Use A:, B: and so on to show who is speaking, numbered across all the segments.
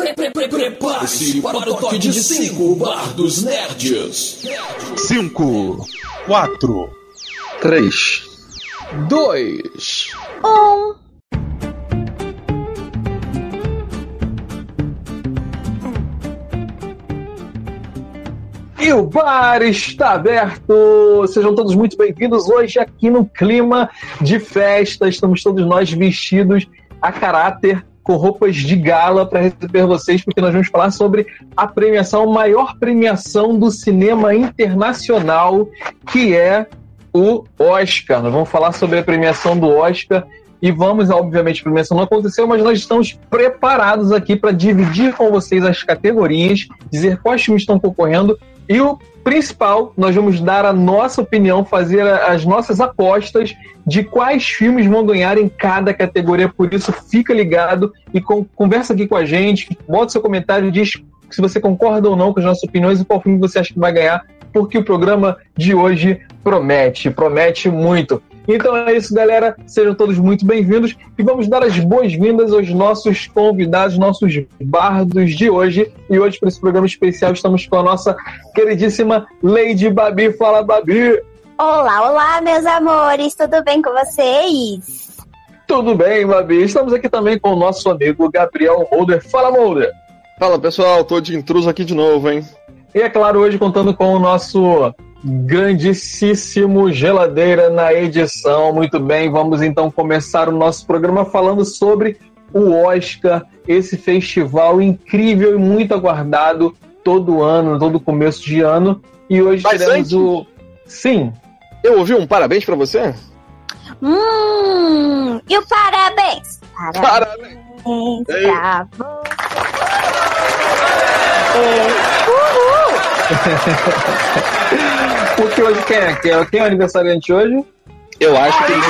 A: Prepare-se para o toque de 5 Bar dos Nerds.
B: 5, 4,
C: 3,
D: 2,
E: 1.
D: E o bar está aberto! Sejam todos muito bem-vindos hoje aqui no clima de festa. Estamos todos nós vestidos a caráter, com roupas de gala para receber vocês, porque nós vamos falar sobre a premiação, a maior premiação do cinema internacional, que é o Oscar. Nós vamos falar sobre a premiação do Oscar e vamos, obviamente, a premiação não aconteceu, mas nós estamos preparados aqui para dividir com vocês as categorias, dizer quais filmes estão concorrendo e o principal, nós vamos dar a nossa opinião, fazer as nossas apostas de quais filmes vão ganhar em cada categoria. Por isso, fica ligado e conversa aqui com a gente, bota seu comentário, diz se você concorda ou não com as nossas opiniões e qual filme você acha que vai ganhar, porque o programa de hoje promete muito. Então é isso, galera, sejam todos muito bem-vindos e vamos dar as boas-vindas aos nossos convidados, nossos bardos de hoje. E hoje, para esse programa especial, estamos com a nossa queridíssima Lady Babi. Fala, Babi!
E: Olá, meus amores, tudo bem com vocês?
D: Tudo bem, Babi. Estamos aqui também com o nosso amigo Gabriel Molder. Fala, Molder!
C: Fala, pessoal, tô de intruso aqui de novo, hein?
D: E é claro, hoje contando com o nosso grandíssimo Geladeira na edição. Muito bem, vamos então começar o nosso programa falando sobre o Oscar, esse festival incrível e muito aguardado todo ano, todo começo de ano. E hoje teremos o... Sim.
C: Eu ouvi um parabéns pra você?
E: E o parabéns!
C: Parabéns
E: pra você!
D: Porque hoje quem é? Quem é o aniversariante hoje?
C: Eu acho que ele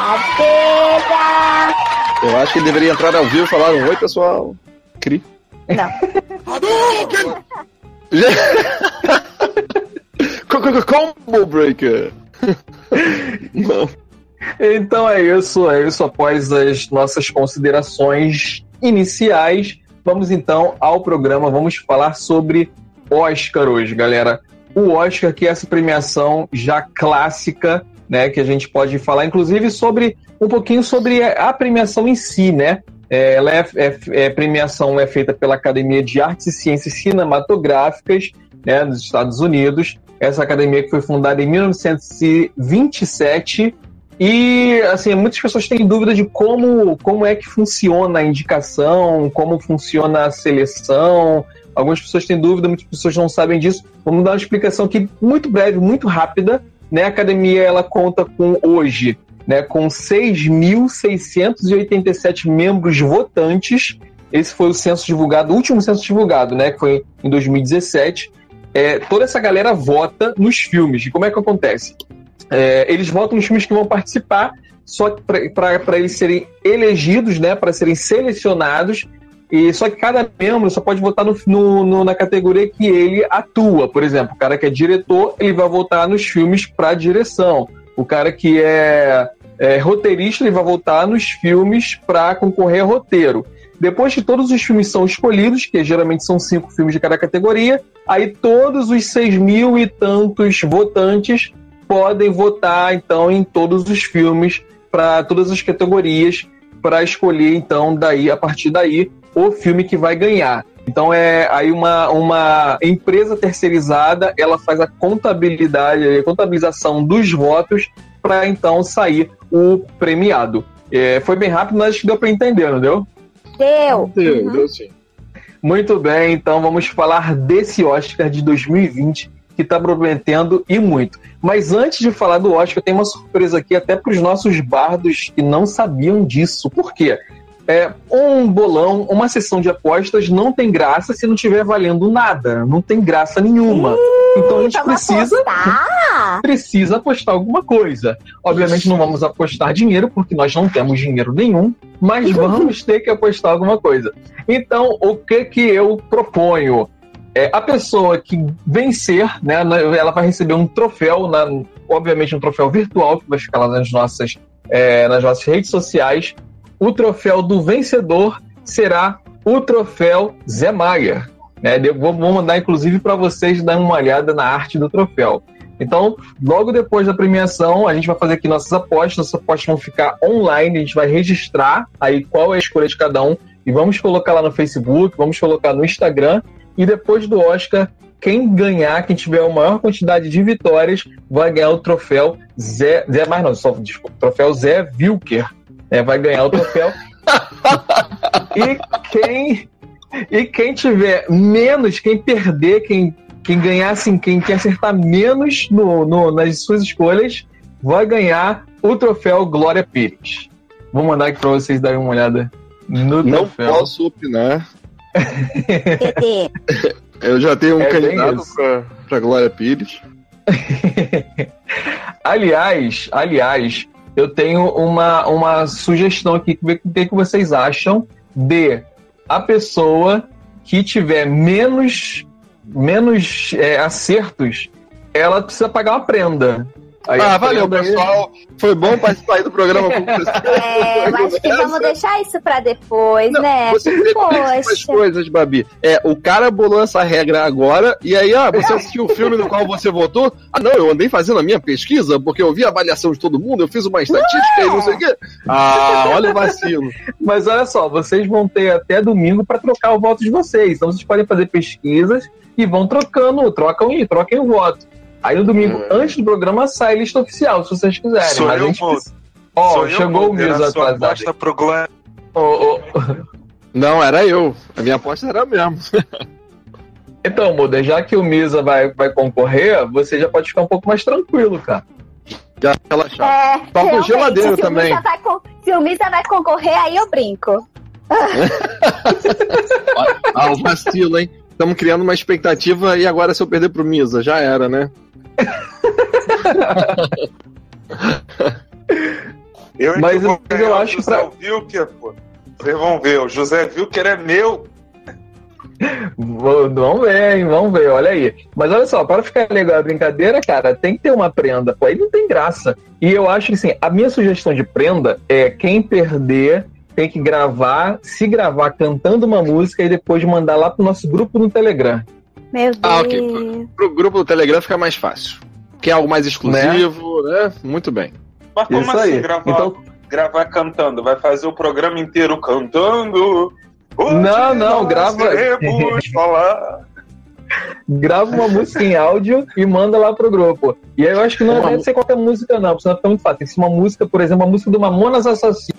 C: deveria entrar ao vivo e falar um oi, pessoal. Cri.
E: Não.
C: Combo Breaker. Não.
D: Então é isso. Após as nossas considerações iniciais, vamos então ao programa. Vamos falar sobre Oscar hoje, galera. O Oscar, que é essa premiação já clássica, né, que a gente pode falar, inclusive, um pouquinho sobre a premiação em si, né? Premiação é feita pela Academia de Artes e Ciências Cinematográficas, né, dos Estados Unidos. Essa academia que foi fundada em 1927 e, assim, muitas pessoas têm dúvida de como é que funciona a indicação, como funciona a seleção. Algumas pessoas têm dúvida, muitas pessoas não sabem disso. Vamos dar uma explicação aqui muito breve, muito rápida. Né? A academia ela conta com hoje, né, com 6.687 membros votantes. Esse foi o censo divulgado, o último censo divulgado, né, que foi em 2017. Toda essa galera vota nos filmes. E como é que acontece? Eles votam nos filmes que vão participar, só que para eles serem elegidos, né, para serem selecionados. E só que cada membro só pode votar na categoria que ele atua. Por exemplo, o cara que é diretor, ele vai votar nos filmes para direção. O cara que é roteirista, ele vai votar nos filmes para concorrer a roteiro. Depois que todos os filmes são escolhidos, que geralmente são 5 filmes de cada categoria, aí todos os 6.000 e tantos votantes podem votar, então, em todos os filmes, para todas as categorias, para escolher, então, a partir daí, o filme que vai ganhar. Então, aí uma empresa terceirizada, ela faz a contabilização dos votos para, então, sair o premiado. Foi bem rápido, mas acho que deu para entender, não deu?
C: Deu sim.
D: Muito bem, então vamos falar desse Oscar de 2020, que está prometendo e muito. Mas antes de falar do Oscar, tem uma surpresa aqui até para os nossos bardos que não sabiam disso. Por quê? Um bolão, uma sessão de apostas não tem graça se não estiver valendo nada. Não tem graça nenhuma. Então a gente precisa apostar alguma coisa. Obviamente não vamos apostar dinheiro, porque nós não temos dinheiro nenhum, mas vamos ter que apostar alguma coisa. Então, o que eu proponho? A pessoa que vencer, né, ela vai receber um troféu, obviamente um troféu virtual, que vai ficar lá nas nossas redes sociais. O troféu do vencedor será o troféu Zé Maier. Né? Vou mandar, inclusive, para vocês darem uma olhada na arte do troféu. Então, logo depois da premiação, a gente vai fazer aqui nossas apostas vão ficar online, a gente vai registrar aí qual é a escolha de cada um, e vamos colocar lá no Facebook, vamos colocar no Instagram, e depois do Oscar, quem ganhar, quem tiver a maior quantidade de vitórias, vai ganhar o troféu troféu Zé Wilker, vai ganhar o troféu. E quem tiver menos, quem perder, quem ganhar, assim, quem acertar menos nas suas escolhas, vai ganhar o troféu Glória Pires. Vou mandar aqui para vocês darem uma olhada no troféu.
C: Não posso opinar. Eu já tenho um candidato para Glória Pires. Aliás, eu tenho uma sugestão aqui, o que vocês acham de a pessoa que tiver menos acertos, ela precisa pagar uma prenda. Aí valeu, pessoal. Foi bom participar aí do programa.
E: Eu acho que vamos deixar isso pra depois, né?
C: Você as coisas, Babi. O cara bolou essa regra agora, e aí, você assistiu o filme no qual você votou? Não, eu andei fazendo a minha pesquisa, porque eu vi a avaliação de todo mundo, eu fiz uma estatística e não sei o quê. Olha o vacilo.
D: Mas olha só, vocês vão ter até domingo pra trocar o voto de vocês. Então vocês podem fazer pesquisas e vão troquem o voto. Aí no domingo, antes do programa, sai a lista oficial, se vocês quiserem.
F: Sou
D: mas
F: eu,
D: chegou o Miz atrasado.
C: Não, era eu. A minha aposta era mesmo.
D: Então, Muda, já que o Misa vai concorrer, você já pode ficar um pouco mais tranquilo, cara.
C: Já relaxar. Falta geladeira também.
E: Se o Misa vai concorrer, aí eu brinco.
C: O vacilo, hein? Estamos criando uma expectativa e agora se eu perder pro Misa, já era, né?
F: Eu acho que José Wilker, pô. Vocês vão ver, o José Wilker é meu.
D: Vamos ver, olha aí. Mas olha só, para ficar legal a brincadeira, cara, tem que ter uma prenda, pô, aí não tem graça. E eu acho que, assim, a minha sugestão de prenda é quem perder tem que se gravar cantando uma música e depois mandar lá pro nosso grupo no Telegram.
E: Meu Deus.
C: Ok. Pro grupo do Telegram fica mais fácil. Que é algo mais exclusivo, né? Muito bem.
F: Mas como
D: isso
F: assim,
D: aí.
F: Gravar cantando? Vai fazer o programa inteiro cantando?
D: Não, grava.
F: Falar.
D: Grava uma música em áudio e manda lá pro grupo. E aí eu acho que não deve ser qualquer música, não, porque senão fica muito fácil. Tem que ser uma música, por exemplo, uma música do Mamonas Assassinas.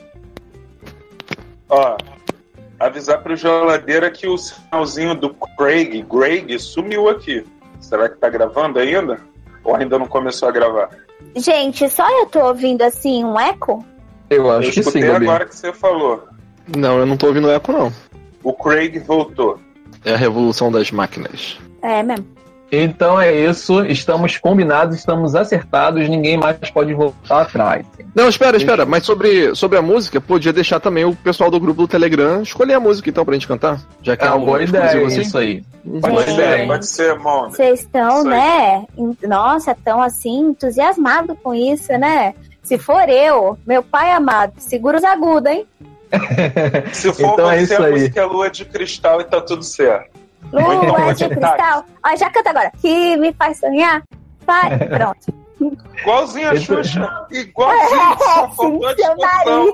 F: Avisar pro Geladeira que o sinalzinho do Greg sumiu aqui. Será que tá gravando ainda? Ou ainda não começou a gravar?
E: Gente, só eu tô ouvindo assim um eco?
D: Eu acho que sim, Gabi.
F: Agora que você falou.
C: Não, eu não tô ouvindo eco, não.
F: O Craig voltou.
C: É a revolução das máquinas.
E: É mesmo.
D: Então é isso, estamos combinados, estamos acertados, ninguém mais pode voltar atrás.
C: Não, espera, mas sobre a música, podia deixar também o pessoal do grupo do Telegram escolher a música então pra gente cantar, já que é uma
D: boa ideia,
C: assim.
D: Isso aí.
F: Pode ser, mano.
E: Vocês estão, né? Nossa, tão assim, entusiasmados com isso, né? Se for eu, meu pai amado, segura os agudos, hein?
F: Se for
D: então
F: você, a música é Lua de Cristal e tá tudo certo.
E: Lua de Cristal. Ó, já canta agora. Que me faz sonhar. Vai, pronto.
F: Igualzinho a Xuxa. Igualzinho. Só faltou a discussão.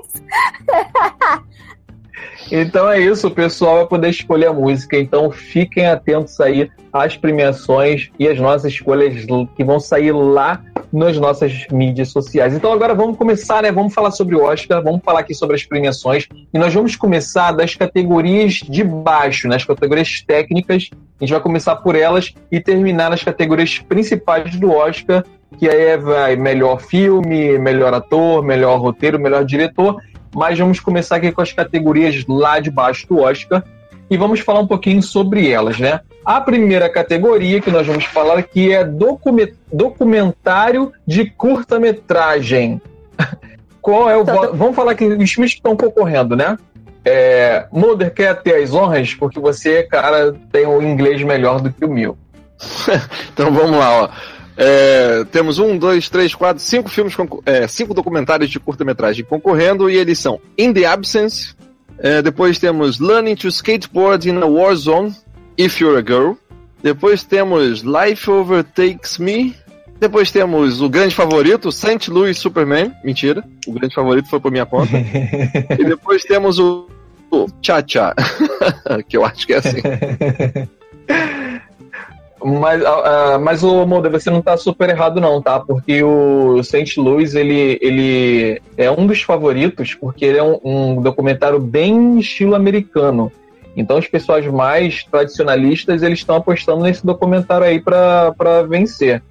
D: Então é isso, o pessoal vai poder escolher a música. Então fiquem atentos aí às premiações e às nossas escolhas que vão sair lá nas nossas mídias sociais. Então agora vamos começar, né? Vamos falar sobre o Oscar, vamos falar aqui sobre as premiações. E nós vamos começar das categorias de baixo, né? As categorias técnicas. A gente vai começar por elas e terminar nas categorias principais do Oscar, que aí vai melhor filme, melhor ator, melhor roteiro, melhor diretor. Mas vamos começar aqui com as categorias lá de baixo do Oscar e vamos falar um pouquinho sobre elas, né? A primeira categoria que nós vamos falar aqui é documentário de curta-metragem. Qual é o Vamos falar aqui dos filmes que estão concorrendo, né? Mulder quer ter as honras porque você, cara, tem um inglês melhor do que o meu.
C: Então vamos lá, ó. Temos 1, 2, 3, 4, 5 filmes, 5 documentários de curta-metragem concorrendo, e eles são In the Absence, Depois temos Learning to Skateboard in a War Zone, If You're a Girl. Depois temos Life Overtakes Me. Depois temos o grande favorito, St. Louis Superman. Mentira, o grande favorito foi por minha conta. E depois temos o Cha-Cha, que eu acho que é assim.
D: Mas o Mulder, você não tá super errado não, tá? Porque o St. Louis, ele é um dos favoritos, porque ele é um documentário bem estilo americano. Então os pessoal mais tradicionalistas, eles estão apostando nesse documentário aí pra vencer.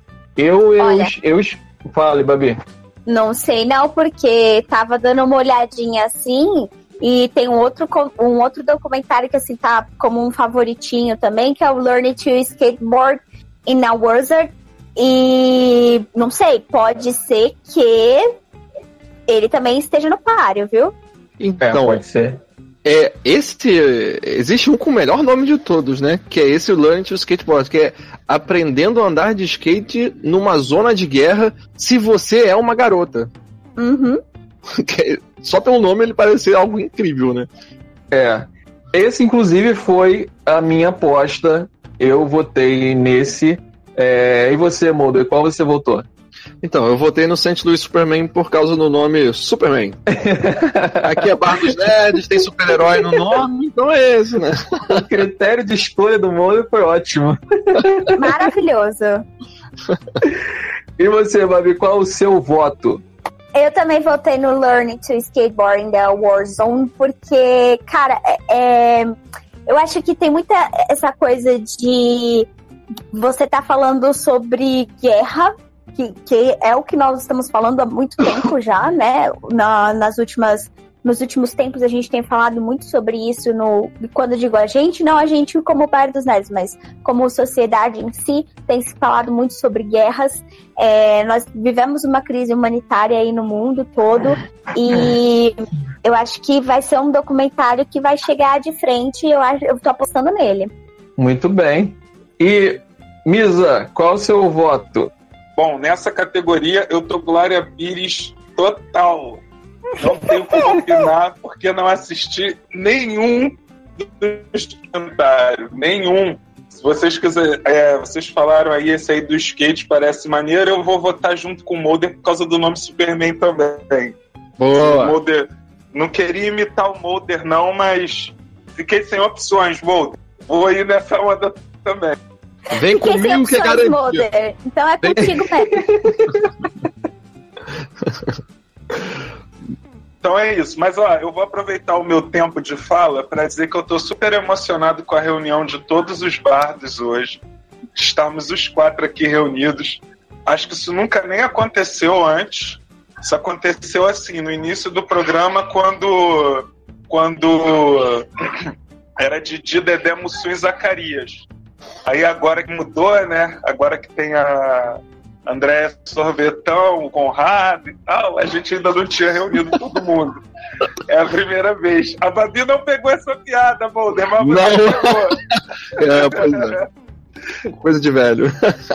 D: Fale, Babi.
E: Não sei não, porque tava dando uma olhadinha assim, e tem um outro documentário que assim tá como um favoritinho também, que é o Learning to Skateboard in a Wizard. E não sei, pode ser que ele também esteja no páreo, viu?
C: Então,
D: pode ser.
C: Existe um com o melhor nome de todos, né? Que é esse, o Learning to Skateboard, que é aprendendo a andar de skate numa zona de guerra se você é uma garota.
E: Uhum.
C: Só pelo nome ele parece ser algo incrível, né?
D: Esse inclusive foi a minha aposta. Eu votei nesse. E você, Mulder, qual você votou?
C: Então, eu votei no St. Louis Superman por causa do nome Superman. Aqui é Bar dos Nerds, tem super-herói no nome, então é esse, né?
D: O critério de escolha do Mulder foi ótimo.
E: Maravilhoso.
D: E você, Babi, qual o seu voto?
E: Eu também votei no Learning to Skateboard in the War Zone, porque, cara, eu acho que tem muita essa coisa de você tá falando sobre guerra, que é o que nós estamos falando há muito tempo já, né? Nos últimos tempos a gente tem falado muito sobre isso, quando eu digo a gente, não a gente como Bar dos Nerds, mas como sociedade em si, tem se falado muito sobre guerras. Nós vivemos uma crise humanitária aí no mundo todo, e eu acho que vai ser um documentário que vai chegar de frente, e eu tô apostando nele.
D: Muito bem. E, Misa, qual o seu voto?
F: Bom, nessa categoria eu tô Glória Pires total. Não tenho como opinar porque não assisti nenhum dos comentários. Nenhum. Se vocês quiserem, vocês falaram aí, esse aí do skate parece maneiro, eu vou votar junto com o Mulder por causa do nome Superman também.
C: Boa!
F: Mulder, não queria imitar o Mulder não, mas fiquei sem opções, Mulder. Vou ir nessa onda também.
C: Vem comigo que é garantido.
E: Mulder. Então é contigo mesmo.
F: Então é isso, mas eu vou aproveitar o meu tempo de fala para dizer que eu tô super emocionado com a reunião de todos os bardos hoje. Estamos os 4 aqui reunidos. Acho que isso nunca nem aconteceu antes. Isso aconteceu assim, no início do programa, quando era Didi, Dedé, Mussum e Zacarias. Aí agora que mudou, né? Agora que tem a André Sorvetão, o Conrado e tal, a gente ainda não tinha reunido todo mundo. É a primeira vez. A Babi não pegou essa piada, Mulder, mas você pegou.
C: Pois é. Coisa de velho.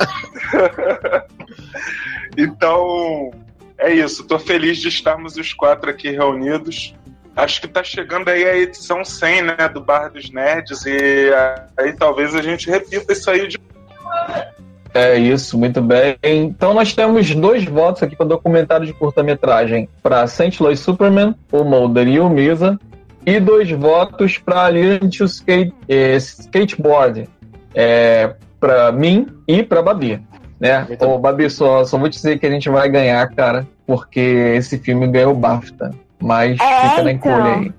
F: Então, é isso. Tô feliz de estarmos os 4 aqui reunidos. Acho que tá chegando aí a edição 100, né, do Bar dos Nerds, e aí talvez a gente repita isso aí de...
D: É isso, muito bem. Então nós temos 2 votos aqui para documentário de curta-metragem para St. Louis Superman, o Mulder e o Misa, e 2 votos para Learning to Skateboard, para mim e para Babi, né? Ô, Babi, só vou te dizer que a gente vai ganhar, cara, porque esse filme ganhou o BAFTA, mas fica na encolha aí.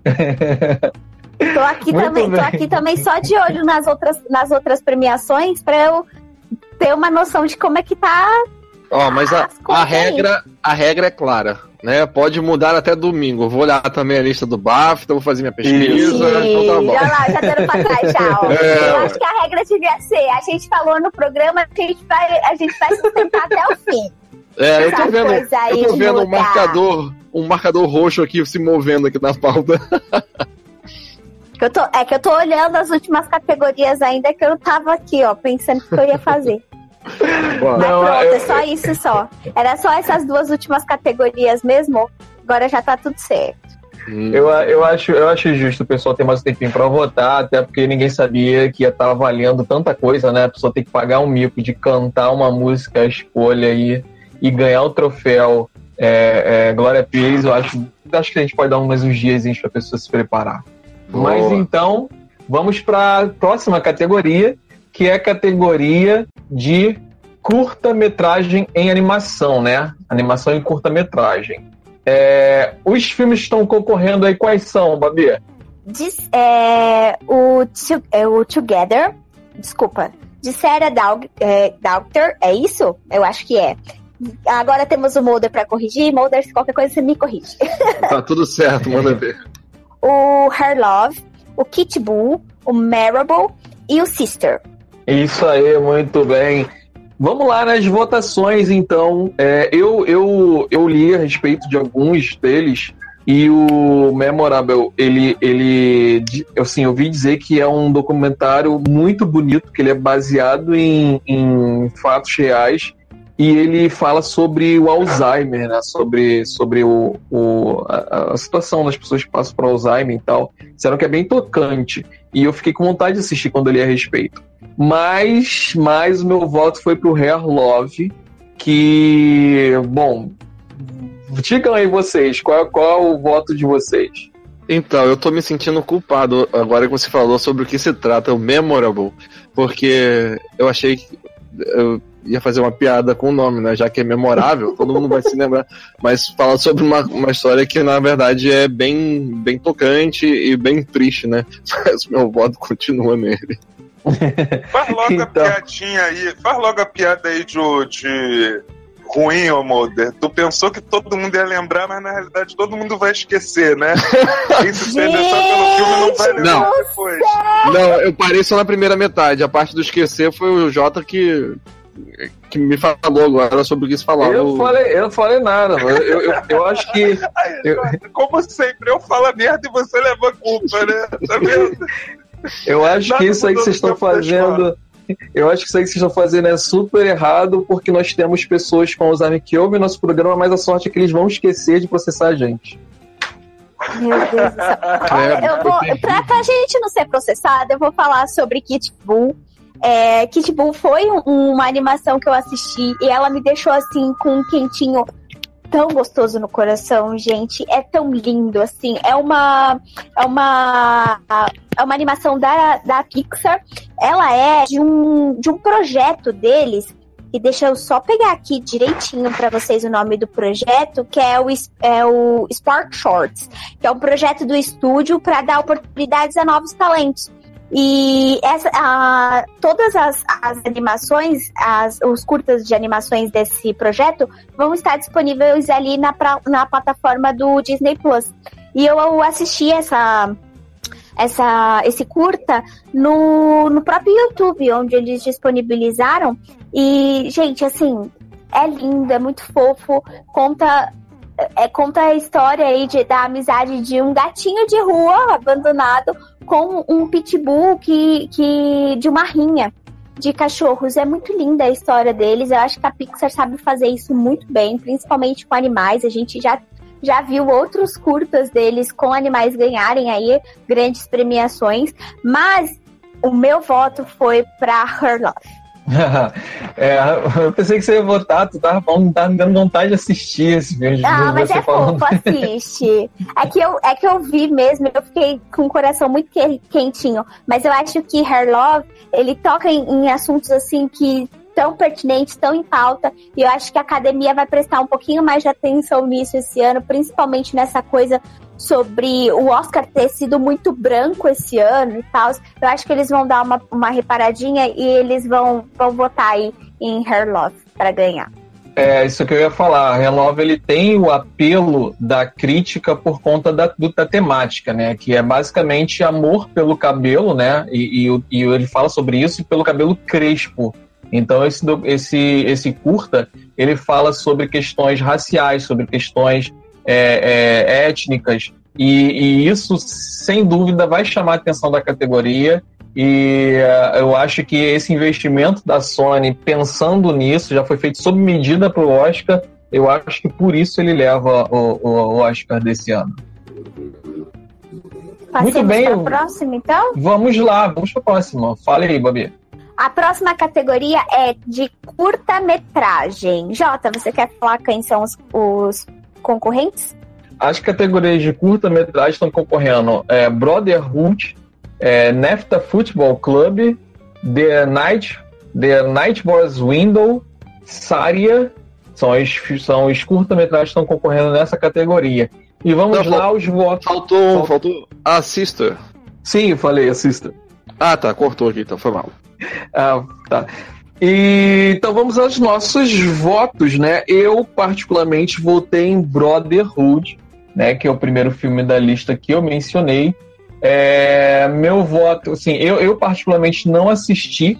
E: Tô aqui também só de olho nas outras premiações para eu ter uma noção de como é que tá.
C: Mas a regra é clara, né? Pode mudar até domingo. Vou olhar também a lista do BAFTA, vou fazer minha pesquisa. Então tá bom.
E: Já dando pra trás, já. Eu acho que a regra devia ser, a gente falou no programa que a gente vai sustentar até o fim.
C: Eu tô vendo um marcador roxo aqui se movendo aqui na pauta.
E: Eu tô olhando as últimas categorias ainda, que eu tava aqui, pensando o que eu ia fazer. Mas pronto, é só isso só. Era só essas 2 últimas categorias mesmo, agora já tá tudo certo.
D: Eu acho justo o pessoal ter mais um tempinho pra votar, até porque ninguém sabia que ia estar valendo tanta coisa, né? A pessoa tem que pagar um mico de cantar uma música à escolha aí e ganhar o troféu Glória Pires. Eu acho que a gente pode dar mais uns dias pra pessoa se preparar.
C: Boa.
D: Mas então, vamos para a próxima categoria, que é a categoria de curta-metragem em animação, né? Animação em curta-metragem. Os filmes que estão concorrendo aí, quais são, Babi?
E: O Together, desculpa, de Sarah Doctor, é isso? Eu acho que é. Agora temos o Mulder para corrigir. Mulder, se qualquer coisa você me corrige.
C: Tá tudo certo, manda ver.
E: O Her Love, o Kit Bull, o Marable e o Sister.
D: Isso aí, muito bem. Vamos lá nas votações, então. Eu li a respeito de alguns deles e o Memorable, eu ouvi dizer que é um documentário muito bonito, que ele é baseado em fatos reais e ele fala sobre o Alzheimer, né? Sobre a situação das pessoas que passam por Alzheimer e tal. Disseram que é bem tocante e eu fiquei com vontade de assistir quando eu li a respeito. Mas o meu voto foi pro Her Love, que, bom, digam aí vocês, qual é o voto de vocês?
C: Então, eu tô me sentindo culpado agora que você falou sobre o que se trata, o Memorable, porque eu achei que eu ia fazer uma piada com o nome, né, já que é memorável, todo mundo vai se lembrar, mas fala sobre uma história que na verdade é bem bem tocante e bem triste, né, mas meu voto continua nele.
F: Faz logo a piadinha aí, faz logo a piada aí de ruim, ô Mulder. Tu pensou que todo mundo ia lembrar, mas na realidade todo mundo vai esquecer, né? Quem se interessar pelo filme não vai lembrar depois.
C: Não, eu parei só na primeira metade. A parte do esquecer foi o Jota que me falou agora sobre o que se falava.
D: Eu não falei nada, eu acho que...
F: Como sempre, eu falo a merda e você leva a culpa, né? Tá vendo?
D: Eu acho que isso aí que vocês estão fazendo... Eu acho que isso aí que vocês estão fazendo é super errado, porque nós temos pessoas com Alzheimer que ouvem nosso programa, mas a sorte é que eles vão esquecer de processar a gente.
E: Meu Deus do céu. Olha, pra gente não ser processada, eu vou falar sobre Kit Bull. Kit Bull foi uma animação que eu assisti e ela me deixou assim com um quentinho tão gostoso no coração, gente. É tão lindo, assim. É uma animação da Pixar. Ela é de um projeto deles. E deixa eu só pegar aqui direitinho para vocês o nome do projeto, que é o Spark Shorts, que é um projeto do estúdio para dar oportunidades a novos talentos. E todas as animações, os curtas de animações desse projeto vão estar disponíveis ali na plataforma do Disney Plus. E eu assisti esse curta no próprio YouTube, onde eles disponibilizaram. E, gente, assim, é lindo, é muito fofo, conta a história aí da amizade de um gatinho de rua abandonado com um pitbull de uma rinha de cachorros. É muito linda a história deles. Eu acho que a Pixar sabe fazer isso muito bem, principalmente com animais. A gente já viu outros curtas deles com animais ganharem aí grandes premiações, mas o meu voto foi para Her Love.
D: Eu pensei que você ia votar, tu tava me dando vontade de assistir esse vídeo.
E: Mas é fofo, assiste. É que eu vi mesmo, eu fiquei com o coração muito quentinho. Mas eu acho que Her Love, ele toca em assuntos assim que tão pertinentes, tão em pauta, e eu acho que a academia vai prestar um pouquinho mais de atenção nisso esse ano, principalmente nessa coisa sobre o Oscar ter sido muito branco esse ano e tal. Eu acho que eles vão dar uma reparadinha e eles vão votar aí em Her Love para ganhar.
D: Isso que eu ia falar. Her Love, ele tem o apelo da crítica por conta da temática, né? Que é basicamente amor pelo cabelo, né? E ele fala sobre isso pelo cabelo crespo. Então esse curta, ele fala sobre questões raciais, sobre questões étnicas, e isso sem dúvida vai chamar a atenção da categoria, e eu acho que esse investimento da Sony pensando nisso já foi feito sob medida para o Oscar. Eu acho que por isso ele leva o Oscar desse ano.
E: Passemos
D: Muito bem.
E: para a próxima, então?
D: Vamos lá, vamos para a próxima. Fala aí, Babi.
E: A próxima categoria é de curta-metragem. Jota, você quer falar quem são os concorrentes?
D: As categorias de curta-metragem estão concorrendo Brotherhood, NAFTA Football Club, The Night Boys Window, Saria, são os curta-metragens que estão concorrendo nessa categoria. E vamos lá, os votos.
C: Faltou a Sister.
D: Sim, eu falei, assista.
C: Ah, tá, cortou aqui, então foi mal.
D: Tá. Então vamos aos nossos votos, né? Eu, particularmente, votei em Brotherhood, né? Que é o primeiro filme da lista que eu mencionei. Meu voto, assim, eu particularmente não assisti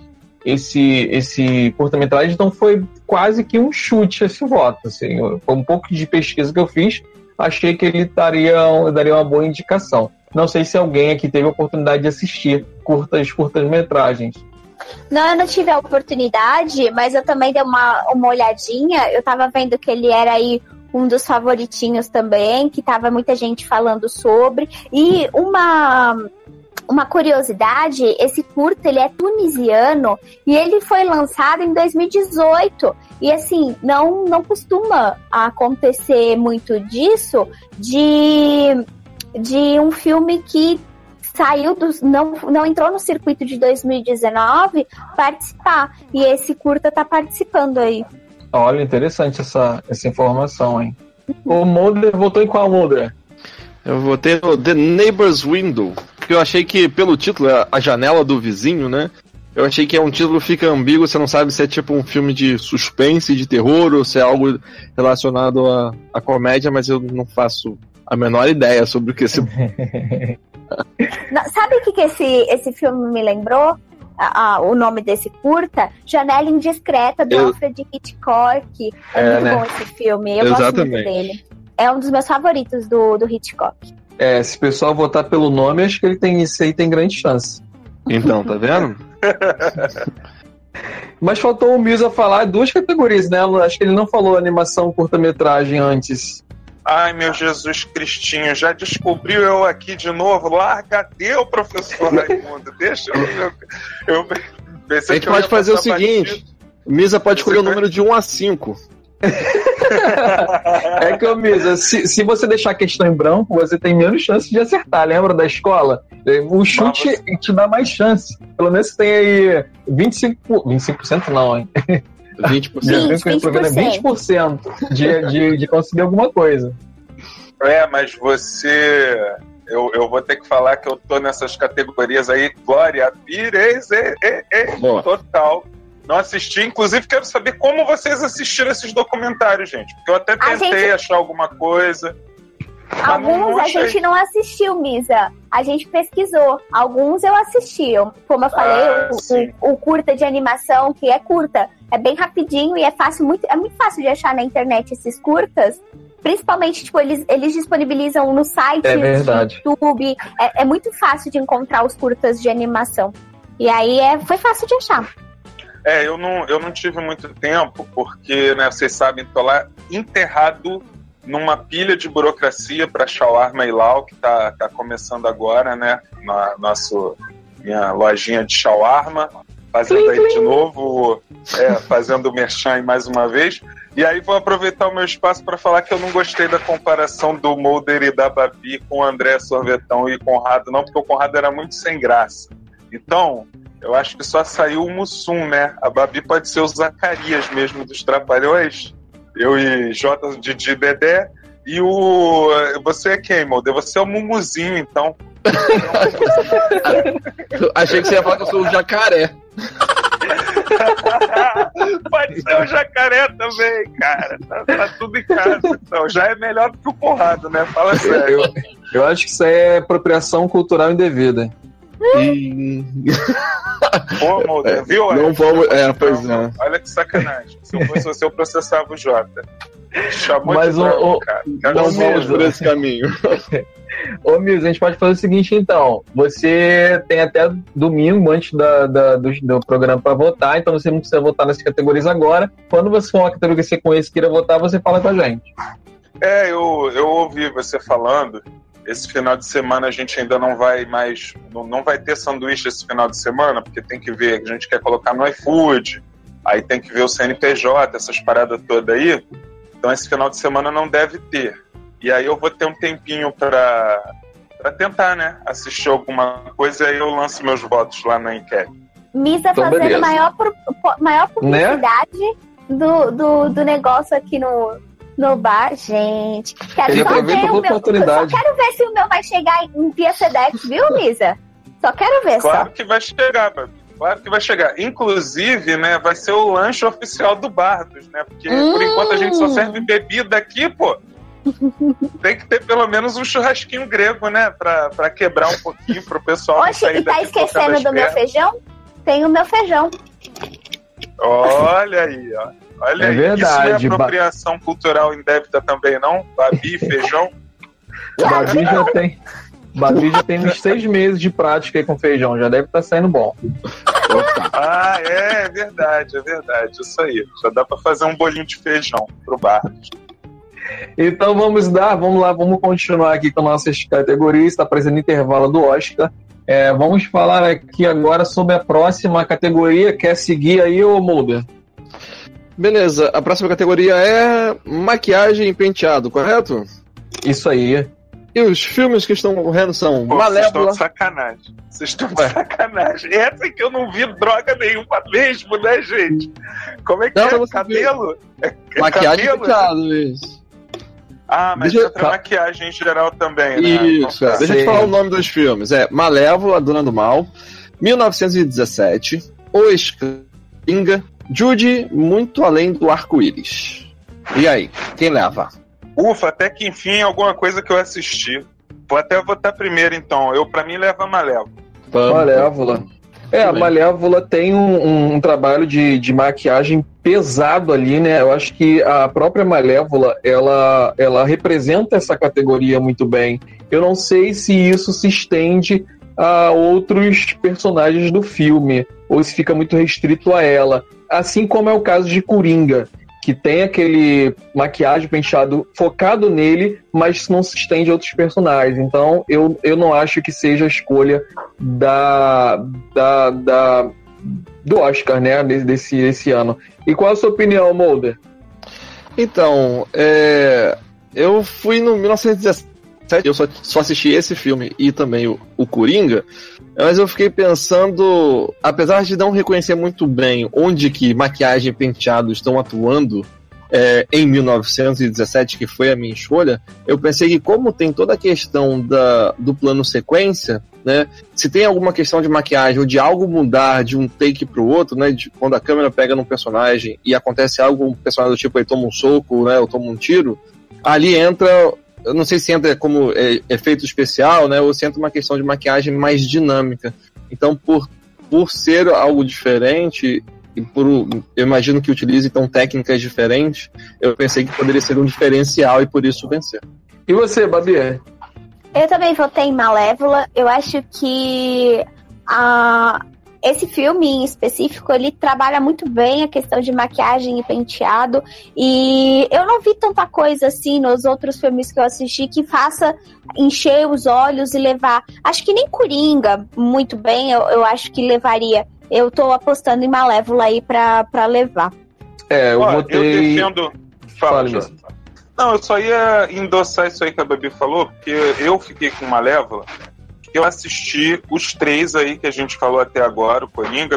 D: esse curta-metragem, então foi quase que um chute esse voto. Assim, foi um pouco de pesquisa que eu fiz, achei que ele daria uma boa indicação. Não sei se alguém aqui teve a oportunidade de assistir curtas-metragens.
E: Não, eu não tive a oportunidade, mas eu também dei uma olhadinha. Eu tava vendo que ele era aí um dos favoritinhos também, que tava muita gente falando sobre. E uma curiosidade, esse curta, ele é tunisiano e ele foi lançado em 2018. E assim, não costuma acontecer muito disso de um filme que saiu não entrou no circuito de 2019 participar. E esse curta tá participando aí.
D: Olha, interessante essa informação, hein? O Mulder votou em qual, Mulder?
C: Eu votei no The Neighbor's Window, porque eu achei que, pelo título, a janela do vizinho, né? Eu achei que um título fica ambíguo, você não sabe se é tipo um filme de suspense, de terror, ou se é algo relacionado à comédia, mas eu não faço a menor ideia sobre o que esse...
E: Sabe o que esse filme me lembrou? O nome desse curta? Janela Indiscreta, do Alfred Hitchcock. É muito bom esse filme, eu gosto muito dele. É um dos meus favoritos do Hitchcock.
D: Se o pessoal votar pelo nome, acho que esse aí tem grande chance.
C: Então, tá vendo?
D: Mas faltou o Misa falar duas categorias, né? Acho que ele não falou animação curta-metragem antes.
F: Ai, meu Jesus Cristinho, já descobriu eu aqui de novo? Larga Deus, professor Raimundo. Deixa eu
C: pensei. A gente pode fazer o seguinte: Misa pode escolher o número de 1 a 5.
D: É que, Misa, se você deixar a questão em branco, você tem menos chance de acertar. Lembra da escola? O chute te dá mais chance. Pelo menos você tem aí 25% não, hein? 20% de conseguir alguma coisa.
F: Mas você... Eu vou ter que falar que eu tô nessas categorias aí. Glória Pires, total. Não assisti, inclusive quero saber como vocês assistiram esses documentários, gente. Porque eu até tentei achar alguma coisa.
E: Alguns a gente não assistiu, Misa. A gente pesquisou. Alguns eu assisti. Como eu falei, o curta de animação, que é curta, é bem rapidinho e é muito fácil de achar na internet esses curtas. Principalmente, tipo, eles disponibilizam no site do YouTube. É muito fácil de encontrar os curtas de animação. E aí foi fácil de achar.
F: Eu não tive muito tempo, porque, né, vocês sabem, tô lá enterrado numa pilha de burocracia para Shawarma Ilau, que tá começando agora, né? Minha lojinha de shawarma, fazendo aí de novo, fazendo o merchan mais uma vez. E aí vou aproveitar o meu espaço para falar que eu não gostei da comparação do Mulder e da Babi com o André Sorvetão e Conrado, não, porque o Conrado era muito sem graça. Então, eu acho que só saiu o Mussum, né? A Babi pode ser o Zacarias mesmo dos Trapalhões. Eu e Jota, Didi, Dedé. E você é quem, Mulder? Você é o Mumuzinho, então.
C: Achei que você ia falar que eu sou o Jacaré.
F: Pode ser o Jacaré também, cara. Tá tudo em casa. Então, já é melhor do que o Conrado, né? Fala sério.
D: Eu acho que isso aí é apropriação cultural indevida.
F: Pô, Mulder, viu?
C: Não vamos. Pois é.
F: Olha que sacanagem. Se eu fosse você, eu processava o Jota. Chamou
D: mas
F: de branco, cara.
C: Não vamos por esse caminho.
D: Ô, Mills, a gente pode fazer o seguinte, então. Você tem até domingo antes do programa para votar, então você não precisa votar nessas categorias agora. Quando você for uma categoria que você conhece e queira votar, você fala com a gente.
F: Eu ouvi você falando esse final de semana a gente ainda não vai mais, não vai ter sanduíche esse final de semana, porque tem que ver, a gente quer colocar no iFood, aí tem que ver o CNPJ, essas paradas todas aí. Então esse final de semana não deve ter. E aí eu vou ter um tempinho para tentar, né, assistir alguma coisa, e aí eu lanço meus votos lá na enquete.
E: Misa
C: Então,
E: fazendo
C: beleza.
E: maior publicidade do negócio aqui no bar, gente.
D: Ele aproveita toda oportunidade.
E: Só quero ver se o meu vai chegar em via Sedex, viu, Misa? Só quero ver,
F: Claro
E: só.
F: que vai chegar, Babi. Claro que vai chegar. Inclusive, né, vai ser o lanche oficial do Bardos, né? Porque por enquanto a gente só serve bebida aqui, pô. Tem que ter pelo menos um churrasquinho grego, né? Pra quebrar um pouquinho pro pessoal não
E: Oxe,
F: sair
E: e tá
F: daqui
E: esquecendo
F: tocando
E: do
F: as
E: meu
F: pernas.
E: feijão? Tem o meu feijão.
F: Olha aí, ó. Olha
D: É
F: aí.
D: verdade,
F: Isso não é apropriação cultural indébita também, não? Babi, feijão?
D: Babi já tem uns 6 meses de prática aí com feijão, já deve estar saindo bom.
F: Ah, é verdade, isso aí. Já dá pra fazer um bolinho de feijão pro Bardos.
D: Então vamos lá, vamos continuar aqui com nossas categorias, está aparecendo intervalo do Oscar. Vamos falar aqui agora sobre a próxima categoria. Quer seguir aí, ô Mulder?
C: Beleza, a próxima categoria é maquiagem e penteado, correto?
D: Isso aí.
C: E os filmes que estão correndo são
F: Pô, vocês estão
C: Malévola.
F: de sacanagem. Vocês estão de sacanagem. Essa é que eu não vi droga nenhuma mesmo, né, gente? Como é que
C: Não,
F: é?
C: você
F: Cabelo?
C: Maquiagem e
F: cabelo?
C: penteado, Luiz.
F: Ah, mas
C: Deixa-
F: entra maquiagem em geral também, né?
C: Isso,
F: Então,
C: deixa eu te falar o nome dos filmes. É Malévola, Dona do Mal, 1917, O Coringa, Judy, Muito Além do Arco-Íris. E aí, quem leva?
F: Ufa, até que enfim alguma coisa que eu assisti. Vou até votar primeiro, então. Pra mim, leva Malévola.
D: Malévola. A Malévola tem um trabalho de maquiagem pesado ali, né? Eu acho que a própria Malévola, ela representa essa categoria muito bem. Eu não sei se isso se estende a outros personagens do filme, ou se fica muito restrito a ela. Assim como é o caso de Coringa, que tem aquele maquiagem penteado focado nele, mas não se estende a outros personagens. Então, eu não acho que seja a escolha do Oscar, né, desse ano. E qual a sua opinião, Mulder?
C: Então, eu fui no 1917, eu só assisti esse filme e também o Coringa, mas eu fiquei pensando, apesar de não reconhecer muito bem onde que maquiagem e penteado estão atuando em 1917, que foi a minha escolha, eu pensei que como tem toda a questão do plano sequência, né, se tem alguma questão de maquiagem ou de algo mudar de um take pro outro, né, quando a câmera pega num personagem e acontece algo, um personagem do tipo ele toma um soco, né, ou toma um tiro, ali entra, eu não sei se entra como efeito especial, né, ou se entra uma questão de maquiagem mais dinâmica. Então, por ser algo diferente, e eu imagino que utilize então técnicas diferentes, eu pensei que poderia ser um diferencial e por isso vencer.
D: E você, Babi?
E: Eu também votei em Malévola. Eu acho que esse filme em específico, ele trabalha muito bem a questão de maquiagem e penteado. E eu não vi tanta coisa assim nos outros filmes que eu assisti que faça encher os olhos e levar. Acho que nem Coringa, muito bem, eu acho que levaria. Eu tô apostando em Malévola aí pra levar.
D: Eu
F: Ó,
D: votei...
F: eu defendo...
D: Fale,
F: Fala. Não, eu só ia endossar isso aí que a Babi falou, porque eu fiquei com Malévola. Eu assisti os 3 aí que a gente falou até agora, o Coringa,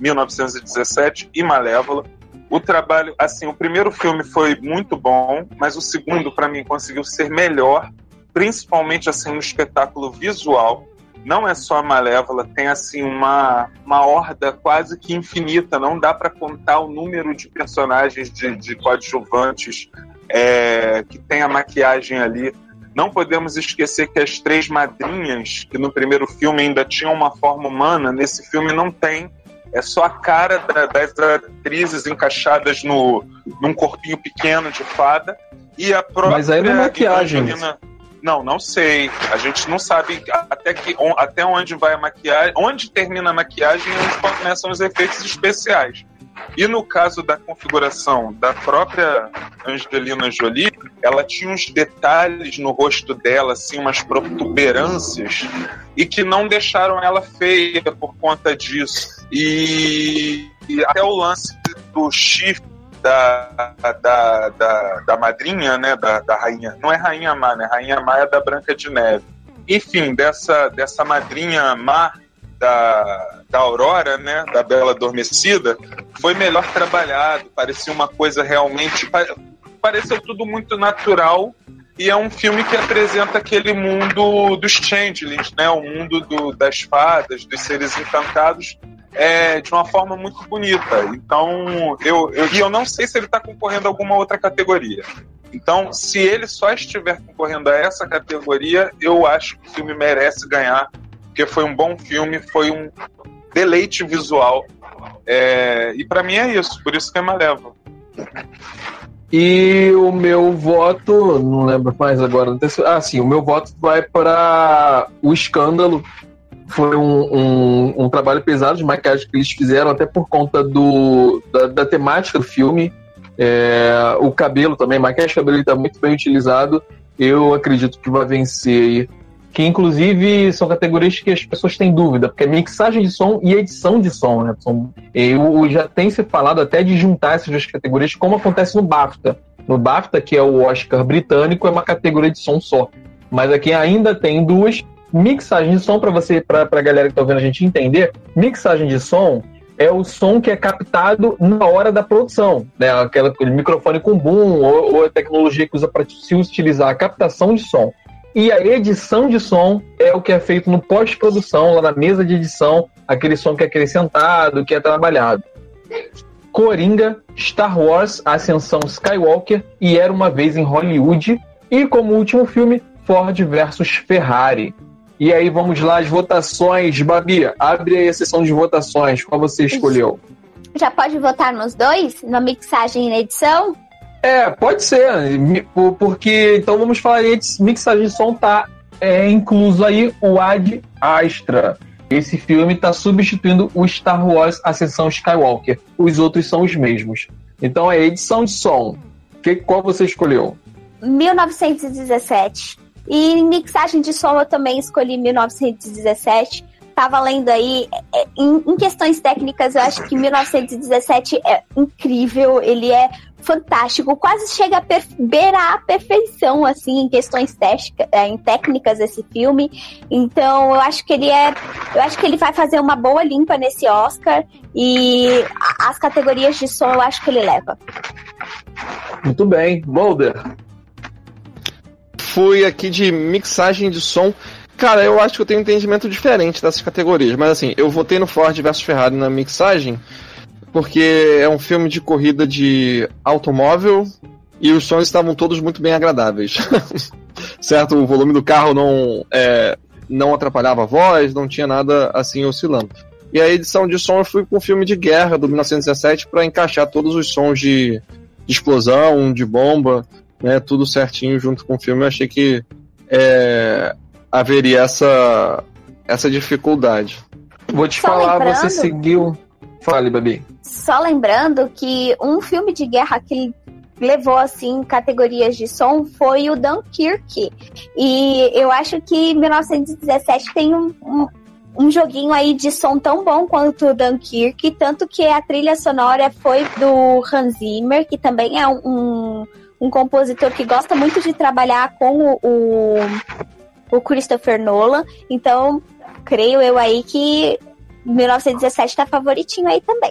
F: 1917 e Malévola. O trabalho, assim, o primeiro filme foi muito bom, mas o segundo, para mim, conseguiu ser melhor, principalmente, assim, no espetáculo visual. Não é só a Malévola, tem, assim, uma horda quase que infinita. Não dá para contar o número de personagens de coadjuvantes que tem a maquiagem ali. Não podemos esquecer que as 3 madrinhas, que no primeiro filme ainda tinham uma forma humana, nesse filme não tem. É só a cara das atrizes encaixadas num corpinho pequeno de fada. E a própria...
D: Mas aí não é maquiagem.
F: Evangelina... Não sei. A gente não sabe até onde vai a maquiagem, onde termina a maquiagem e onde começam os efeitos especiais. E no caso da configuração da própria Angelina Jolie, ela tinha uns detalhes no rosto dela, assim, umas protuberâncias, e que não deixaram ela feia por conta disso. E até o lance do chifre da madrinha, né, da rainha, não é Rainha Má, né, Rainha Má é da Branca de Neve. Enfim, dessa madrinha má da Aurora, né, da Bela Adormecida, foi melhor trabalhado, parecia uma coisa realmente, pareceu tudo muito natural, e é um filme que apresenta aquele mundo dos changelings, né, o mundo das fadas, dos seres encantados, de uma forma muito bonita. Então, eu não sei se ele está concorrendo a alguma outra categoria. Então, se ele só estiver concorrendo a essa categoria, eu acho que o filme merece ganhar, porque foi um bom filme, foi um deleite visual. E para mim é isso, por isso que é Malévola.
D: E o meu voto, não lembro mais agora. Sim, o meu voto vai para O Escândalo. Foi um trabalho pesado de maquiagem que eles fizeram, até por conta da temática do filme. O cabelo também, maquiagem de cabelo está muito bem utilizado. Eu acredito que vai vencer aí. Que inclusive são categorias que as pessoas têm dúvida, porque é mixagem de som e edição de som, né? Já tem se falado até de juntar essas duas categorias, como acontece no BAFTA. No BAFTA, que é o Oscar britânico, é uma categoria de som só. Mas aqui ainda tem duas. Mixagem de som, para a galera que está ouvindo a gente entender, mixagem de som é o som que é captado na hora da produção, né? Aquele microfone com boom, ou a tecnologia que usa para se utilizar a captação de som. E a edição de som é o que é feito no pós-produção, lá na mesa de edição, aquele som que é acrescentado, que é trabalhado. Coringa, Star Wars, Ascensão Skywalker e Era Uma Vez em Hollywood. E como último filme, Ford versus Ferrari. E aí vamos lá, as votações. Babi, abre aí a sessão de votações. Qual você escolheu?
E: Já pode votar nos dois? Na mixagem e na edição?
D: Pode ser. Porque, então vamos falar aí de mixagem de som, tá incluso aí o Ad Astra. Esse filme está substituindo o Star Wars Ascensão Skywalker. Os outros são os mesmos. Então é edição de som. Qual você escolheu?
E: 1917. E em mixagem de som eu também escolhi 1917. Tava lendo aí, em questões técnicas, eu acho que 1917 é incrível, ele é fantástico, quase chega a beirar a perfeição, assim, em questões em técnicas esse filme. Então, eu acho que ele vai fazer uma boa limpa nesse Oscar, e as categorias de som eu acho que ele leva.
D: Muito bem. Mulder?
C: Fui aqui de mixagem de som. Cara, eu acho que eu tenho um entendimento diferente dessas categorias, mas assim, eu votei no Ford versus Ferrari na mixagem, porque é um filme de corrida de automóvel e os sons estavam todos muito bem agradáveis. Certo? O volume do carro não atrapalhava a voz, não tinha nada assim oscilando. E a edição de som eu fui com um filme de guerra do 1917 para encaixar todos os sons de explosão, de bomba, né, tudo certinho junto com o filme. Eu achei que haveria essa dificuldade.
D: Vou te falar, você seguiu... Fale, Babi.
E: Só lembrando que um filme de guerra que levou, assim, categorias de som foi o Dunkirk. E eu acho que 1917 tem um joguinho aí de som tão bom quanto o Dunkirk, tanto que a trilha sonora foi do Hans Zimmer, que também é um compositor que gosta muito de trabalhar com o Christopher Nolan. Então, creio eu aí que 1917 tá favoritinho aí também.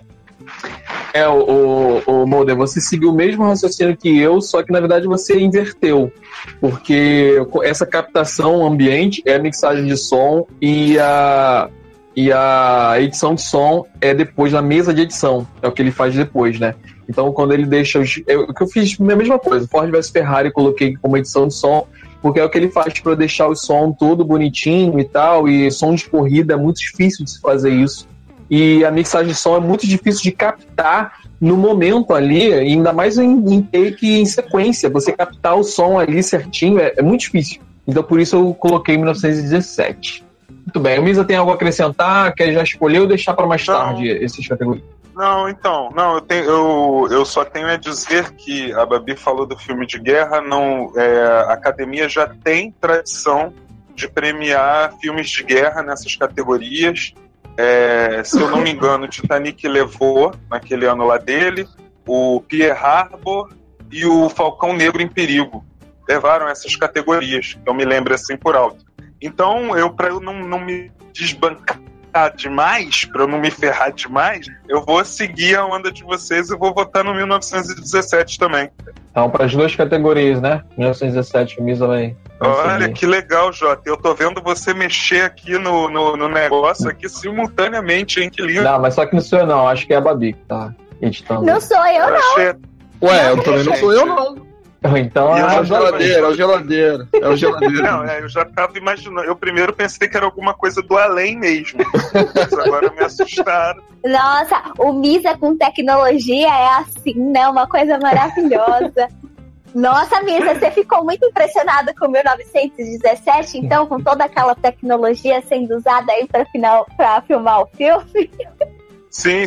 D: O Mulder, você seguiu o mesmo raciocínio que eu, só que na verdade você inverteu, porque essa captação ambiente é a mixagem de som e a edição de som é depois na mesa de edição, é o que ele faz depois, né? Então quando ele deixa eu fiz a mesma coisa, Ford vs Ferrari coloquei como edição de som, porque é o que ele faz para deixar o som todo bonitinho e tal, e som de corrida é muito difícil de se fazer isso. E a mixagem de som é muito difícil de captar no momento ali, ainda mais em take em sequência. Você captar o som ali certinho é muito difícil. Então por isso eu coloquei 1917. Muito bem. O Misa tem algo a acrescentar? Quer já escolher ou deixar para mais tarde esses categorias?
F: eu só tenho a dizer que a Babi falou do filme de guerra, a Academia já tem tradição de premiar filmes de guerra nessas categorias. Se eu não me engano, o Titanic levou naquele ano lá dele, o Pearl Harbor e o Falcão Negro em Perigo levaram essas categorias, que eu me lembro assim por alto. Então, para eu não me desbancar demais, para eu não me ferrar demais, eu vou seguir a onda de vocês e vou votar no 1917 também.
D: Então, para as duas categorias, né? 1917, o Misa vai.
F: Olha que legal, Jota. Eu tô vendo você mexer aqui no negócio aqui simultaneamente, hein? Que lindo.
D: Não, mas só que não sou eu, não. Acho que é a Babi que tá editando.
E: Não sou eu, não.
C: Ué, eu também não sou eu, não.
D: Então
C: é o geladeira.
F: Não, eu já tava imaginando. Eu primeiro pensei que era alguma coisa do além mesmo. Mas agora me assustaram.
E: Nossa, o Misa com tecnologia é assim, né? Uma coisa maravilhosa. Nossa, Misa, você ficou muito impressionado com 1917, então, com toda aquela tecnologia sendo usada aí pra filmar o filme?
F: Sim,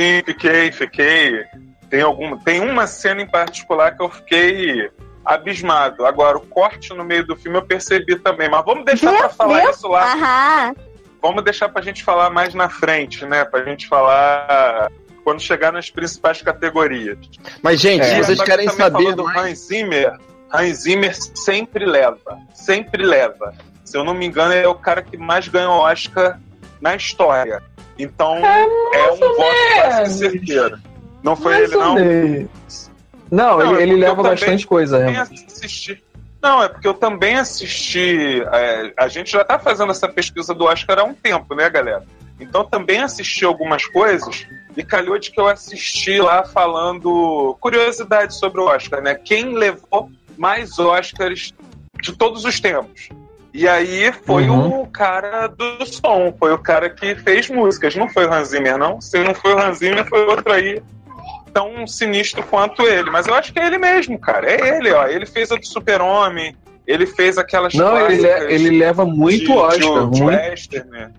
F: fiquei. Tem uma cena em particular que eu fiquei abismado. Agora, o corte no meio do filme eu percebi também. Mas vamos deixar pra falar isso lá.
E: Aham.
F: Vamos deixar pra gente falar mais na frente, né? Pra gente falar quando chegar nas principais categorias.
C: Mas, gente, vocês querem saber
F: do
C: mais...
F: Hans Zimmer sempre leva. Se eu não me engano, ele é o cara que mais ganhou Oscar na história. Então, é um voto quase que certeiro. Não foi ele, não?
D: Não, ele leva bastante coisa.
F: Não, é porque eu também assisti. A gente já tá fazendo essa pesquisa do Oscar há um tempo, né, galera? Então também assisti algumas coisas e calhou de que eu assisti lá falando curiosidades sobre o Oscar, né? Quem levou mais Oscars de todos os tempos. E aí foi o cara do som, foi o cara que fez músicas. Não foi o Hans Zimmer, não. Se não foi o Hans Zimmer, foi outro aí tão sinistro quanto ele. Mas eu acho que é ele mesmo, cara. É ele, ó. Ele fez a do Super-Homem, ele fez aquelas clássicas.
D: Ele leva muito Oscar.
F: De western.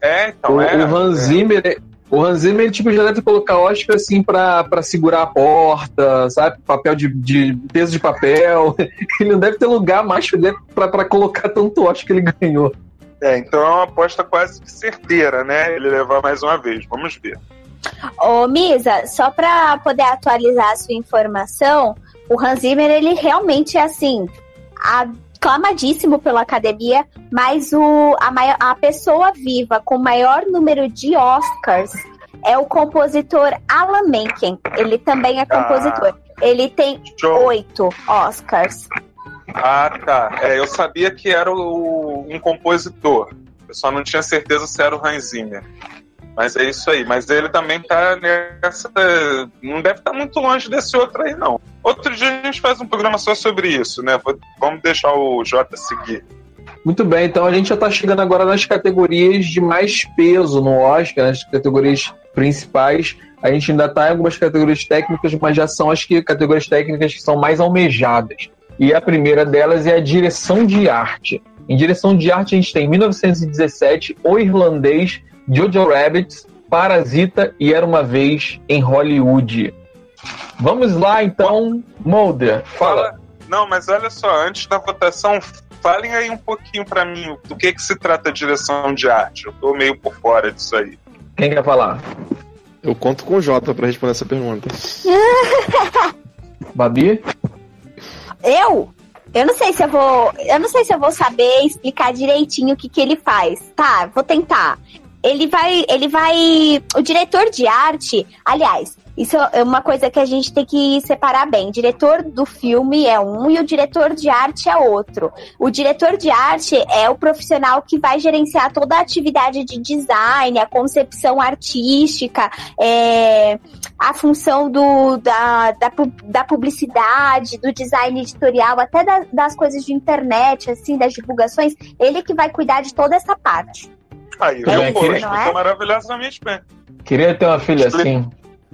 D: O Hans Zimmer tipo, já deve colocar Oscar assim pra segurar a porta, sabe? Papel de peso de papel. Ele não deve ter lugar mais pra colocar tanto Oscar que ele ganhou.
F: Então é uma aposta quase que certeira, né? Ele levar mais uma vez. Vamos ver.
E: Ô, Misa, só pra poder atualizar a sua informação, o Hans Zimmer, ele realmente é assim, aclamadíssimo pela academia, mas a pessoa viva com maior número de Oscars é o compositor Alan Menken. Ele também é compositor. Ele tem 8 Oscars.
F: Tá. Eu sabia que era um compositor. Eu só não tinha certeza se era o Hans Zimmer. Mas é isso aí. Mas ele também tá nessa... Não deve estar muito longe desse outro aí, não. Outro dia a gente faz um programa só sobre isso, né? Vamos deixar o Jota seguir.
D: Muito bem, então a gente já tá chegando agora nas categorias de mais peso no Oscar, nas categorias principais. A gente ainda tá em algumas categorias técnicas, mas já são as categorias técnicas que são mais almejadas. E a primeira delas é a direção de arte. Em direção de arte a gente tem 1917, O Irlandês, Jojo Rabbit, Parasita e Era Uma Vez em Hollywood. Vamos lá, então. Mulder, fala.
F: Não, mas olha só, antes da votação, falem aí um pouquinho pra mim do que se trata a direção de arte. Eu tô meio por fora disso aí.
D: Quem quer falar?
C: Eu conto com o Jota pra responder essa pergunta.
D: Babi?
E: Eu não sei se eu vou saber explicar direitinho o que ele faz. Tá, vou tentar. Ele vai... O diretor de arte... Aliás, isso é uma coisa que a gente tem que separar bem. O diretor do filme é um e o diretor de arte é outro. O diretor de arte é o profissional que vai gerenciar toda a atividade de design, a concepção artística, a função da publicidade, do design editorial, até das coisas de internet, assim, das divulgações. Ele que vai cuidar de toda essa parte.
F: Aí, eu maravilhosamente bem.
D: Queria ter uma filha assim.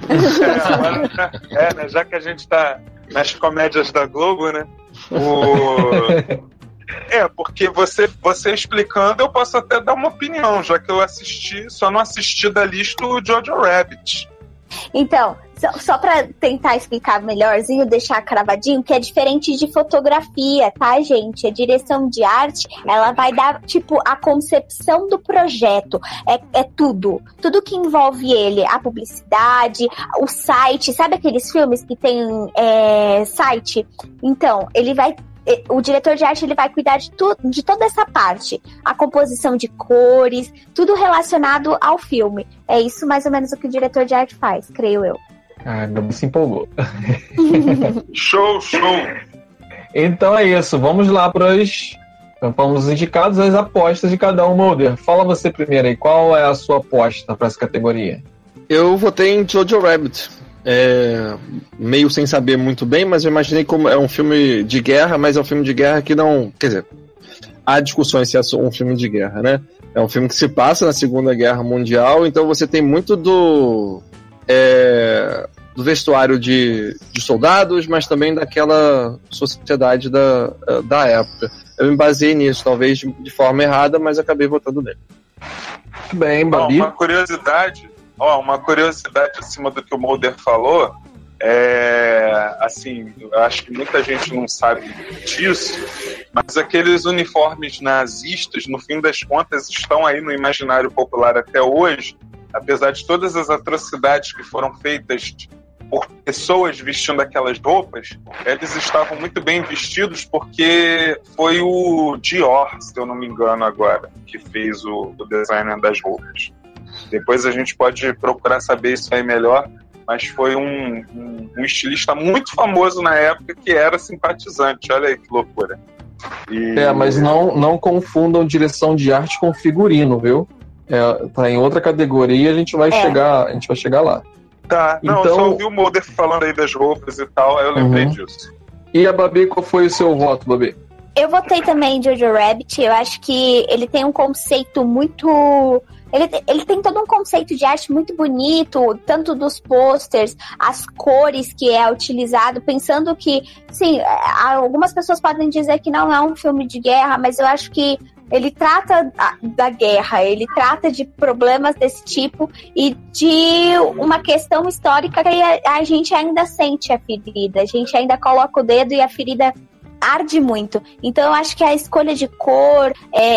F: Né, já que a gente tá nas comédias da Globo, né? Porque você explicando, eu posso até dar uma opinião, já que eu só não assisti da lista o Jojo Rabbit.
E: Então, só pra tentar explicar melhorzinho, deixar cravadinho, que é diferente de fotografia, tá, gente? A direção de arte, ela vai dar, tipo, a concepção do projeto. É tudo. Tudo que envolve ele. A publicidade, o site. Sabe aqueles filmes que tem site? Então, o diretor de arte ele vai cuidar de toda essa parte. A composição de cores, tudo relacionado ao filme. É isso mais ou menos o que o diretor de arte faz, creio eu.
D: Ah, Gabi se empolgou.
F: Show!
D: Então é isso, vamos lá para os indicados, as apostas de cada um. Mulder, fala você primeiro aí, qual é a sua aposta para essa categoria?
C: Eu votei em Jojo Rabbit. Meio sem saber muito bem, mas eu imaginei como é um filme de guerra, mas é um filme de guerra que não... Quer dizer, há discussões se é um filme de guerra, né? É um filme que se passa na Segunda Guerra Mundial, então você tem muito do vestuário de soldados, mas também daquela sociedade da época. Eu me baseei nisso, talvez de forma errada, mas acabei votando nele.
D: Muito bem, Babi.
F: Uma curiosidade acima do que o Mulder falou, assim, eu acho que muita gente não sabe disso, mas aqueles uniformes nazistas, no fim das contas, estão aí no imaginário popular até hoje, apesar de todas as atrocidades que foram feitas por pessoas vestindo aquelas roupas, eles estavam muito bem vestidos porque foi o Dior, se eu não me engano agora, que fez o design das roupas. Depois a gente pode procurar saber isso aí melhor, mas foi um estilista muito famoso na época que era simpatizante. Olha aí que loucura.
D: Mas não confundam direção de arte com figurino, viu? Tá em outra categoria, a gente vai chegar lá.
F: Tá, não, eu só ouvi o Mulder falando aí das roupas e tal, aí eu lembrei disso.
D: E a Babi, qual foi o seu voto, Babi?
E: Eu votei também em Jojo Rabbit. Eu acho que ele tem um conceito muito... Ele tem todo um conceito de arte muito bonito, tanto dos posters, as cores que é utilizado, pensando que, sim, algumas pessoas podem dizer que não é um filme de guerra, mas eu acho que ele trata da guerra, ele trata de problemas desse tipo e de uma questão histórica que a gente ainda sente a ferida, a gente ainda coloca o dedo e a ferida arde muito. Então eu acho que a escolha de cor,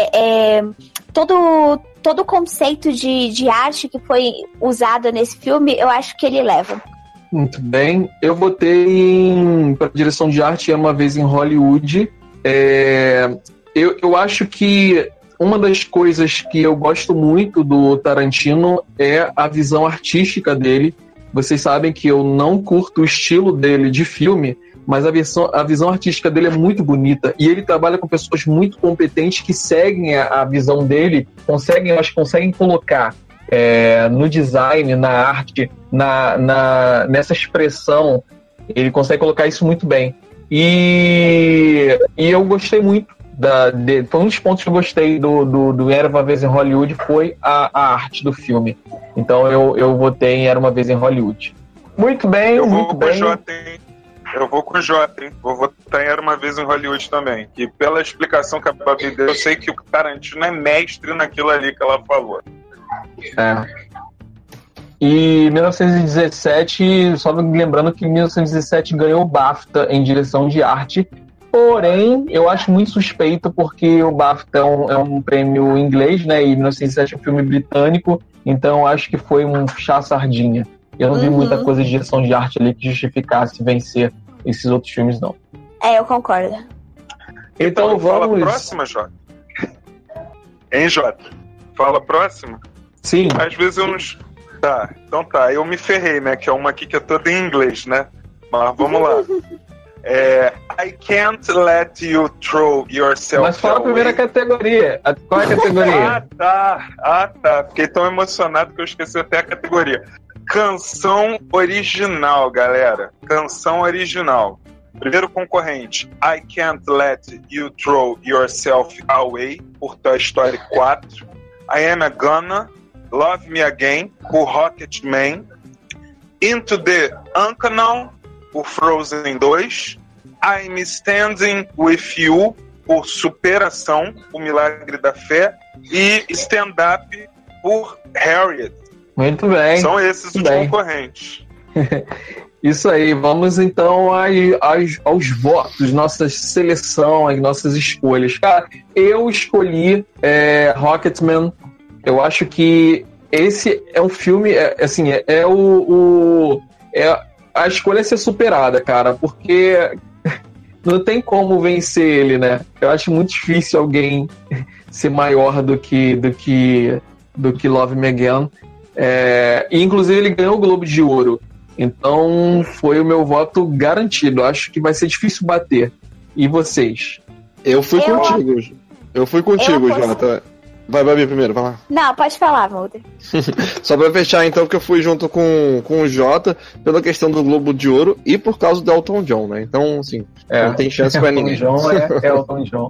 E: todo o conceito de arte que foi usado nesse filme, eu acho que ele leva.
D: Muito bem. Eu botei para direção de arte Uma Vez em Hollywood. Eu acho que uma das coisas que eu gosto muito do Tarantino é a visão artística dele. Vocês sabem que eu não curto o estilo dele de filme, mas a visão artística dele é muito bonita e ele trabalha com pessoas muito competentes que seguem a visão dele, conseguem colocar no design, na arte, nessa expressão, ele consegue colocar isso muito bem. E eu gostei muito, foi um dos pontos que eu gostei do Era Uma Vez em Hollywood, foi a arte do filme. Então eu votei em Era Uma Vez em Hollywood. Muito bem, muito bem.
F: Eu vou com o Jota, hein? Vou votar em Era Uma Vez em Hollywood também. E pela explicação que a Babi deu, eu sei que o Tarantino é mestre naquilo ali que ela falou.
D: E 1917, só lembrando que 1917 ganhou o BAFTA em direção de arte. Porém, eu acho muito suspeito porque o BAFTA é um prêmio inglês, né? E 1917 é um filme britânico. Então eu acho que foi um chá-sardinha. Eu não vi muita coisa de direção de arte ali que justificasse vencer esses outros filmes, não.
E: Eu concordo.
F: Então vamos... Fala a próxima, Jota. Hein, Jota? Fala a próxima?
D: Sim.
F: Às vezes eu não... Tá, então tá. Eu me ferrei, né? Que é uma aqui que é toda em inglês, né? Mas vamos lá. I can't let you throw yourself away.
D: Mas fala a primeira categoria. Qual é a categoria?
F: tá. Fiquei tão emocionado que eu esqueci até a categoria. Canção original, galera. Canção original. Primeiro concorrente, I Can't Let You Throw Yourself Away, por Toy Story 4. I Am a Gonna, Love Me Again, por Rocketman. Into the Unknown, por Frozen 2. I'm Standing With You, por Superação, o Milagre da Fé. E Stand Up, por Harriet.
D: Muito bem.
F: São esses os concorrentes.
D: Isso aí, vamos então aos votos, nossa seleção, as nossas escolhas. Cara, eu escolhi Rocketman. Eu acho que esse é um filme, a escolha a ser superada, cara, porque não tem como vencer ele, né? Eu acho muito difícil alguém ser maior do que Love Me Again. E inclusive ele ganhou o Globo de Ouro. Então foi o meu voto garantido. Acho que vai ser difícil bater. E vocês?
C: Eu fui contigo, Jota. Vai, Babi, primeiro, vai lá.
E: Não, pode falar, Mulder.
C: Só pra fechar, então, que eu fui junto com o Jota pela questão do Globo de Ouro e por causa do Elton John, né? Então, assim, não tem chance pra ninguém.
D: Elton John é Elton John.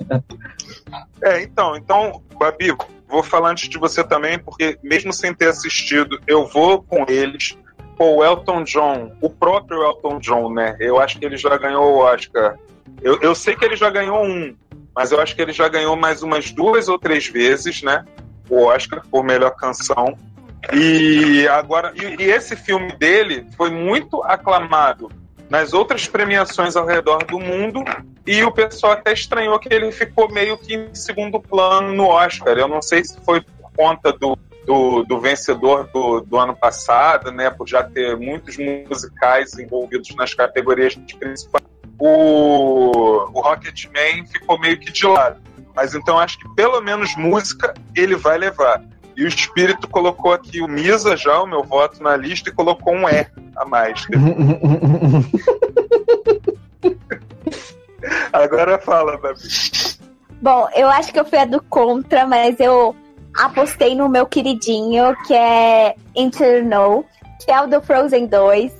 F: Então, Babi, vou falar antes de você também, porque mesmo sem ter assistido, eu vou com eles. O Elton John, o próprio Elton John, né? Eu acho que ele já ganhou o Oscar. Eu sei que ele já ganhou um, mas eu acho que ele já ganhou mais umas 2 ou 3 vezes, né? O Oscar por melhor canção. E agora, e esse filme dele foi muito aclamado nas outras premiações ao redor do mundo, e o pessoal até estranhou que ele ficou meio que em segundo plano no Oscar. Eu não sei se foi por conta do vencedor do ano passado, né? Por já ter muitos musicais envolvidos nas categorias principais. O Rocketman ficou meio que de lado. Mas então acho que pelo menos música ele vai levar. E o Espírito colocou aqui o Misa já, o meu voto na lista, e colocou um E a mais. Agora fala, Babi.
E: Bom, eu acho que eu fui a do contra, mas eu apostei no meu queridinho, que é Internal, que é o do Frozen 2.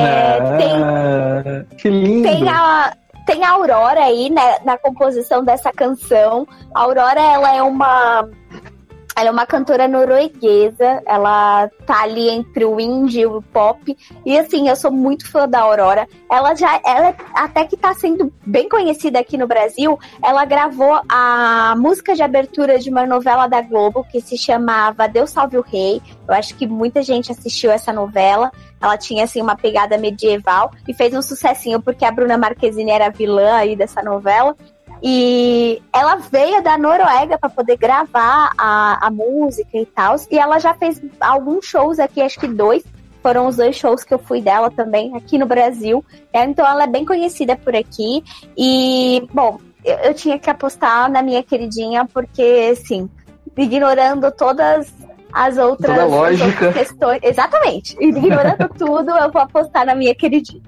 D: Que lindo!
E: Tem a Aurora aí, né, na composição dessa canção. A Aurora, ela é uma cantora norueguesa. Ela tá ali entre o indie e o pop. E assim, eu sou muito fã da Aurora. Ela até que tá sendo bem conhecida aqui no Brasil. Ela gravou a música de abertura de uma novela da Globo que se chamava Deus Salve o Rei. Eu acho que muita gente assistiu essa novela. Ela tinha, assim, uma pegada medieval e fez um sucessinho porque a Bruna Marquezine era a vilã aí dessa novela. E ela veio da Noruega para poder gravar a música e tal. E ela já fez alguns shows aqui, acho que 2. Foram os 2 shows que eu fui dela também, aqui no Brasil. Então ela é bem conhecida por aqui. E, bom, eu tinha que apostar na minha queridinha porque, assim, ignorando todas as outras questões. Exatamente. Ignorando tudo, eu vou apostar na minha queridinha.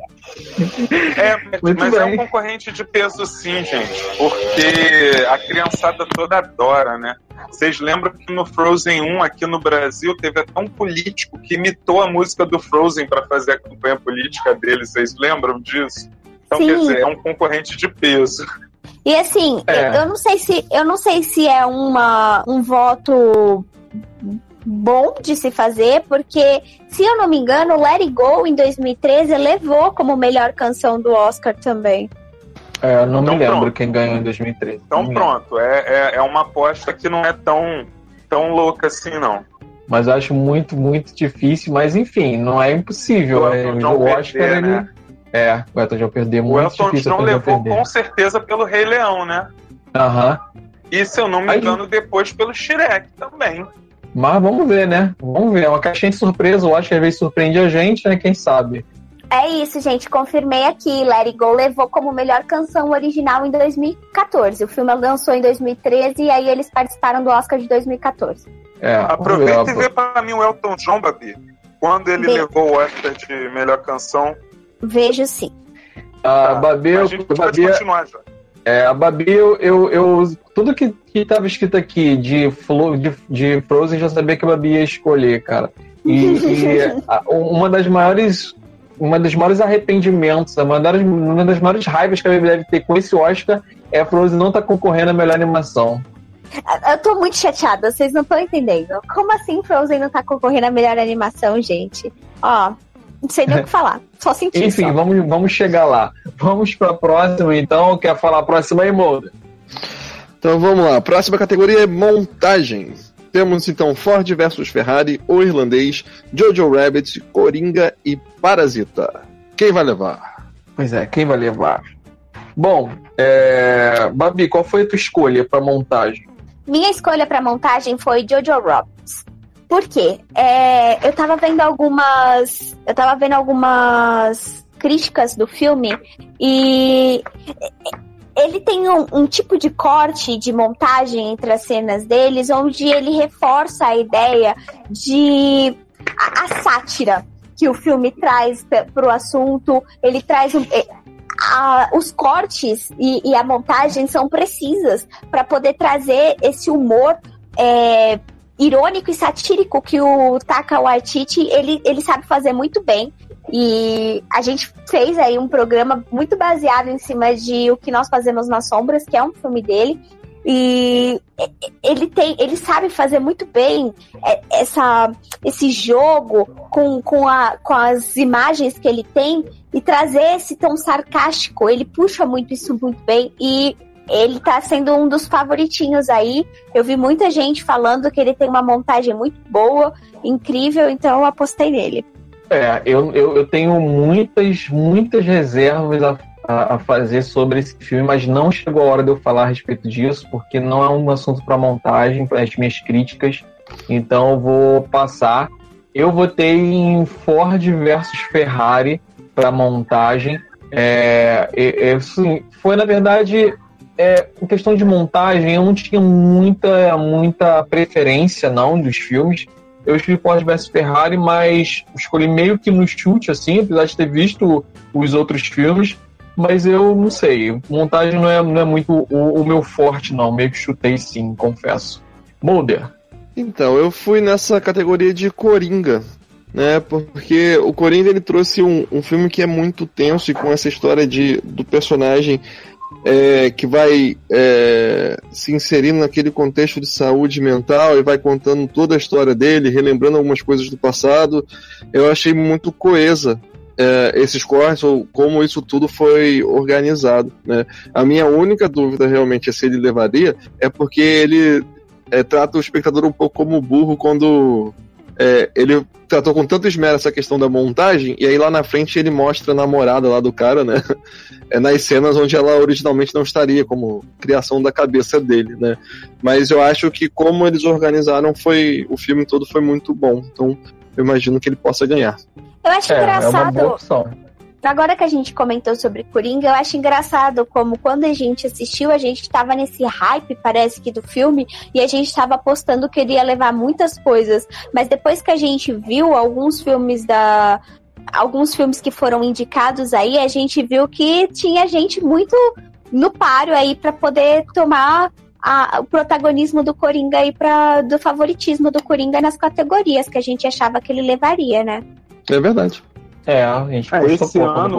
F: Mas é um concorrente de peso sim, gente. Porque a criançada toda adora, né? Vocês lembram que no Frozen 1, aqui no Brasil, teve até um político que imitou a música do Frozen para fazer a campanha política dele. Vocês lembram disso? Então, sim. Quer dizer, é um concorrente de peso.
E: E assim, eu não sei se é um voto bom de se fazer, porque, se eu não me engano, Let It Go, em 2013, levou como melhor canção do Oscar também.
D: Eu não me lembro quem ganhou em 2013.
F: Então pronto, é uma aposta que não é tão louca assim, não.
D: Mas eu acho muito, muito difícil, mas enfim, não é impossível.
F: O Oscar, né?
D: O Elton John perdeu muito.
F: O Elton John levou com certeza pelo Rei Leão, né? E, se eu não me engano, depois pelo Shrek também.
D: Mas vamos ver, né? Vamos ver. É uma caixinha de surpresa. Eu acho que às vezes surpreende a gente, né? Quem sabe?
E: É isso, gente. Confirmei aqui. Let It Go levou como melhor canção original em 2014. O filme lançou em 2013 e aí eles participaram do Oscar de 2014.
F: Aproveita e vê pra mim o Elton John, Babi. Quando ele levou o Oscar de melhor canção.
E: Vejo sim.
D: Babi,
F: a gente pode continuar já.
D: A Babi, tudo que estava escrito aqui de Frozen, já sabia que a Babi ia escolher, cara. E uma das maiores arrependimentos, uma das maiores raivas que a Babi deve ter com esse Oscar é a Frozen não estar concorrendo à melhor animação.
E: Eu tô muito chateada, vocês não estão entendendo. Como assim Frozen não tá concorrendo à melhor animação, gente? Não sei nem o que falar, só senti.
D: Enfim, vamos chegar lá. Vamos para a próxima, então. Quer falar a próxima aí, Mulder?
C: Então vamos lá. A próxima categoria é montagem. Temos então Ford vs Ferrari, O Irlandês, Jojo Rabbit, Coringa e Parasita. Quem vai levar?
D: Pois é, quem vai levar? Bom, Babi, qual foi a tua escolha para montagem?
E: Minha escolha para montagem foi Jojo Rabbit. Por quê? Eu tava vendo algumas críticas do filme e ele tem um tipo de corte de montagem entre as cenas deles, onde ele reforça a ideia de a sátira que o filme traz para o assunto. Ele traz os cortes e a montagem são precisas para poder trazer esse humor irônico e satírico que o Taika Waititi ele sabe fazer muito bem. E a gente fez aí um programa muito baseado em cima de O Que Nós Fazemos nas Sombras, que é um filme dele. E ele sabe fazer muito bem esse jogo com as imagens que ele tem e trazer esse tom sarcástico. Ele puxa muito isso muito bem e ele tá sendo um dos favoritinhos aí. Eu vi muita gente falando que ele tem uma montagem muito boa, incrível, então eu apostei nele.
D: Eu tenho muitas reservas a fazer sobre esse filme, mas não chegou a hora de eu falar a respeito disso, porque não é um assunto para montagem, para as minhas críticas, então eu vou passar. Eu votei em Ford versus Ferrari para montagem. Foi, na verdade, em questão de montagem, eu não tinha muita preferência não dos filmes. Eu escolhi Ford vs Ferrari, mas escolhi meio que no chute, assim, apesar de ter visto os outros filmes. Mas eu não sei, montagem não é muito o meu forte, não. Meio que chutei sim, confesso. Mulder.
C: Então, eu fui nessa categoria de Coringa, né? Porque o Coringa, ele trouxe um filme que é muito tenso e com essa história do personagem que vai se inserindo naquele contexto de saúde mental e vai contando toda a história dele, relembrando algumas coisas do passado. Eu achei muito coesa esses cortes, ou como isso tudo foi organizado, né? A minha única dúvida realmente é se ele levaria, porque ele trata o espectador um pouco como burro quando ele tratou com tanto esmero essa questão da montagem, e aí lá na frente ele mostra a namorada lá do cara, né? Nas cenas onde ela originalmente não estaria, como criação da cabeça dele, né? Mas eu acho que como eles organizaram, o filme todo foi muito bom, então eu imagino que ele possa ganhar.
E: Eu acho engraçado.
D: É uma boa opção.
E: Agora que a gente comentou sobre Coringa, eu acho engraçado como quando a gente assistiu, a gente tava nesse hype, parece que, do filme, e a gente tava apostando que ele ia levar muitas coisas. Mas depois que a gente viu alguns filmes que foram indicados aí, a gente viu que tinha gente muito no páreo aí pra poder tomar o protagonismo do Coringa aí, do favoritismo do Coringa nas categorias que a gente achava que ele levaria, né?
C: É verdade.
D: A gente
F: esse ano,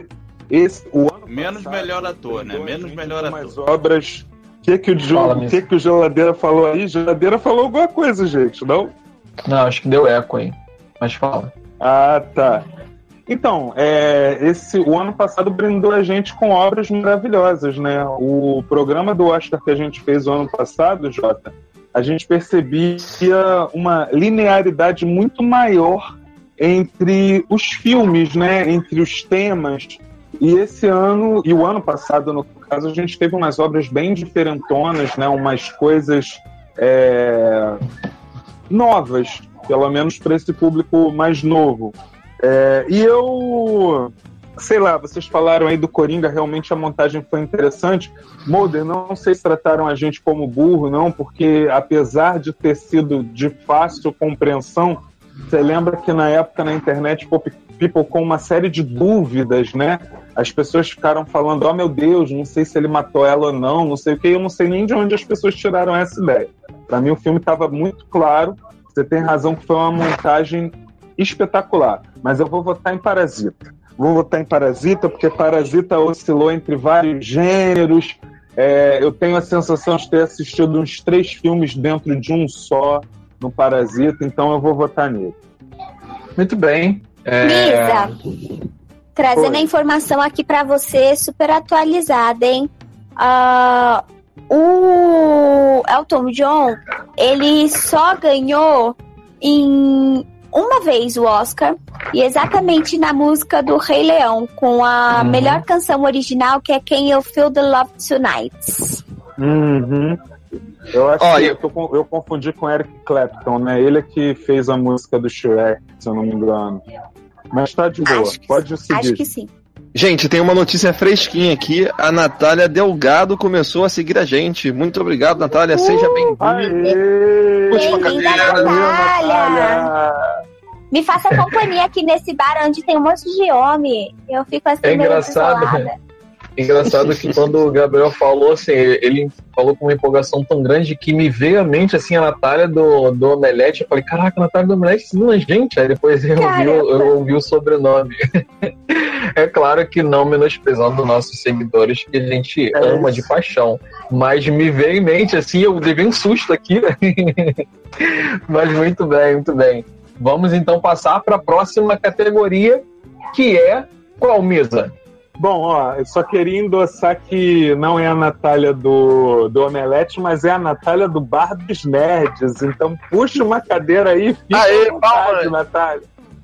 F: o ano
G: menos passado, melhor ator, né? Menos melhor ator.
F: Mais obras. O que o Geladeira falou aí? Geladeira falou alguma coisa, gente, não?
D: Não, acho que deu eco aí. Mas fala.
F: Ah, tá. Então, o ano passado brindou a gente com obras maravilhosas, né? O programa do Oscar que a gente fez o ano passado, Jota, a gente percebia uma linearidade muito maior entre os filmes, né? Entre os temas. E esse ano, e o ano passado, no caso, a gente teve umas obras bem diferentonas, né? Umas coisas novas, pelo menos para esse público mais novo. E eu, sei lá, vocês falaram aí do Coringa, realmente a montagem foi interessante. Mulder, não sei se trataram a gente como burro, não, porque apesar de ter sido de fácil compreensão, você lembra que na época na internet pipocou uma série de dúvidas, né? As pessoas ficaram falando, oh meu Deus, não sei se ele matou ela ou não sei o que, eu não sei nem de onde as pessoas tiraram essa ideia. Para mim o filme estava muito claro, você tem razão que foi uma montagem espetacular, mas eu vou votar em Parasita. Vou votar em Parasita porque Parasita oscilou entre vários gêneros. Eu tenho a sensação de ter assistido uns 3 filmes dentro de um só no Parasita, então eu vou votar nele.
D: Muito bem.
E: Lisa, trazendo a informação aqui pra você, super atualizada, hein? O Elton John, ele só ganhou em uma vez o Oscar, e exatamente na música do Rei Leão, com a melhor canção original, que é Can You Feel the Love Tonight.
H: Eu acho que eu confundi com Eric Clapton, né? Ele é que fez a música do Shrek, se eu não me engano. Mas tá de boa, pode seguir.
E: Acho que sim.
C: Gente, tem uma notícia fresquinha aqui. A Natália Delgado começou a seguir a gente. Muito obrigado, Natália. Seja bem-vinda.
E: Bem-vinda, Natália. Me faça companhia aqui nesse bar onde tem um monte de homem. Eu fico assim meio desolada.
D: Engraçado que quando o Gabriel falou, assim, ele falou com uma empolgação tão grande que me veio à mente, assim, a Natália do Omelete. Eu falei, caraca, a Natália do Omelete ensina a gente. Aí depois eu ouvi o sobrenome. É claro que não menosprezando nossos seguidores, que a gente ama de paixão. Mas me veio em mente, assim, eu levei um susto aqui. Mas muito bem, muito bem. Vamos então passar para a próxima categoria, que é qual, Misa?
H: Bom, eu só queria endossar que não é a Natália do Omelete, mas é a Natália do Bar dos Nerds. Então puxa uma cadeira aí e fica à vontade, Natália.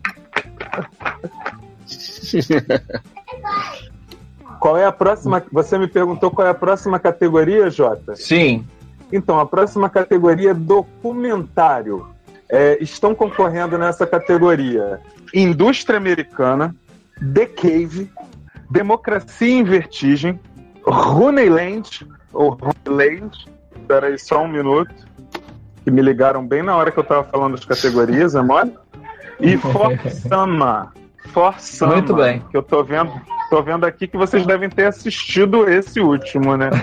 H: Qual é a próxima? Você me perguntou qual é a próxima categoria, Jota?
D: Sim.
H: Então, a próxima categoria é documentário. Estão concorrendo nessa categoria Indústria Americana, The Cave, Democracia em Vertigem, Honeyland, espera aí só um minuto, que me ligaram bem na hora que eu estava falando das categorias, é mole? E For Sama.
D: Muito bem.
H: Que eu tô vendo aqui que vocês devem ter assistido esse último, né?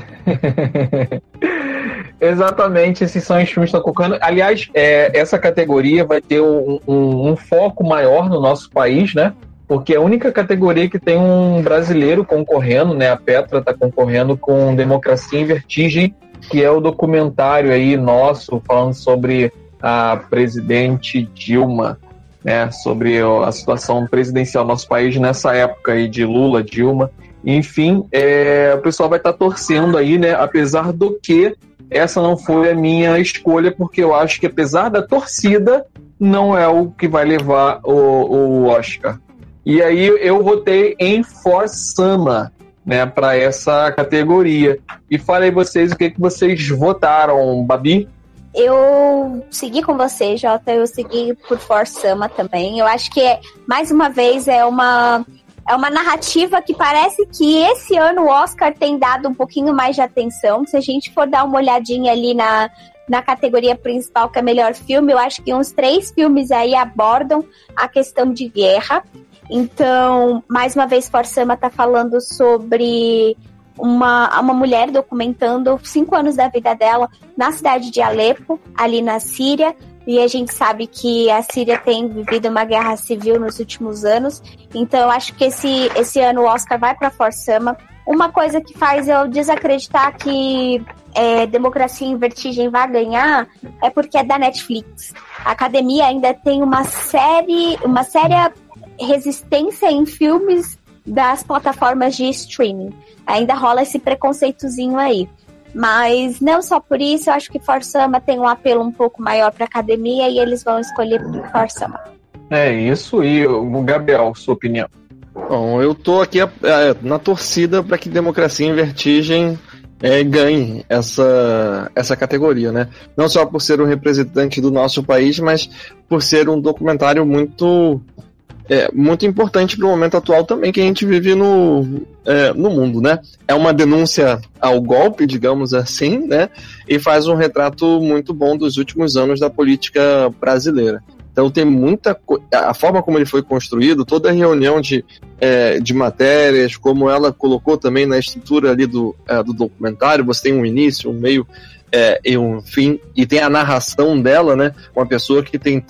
D: Exatamente, esses são os filmes que estão colocando. Aliás, essa categoria vai ter um foco maior no nosso país, né? Porque é a única categoria que tem um brasileiro concorrendo, né? A Petra está concorrendo com Democracia em Vertigem, que é o documentário aí nosso falando sobre a presidente Dilma, né? Sobre a situação presidencial do nosso país nessa época aí de Lula, Dilma. Enfim, o pessoal vai estar torcendo aí, né? Apesar do que essa não foi a minha escolha, porque eu acho que apesar da torcida, não é o que vai levar o Oscar. E aí eu votei em For Sama, né, para essa categoria. E falei vocês o que vocês votaram, Babi?
E: Eu segui com você, Jota, eu segui por For Sama também. Eu acho que, mais uma vez, é uma narrativa que parece que esse ano o Oscar tem dado um pouquinho mais de atenção. Se a gente for dar uma olhadinha ali na categoria principal, que é melhor filme, eu acho que uns 3 filmes aí abordam a questão de guerra. Então, mais uma vez, For Sama está falando sobre uma mulher documentando 5 anos da vida dela na cidade de Alepo, ali na Síria. E a gente sabe que a Síria tem vivido uma guerra civil nos últimos anos. Então, eu acho que esse ano o Oscar vai para For Sama. Uma coisa que faz eu desacreditar que Democracia em Vertigem vai ganhar é porque é da Netflix. A Academia ainda tem uma séria resistência em filmes das plataformas de streaming. Ainda rola esse preconceitozinho aí. Mas não só por isso, eu acho que For Sama tem um apelo um pouco maior para a Academia e eles vão escolher For Sama.
D: É isso. E o Gabriel, sua opinião?
C: Bom, eu tô aqui na torcida para que Democracia em Vertigem ganhe essa categoria, né? Não só por ser um representante do nosso país, mas por ser um documentário muito importante para o momento atual também que a gente vive no mundo, né? É uma denúncia ao golpe, digamos assim, né? E faz um retrato muito bom dos últimos anos da política brasileira. Então tem muita coisa. A forma como ele foi construído, toda a reunião de matérias, como ela colocou também na estrutura ali do documentário, você tem um início, um meio e um fim, e tem a narração dela, né? Uma pessoa que tem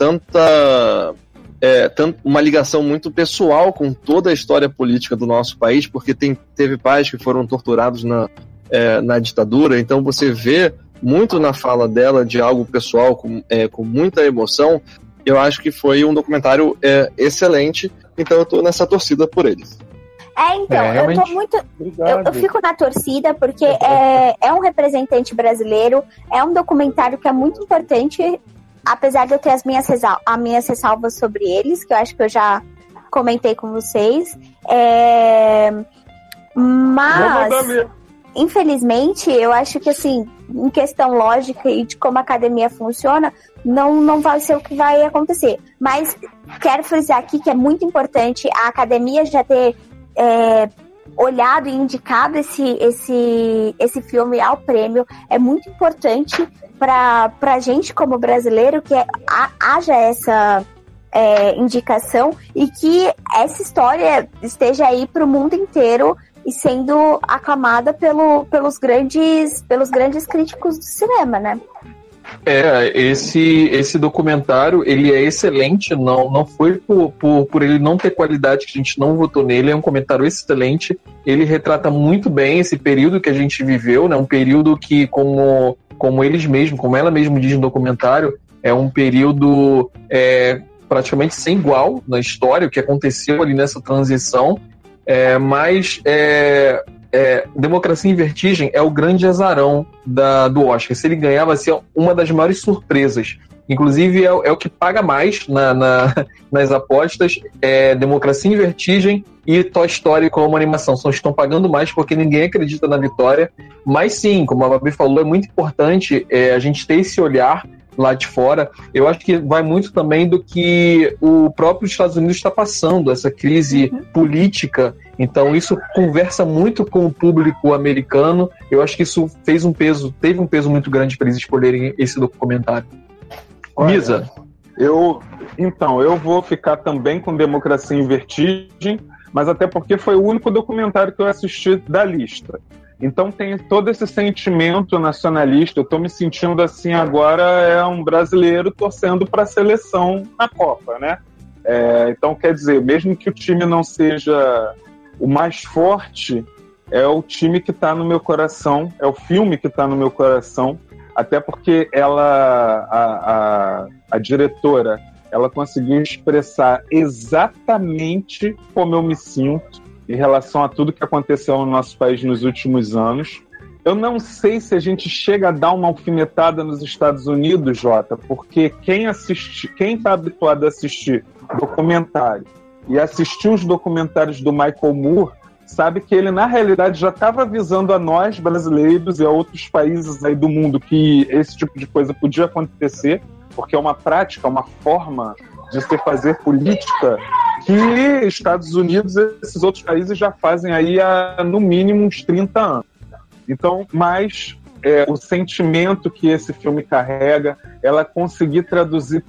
C: uma ligação muito pessoal com toda a história política do nosso país, porque teve pais que foram torturados na ditadura, então você vê muito na fala dela de algo pessoal com muita emoção. Eu acho que foi um documentário excelente, então eu tô nessa torcida por eles.
E: Então, eu tô muito. Eu fico na torcida porque é um representante brasileiro, é um documentário que é muito importante, apesar de eu ter as minhas ressalvas sobre eles, que eu acho que eu já comentei com vocês. Mas, infelizmente, eu acho que, assim, em questão lógica e de como a academia funciona, não vai ser o que vai acontecer. Mas quero frisar aqui que é muito importante a academia já ter olhado e indicado esse filme ao prêmio. É muito importante pra gente como brasileiro que haja essa indicação e que essa história esteja aí pro mundo inteiro e sendo aclamada pelos grandes críticos do cinema, né?
D: Esse documentário, ele é excelente, não foi por ele não ter qualidade que a gente não votou nele, é um comentário excelente, ele retrata muito bem esse período que a gente viveu, né? Um período que, como ela mesma diz no documentário, é um período praticamente sem igual na história, o que aconteceu ali nessa transição, mas Democracia em Vertigem é o grande azarão do Oscar. Se ele ganhar, vai ser uma das maiores surpresas. Inclusive, é o que paga mais nas apostas. Democracia em Vertigem e Toy Story como animação. Estão pagando mais porque ninguém acredita na vitória. Mas sim, como a Babi falou, é muito importante a gente ter esse olhar lá de fora. Eu acho que vai muito também do que o próprio Estados Unidos está passando, essa crise política. Então isso conversa muito com o público americano. Eu acho que isso teve um peso muito grande para eles escolherem esse documentário. Misa?
H: Eu vou ficar também com Democracia em Vertigem, mas até porque foi o único documentário que eu assisti da lista. Então tem todo esse sentimento nacionalista. Eu estou me sentindo assim agora um brasileiro torcendo para a seleção na Copa, né? Então quer dizer, mesmo que o time não seja o mais forte, é o time que está no meu coração, é o filme que está no meu coração, até porque a diretora, ela conseguiu expressar exatamente como eu me sinto em relação a tudo que aconteceu no nosso país nos últimos anos. Eu não sei se a gente chega a dar uma alfinetada nos Estados Unidos, Jota, porque quem está habituado a assistir documentário e assistir os documentários do Michael Moore, sabe que ele, na realidade, já estava avisando a nós, brasileiros, e a outros países aí do mundo que esse tipo de coisa podia acontecer, porque é uma prática, uma forma de se fazer política que Estados Unidos e esses outros países já fazem aí há, no mínimo, uns 30 anos. Então, mas o sentimento que esse filme carrega, ela conseguir traduzir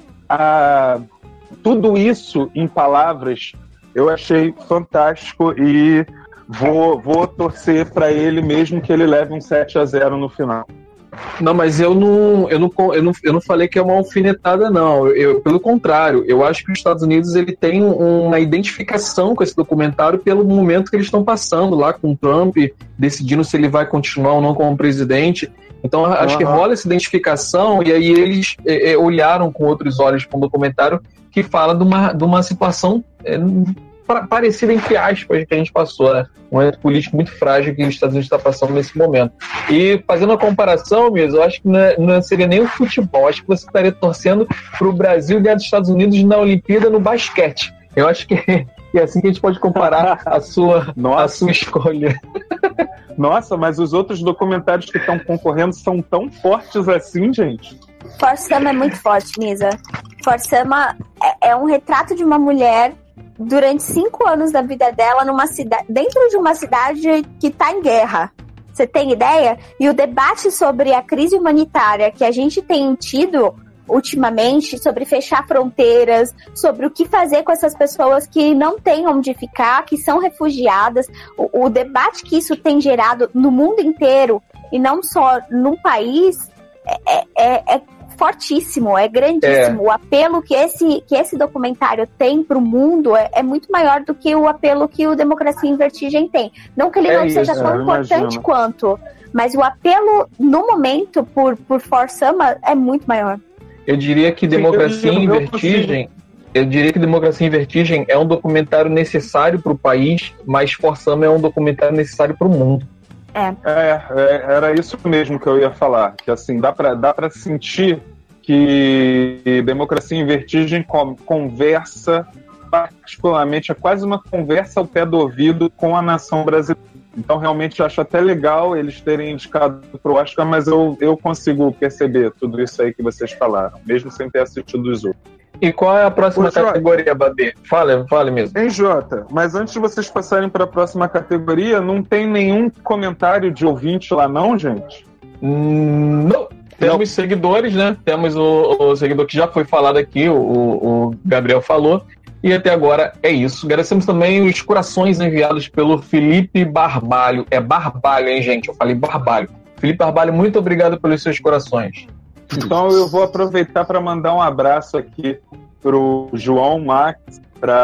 H: tudo isso em palavras, eu achei fantástico e vou torcer para ele mesmo que ele leve um 7-0 no final.
D: Não, mas eu não falei que é uma alfinetada, não. Pelo contrário, eu acho que os Estados Unidos ele tem uma identificação com esse documentário pelo momento que eles estão passando lá com o Trump, decidindo se ele vai continuar ou não como presidente. Então, acho que rola essa identificação e aí eles olharam com outros olhos para um documentário que fala de uma situação parecida, entre aspas, que a gente passou, né? Um momento político muito frágil que os Estados Unidos está passando nesse momento. E fazendo a comparação mesmo, eu acho que não seria nem o futebol, acho que você estaria torcendo para o Brasil ganhar dos Estados Unidos na Olimpíada no basquete. Eu acho que é assim que a gente pode comparar a sua escolha.
H: Nossa, mas os outros documentários que estão concorrendo são tão fortes assim, gente.
E: For Sama é muito forte, Misa. For Sama é um retrato de uma mulher durante 5 anos da vida dela dentro de uma cidade que está em guerra. Você tem ideia? E o debate sobre a crise humanitária que a gente tem tido ultimamente, sobre fechar fronteiras, sobre o que fazer com essas pessoas que não têm onde ficar, que são refugiadas, o debate que isso tem gerado no mundo inteiro e não só num país é fortíssimo, é grandíssimo. O apelo que esse documentário tem para o mundo é muito maior do que o apelo que o Democracia em Vertigem tem. Não que ele não seja tão importante quanto, mas o apelo no momento por For Sama é muito maior.
D: Eu diria que Democracia em Vertigem eu diria que Democracia em Vertigem é um documentário necessário para o país, mas For Some é um documentário necessário para o mundo.
H: Era isso mesmo que eu ia falar, que assim, dá pra sentir que Democracia em Vertigem conversa, particularmente, é quase uma conversa ao pé do ouvido com a nação brasileira. Então, realmente, eu acho até legal eles terem indicado pro Oscar, mas eu consigo perceber tudo isso aí que vocês falaram, mesmo sem ter assistido os outros.
D: E qual é a próxima categoria, Babi? Fale mesmo.
H: Hein, Jota? Mas antes de vocês passarem para a próxima categoria, não tem nenhum comentário de ouvinte lá não, gente?
D: Não. Temos seguidores, né? Temos o seguidor que já foi falado aqui, o Gabriel falou. E até agora é isso. Agradecemos também os corações enviados pelo Felipe Barbalho. É Barbalho, hein, gente? Eu falei Barbalho. Felipe Barbalho, muito obrigado pelos seus corações.
H: Então eu vou aproveitar para mandar um abraço aqui pro João Max,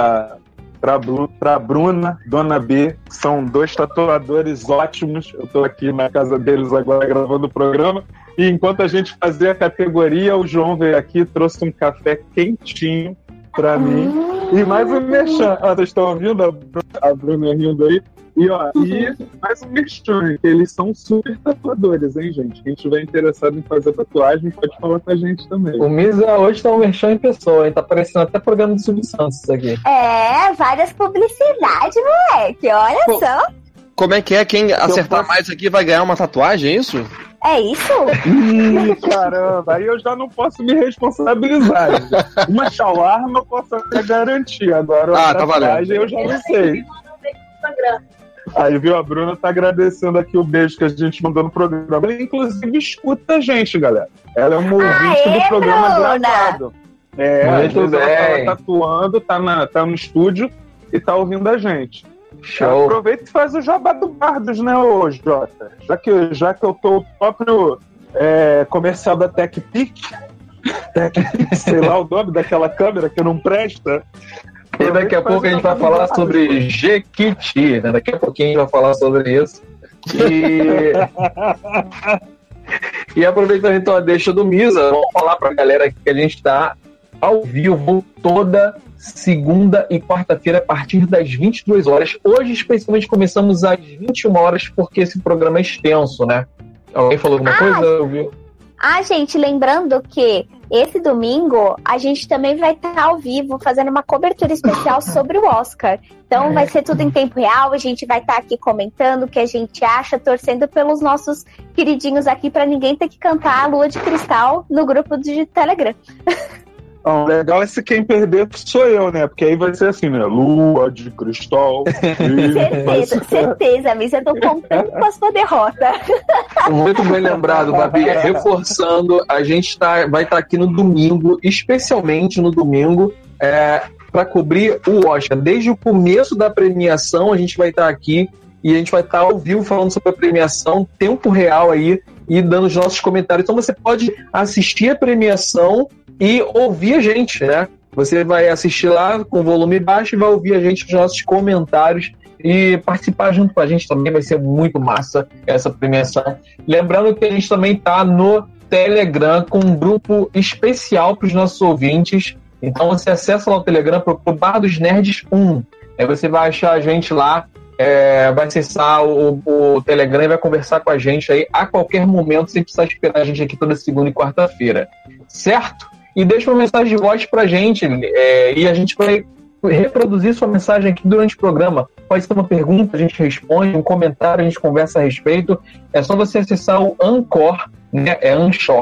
H: pra Bruna, Dona B, que são 2 tatuadores ótimos. Eu tô aqui na casa deles agora gravando o programa. E enquanto a gente fazia a categoria, o João veio aqui e trouxe um café quentinho pra mim. E mais um merchan. Vocês estão ouvindo a Bruna rindo aí? E mais um merchan, que eles são super tatuadores, hein, gente? Quem estiver interessado em fazer tatuagem, pode falar com a gente também.
D: O Misa hoje tá um merchan em pessoa, hein? Tá parecendo até programa do Silvio Santos isso aqui.
E: Várias publicidades, moleque. Olha só.
C: Como é que é? Quem acertar mais aqui vai ganhar uma tatuagem, é isso?
E: É isso?
H: Caramba, aí eu já não posso me responsabilizar. Uma shawarma eu posso até garantir. Agora a tatuagem eu já não sei. Aí, viu, a Bruna tá agradecendo aqui o beijo que a gente mandou no programa. Ela, inclusive, escuta a gente, galera. Ela é uma ouvinte do programa gravado. Muito bem. Ela tá tatuando, tá no estúdio e tá ouvindo a gente.
D: Show.
H: Aproveita e faz o jabá do Bardos, né, ô Jota? Já que eu tô o próprio comercial da TechPix, sei lá o nome daquela câmera que não presta.
D: E daqui a pouco a gente vai falar sobre Jequiti, né? Daqui a pouquinho a gente vai falar sobre isso. E aproveitando então a deixa do Misa, vamos falar pra galera que a gente tá ao vivo toda segunda e quarta-feira a partir das 22 horas. Hoje, especialmente, começamos às 21 horas porque esse programa é extenso, né? Alguém falou alguma coisa?
E: Gente, lembrando que esse domingo a gente também vai estar ao vivo fazendo uma cobertura especial sobre o Oscar. Então vai ser tudo em tempo real, a gente vai estar aqui comentando o que a gente acha, torcendo pelos nossos queridinhos aqui para ninguém ter que cantar a Lua de Cristal no grupo de Telegram.
H: Legal é se quem perder sou eu, né? Porque aí vai ser assim, né? Lua de Cristal.
E: Certeza, Miss. Eu tô contando com a sua derrota.
D: Muito bem lembrado, Babi. Reforçando, a gente vai estar aqui no domingo, especialmente no domingo, para cobrir o Oscar. Desde o começo da premiação, a gente vai estar aqui e a gente vai estar ao vivo falando sobre a premiação, tempo real aí, e dando os nossos comentários. Então você pode assistir a premiação e ouvir a gente, né? Você vai assistir lá com volume baixo e vai ouvir a gente, os nossos comentários e participar junto com a gente também. Vai ser muito massa essa premiação. Lembrando que a gente também tá no Telegram com um grupo especial para os nossos ouvintes. Então você acessa lá o Telegram, procura Bar dos Nerds 1. Aí você vai achar a gente lá, vai acessar o Telegram e vai conversar com a gente aí a qualquer momento, sem precisar esperar a gente aqui toda segunda e quarta-feira. Certo? E deixa uma mensagem de voz pra gente, e a gente vai reproduzir sua mensagem aqui durante o programa. Pode ser uma pergunta, a gente responde, um comentário, a gente conversa a respeito. É só você acessar o Anchor, né? É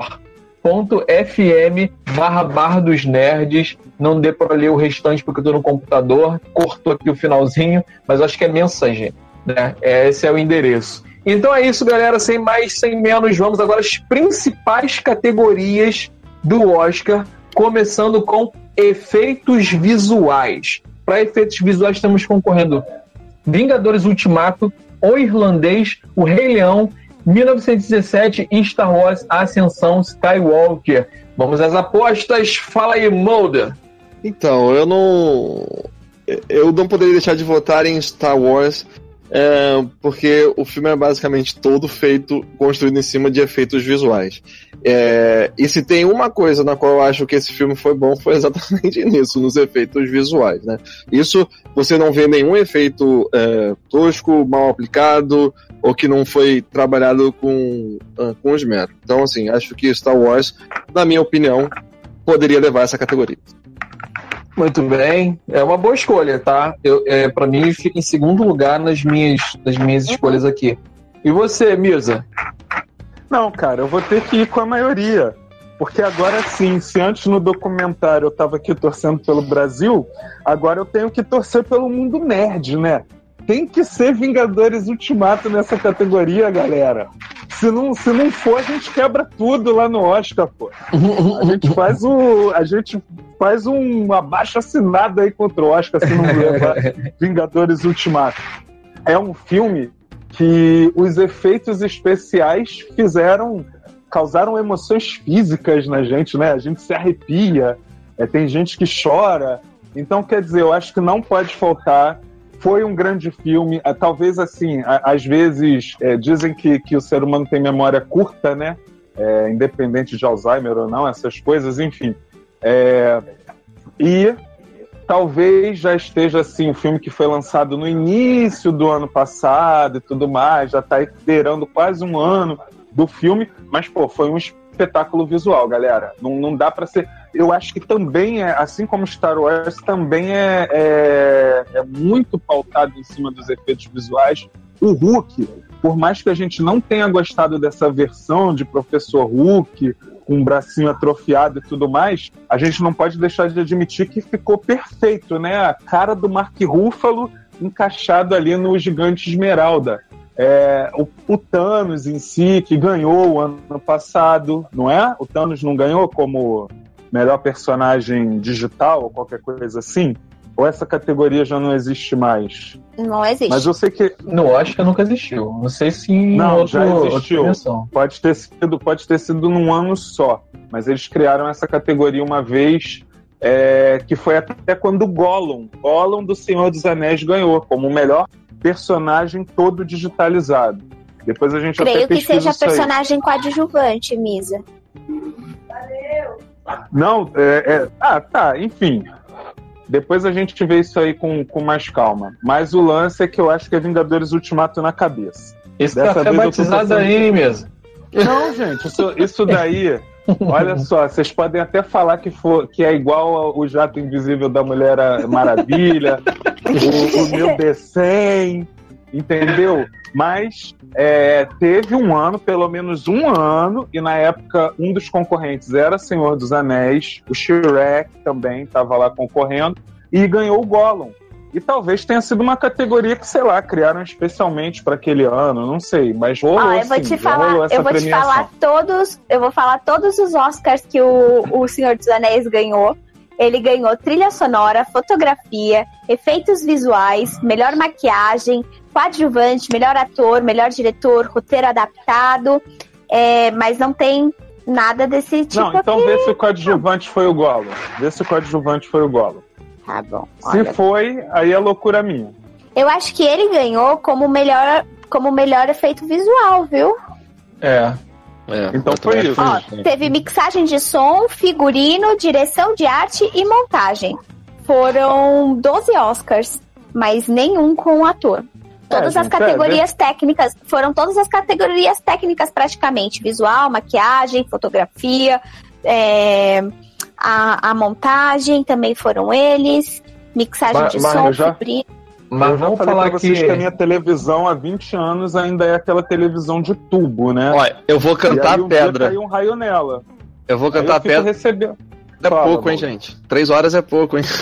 D: anchor.fm/Bar dos Nerds. Não dê para ler o restante porque eu tô no computador, cortou aqui o finalzinho, mas acho que é mensagem, né? Esse é o endereço. Então é isso, galera, sem mais, sem menos, vamos agora às principais categorias do Oscar, começando com efeitos visuais. Para efeitos visuais estamos concorrendo Vingadores Ultimato, O Irlandês, O Rei Leão, 1917 e Star Wars Ascensão Skywalker. Vamos às apostas. Fala aí, Mulder.
C: Então, eu não poderia deixar de votar em Star Wars, porque o filme é basicamente todo construído em cima de efeitos visuais. E se tem uma coisa na qual eu acho que esse filme foi bom, foi exatamente nisso, nos efeitos visuais, né? Isso, você não vê nenhum efeito tosco, mal aplicado, ou que não foi trabalhado com esmero. Então, assim, acho que Star Wars, na minha opinião, poderia levar essa categoria.
D: Muito bem, é uma boa escolha, tá? Pra mim, fica em segundo lugar nas minhas escolhas aqui. E você, Misa?
H: Não, cara, eu vou ter que ir com a maioria. Porque agora sim, se antes no documentário eu tava aqui torcendo pelo Brasil, agora eu tenho que torcer pelo mundo nerd, né? Tem que ser Vingadores Ultimato nessa categoria, galera. Se não for, a gente quebra tudo lá no Oscar, pô. A gente faz um abaixo-assinado aí contra o Oscar se não levar Vingadores Ultimato. É um filme que os efeitos especiais causaram emoções físicas na gente, né? A gente se arrepia, tem gente que chora. Então, quer dizer, eu acho que não pode faltar. Foi um grande filme, talvez assim, às vezes dizem que o ser humano tem memória curta, né? Independente de Alzheimer ou não, essas coisas, enfim. E talvez já esteja assim, um filme que foi lançado no início do ano passado e tudo mais, já está esperando quase um ano do filme, mas pô, foi um espetáculo visual, galera. Não dá para ser... Eu acho que também, assim como Star Wars, também é muito pautado em cima dos efeitos visuais. O Hulk, por mais que a gente não tenha gostado dessa versão de Professor Hulk, com um bracinho atrofiado e tudo mais, a gente não pode deixar de admitir que ficou perfeito, né? A cara do Mark Ruffalo encaixado ali no Gigante Esmeralda. O Thanos em si, que ganhou o ano passado, não é? O Thanos não ganhou como melhor personagem digital ou qualquer coisa assim? Ou essa categoria já não existe mais?
E: Não existe.
H: Mas eu sei que...
D: No Oscar nunca existiu. Não sei se em
H: já existiu. Pode ter sido num ano só. Mas eles criaram essa categoria uma vez, que foi até quando o Gollum do Senhor dos Anéis ganhou, como o melhor personagem todo digitalizado. Depois a gente
E: Creio
H: até pesquisa
E: que seja
H: isso aí.
E: personagem coadjuvante, Misa.
H: Não, tá, enfim. Depois a gente vê isso aí com mais calma. Mas o lance é que eu acho que é Vingadores Ultimato na cabeça.
D: Esse café batizado aí, Misa.
H: Não, gente, isso daí... Olha só, vocês podem até falar que é igual o Jato Invisível da Mulher Maravilha, o meu D100, entendeu? Mas teve um ano, pelo menos um ano, e na época um dos concorrentes era Senhor dos Anéis, o Shrek também estava lá concorrendo, e ganhou o Gollum. E talvez tenha sido uma categoria que, sei lá, criaram especialmente para aquele ano, não sei, mas rolou
E: eu vou te falar todos os Oscars que o Senhor dos Anéis ganhou. Ele ganhou trilha sonora, fotografia, efeitos visuais, melhor maquiagem, coadjuvante, melhor ator, melhor diretor, roteiro adaptado, mas não tem nada desse tipo.
H: Não, então vê se o coadjuvante foi o Gollum.
E: Tá bom.
H: Se foi, aí é loucura minha.
E: Eu acho que ele ganhou como melhor efeito visual, viu?
H: Então foi isso.
E: Teve mixagem de som, figurino, direção de arte e montagem. Foram 12 Oscars, mas nenhum com o ator. Todas as categorias técnicas, foram todas as categorias técnicas praticamente. Visual, maquiagem, fotografia, a montagem também foram eles, mixagem de som, figurino.
H: Mas eu vamos falar pra vocês que a minha televisão há 20 anos ainda é aquela televisão de tubo, né?
C: Olha, eu vou cantar pedra.
H: Caiu um raio nela.
C: Eu vou cantar pedra. É pouco, hein, gente? 3 horas é pouco, hein?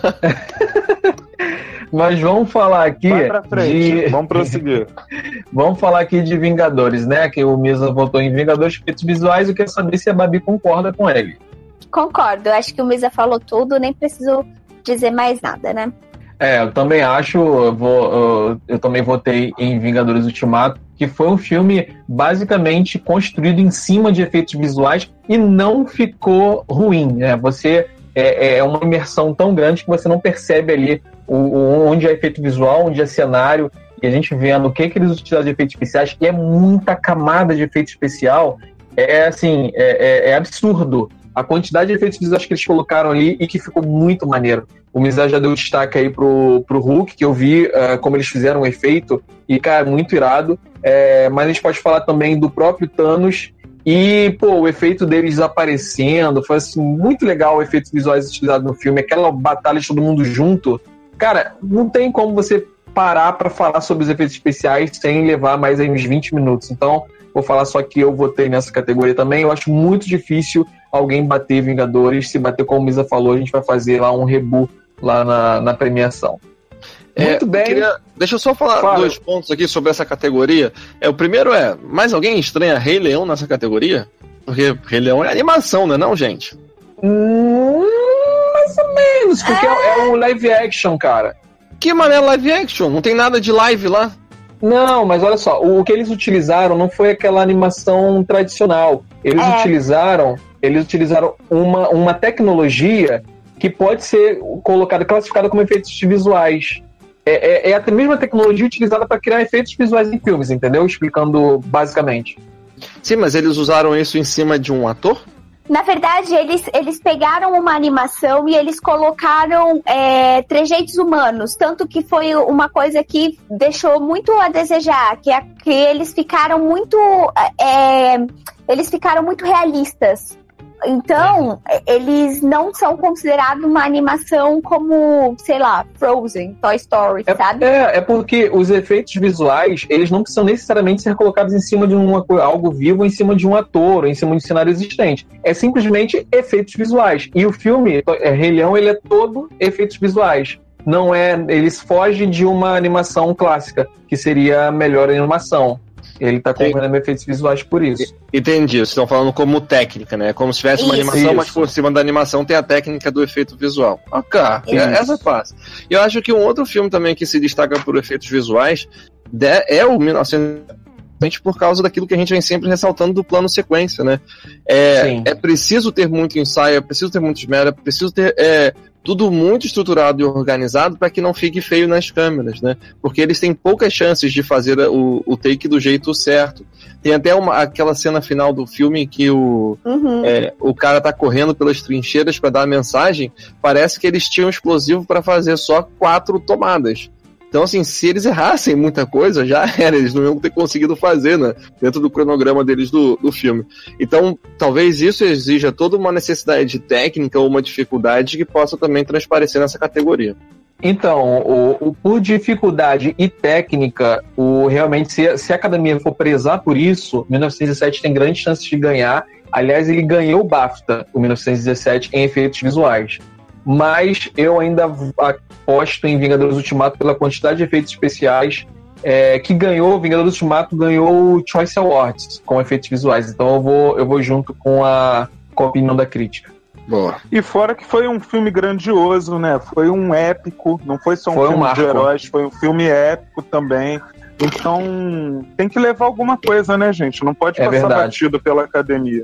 D: Mas vamos falar aqui.
H: Vai pra frente, vamos prosseguir.
D: Vamos falar aqui de Vingadores, né? Que o Misa votou em Vingadores efeitos visuais. Eu quero saber se a Babi concorda com ele.
E: Concordo, eu acho que o Misa falou tudo, nem preciso dizer mais nada, né?
D: Eu também acho, eu também votei em Vingadores Ultimato, que foi um filme basicamente construído em cima de efeitos visuais e não ficou ruim, né? É uma imersão tão grande que você não percebe ali onde é efeito visual, onde é cenário, e a gente vendo o que eles utilizaram de efeitos especiais, que é muita camada de efeito especial, é absurdo. A quantidade de efeitos visuais que eles colocaram ali e que ficou muito maneiro. O Mizar já deu destaque aí pro Hulk, que eu vi como eles fizeram o efeito, e, cara, muito irado. Mas a gente pode falar também do próprio Thanos e, o efeito deles aparecendo. Foi, assim, muito legal o efeito visuais utilizado no filme. Aquela batalha de todo mundo junto. Cara, não tem como você parar pra falar sobre os efeitos especiais sem levar mais aí uns 20 minutos. Então, vou falar só que eu votei nessa categoria também. Eu acho muito difícil alguém bater Vingadores. Se bater, como o Misa falou, a gente vai fazer lá um reboot lá na premiação. Muito bem.
C: Deixa eu só falar 2 pontos aqui sobre essa categoria. O primeiro mais alguém estranha Rei Leão nessa categoria? Porque Rei Leão é animação, não é não, gente?
D: Mais ou menos, porque é um live action, cara.
C: Que mané live action? Não tem nada de live lá?
D: Não, mas olha só, o que eles utilizaram não foi aquela animação tradicional. Eles utilizaram uma tecnologia que pode ser classificada como efeitos visuais. É a mesma tecnologia utilizada para criar efeitos visuais em filmes, entendeu? Explicando basicamente.
C: Sim, mas eles usaram isso em cima de um ator?
E: Na verdade, eles pegaram uma animação e eles colocaram trejeitos humanos, tanto que foi uma coisa que deixou muito a desejar, que eles ficaram muito realistas. Então, eles não são considerados uma animação como, sei lá, Frozen, Toy Story, sabe?
D: É porque os efeitos visuais, eles não precisam necessariamente ser colocados em cima de algo vivo, em cima de um ator, em cima de um cenário existente. É simplesmente efeitos visuais. E o filme, Rei Leão, ele é todo efeitos visuais. Não eles fogem de uma animação clássica, que seria a melhor animação. Ele tá colocando efeitos visuais por isso.
C: Entendi, vocês estão falando como técnica, né? Como se tivesse uma animação, mas por cima da animação tem a técnica do efeito visual. Ok, essa é fácil. E eu acho que um outro filme também que se destaca por efeitos visuais é o 1900, por causa daquilo que a gente vem sempre ressaltando do plano sequência, né? É preciso ter muito ensaio, é preciso ter muito esmero, é preciso ter tudo muito estruturado e organizado para que não fique feio nas câmeras, né? Porque eles têm poucas chances de fazer o take do jeito certo. Tem até aquela cena final do filme que o cara tá correndo pelas trincheiras para dar a mensagem. Parece que eles tinham explosivo para fazer só 4 tomadas. Então, assim, se eles errassem muita coisa, já era, eles não iam ter conseguido fazer, né? Dentro do cronograma deles do filme. Então, talvez isso exija toda uma necessidade técnica ou uma dificuldade que possa também transparecer nessa categoria.
D: Então, por dificuldade e técnica, realmente, se a academia for prezar por isso, 1917 tem grandes chances de ganhar. Aliás, ele ganhou o BAFTA, o 1917, em efeitos visuais. Mas eu ainda aposto em Vingadores Ultimato pela quantidade de efeitos especiais que ganhou. Vingadores Ultimato ganhou o Choice Awards com efeitos visuais. Então eu vou junto com a opinião da crítica.
C: Boa.
H: E fora que foi um filme grandioso, né? Foi um épico, não foi só um filme de heróis, foi um filme épico também. Então tem que levar alguma coisa, né, gente? Não pode passar batido pela academia.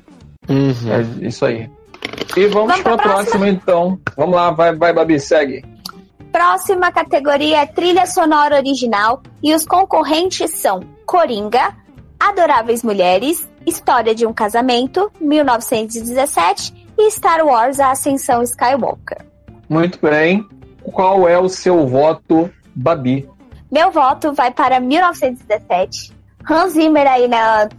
D: É isso aí. E vamos para a próxima, então. Vamos lá, vai, Babi, segue.
E: Próxima categoria é trilha sonora original e os concorrentes são Coringa, Adoráveis Mulheres, História de um Casamento, 1917 e Star Wars A Ascensão Skywalker.
D: Muito bem. Qual é o seu voto, Babi?
E: Meu voto vai para 1917. Hans Zimmer aí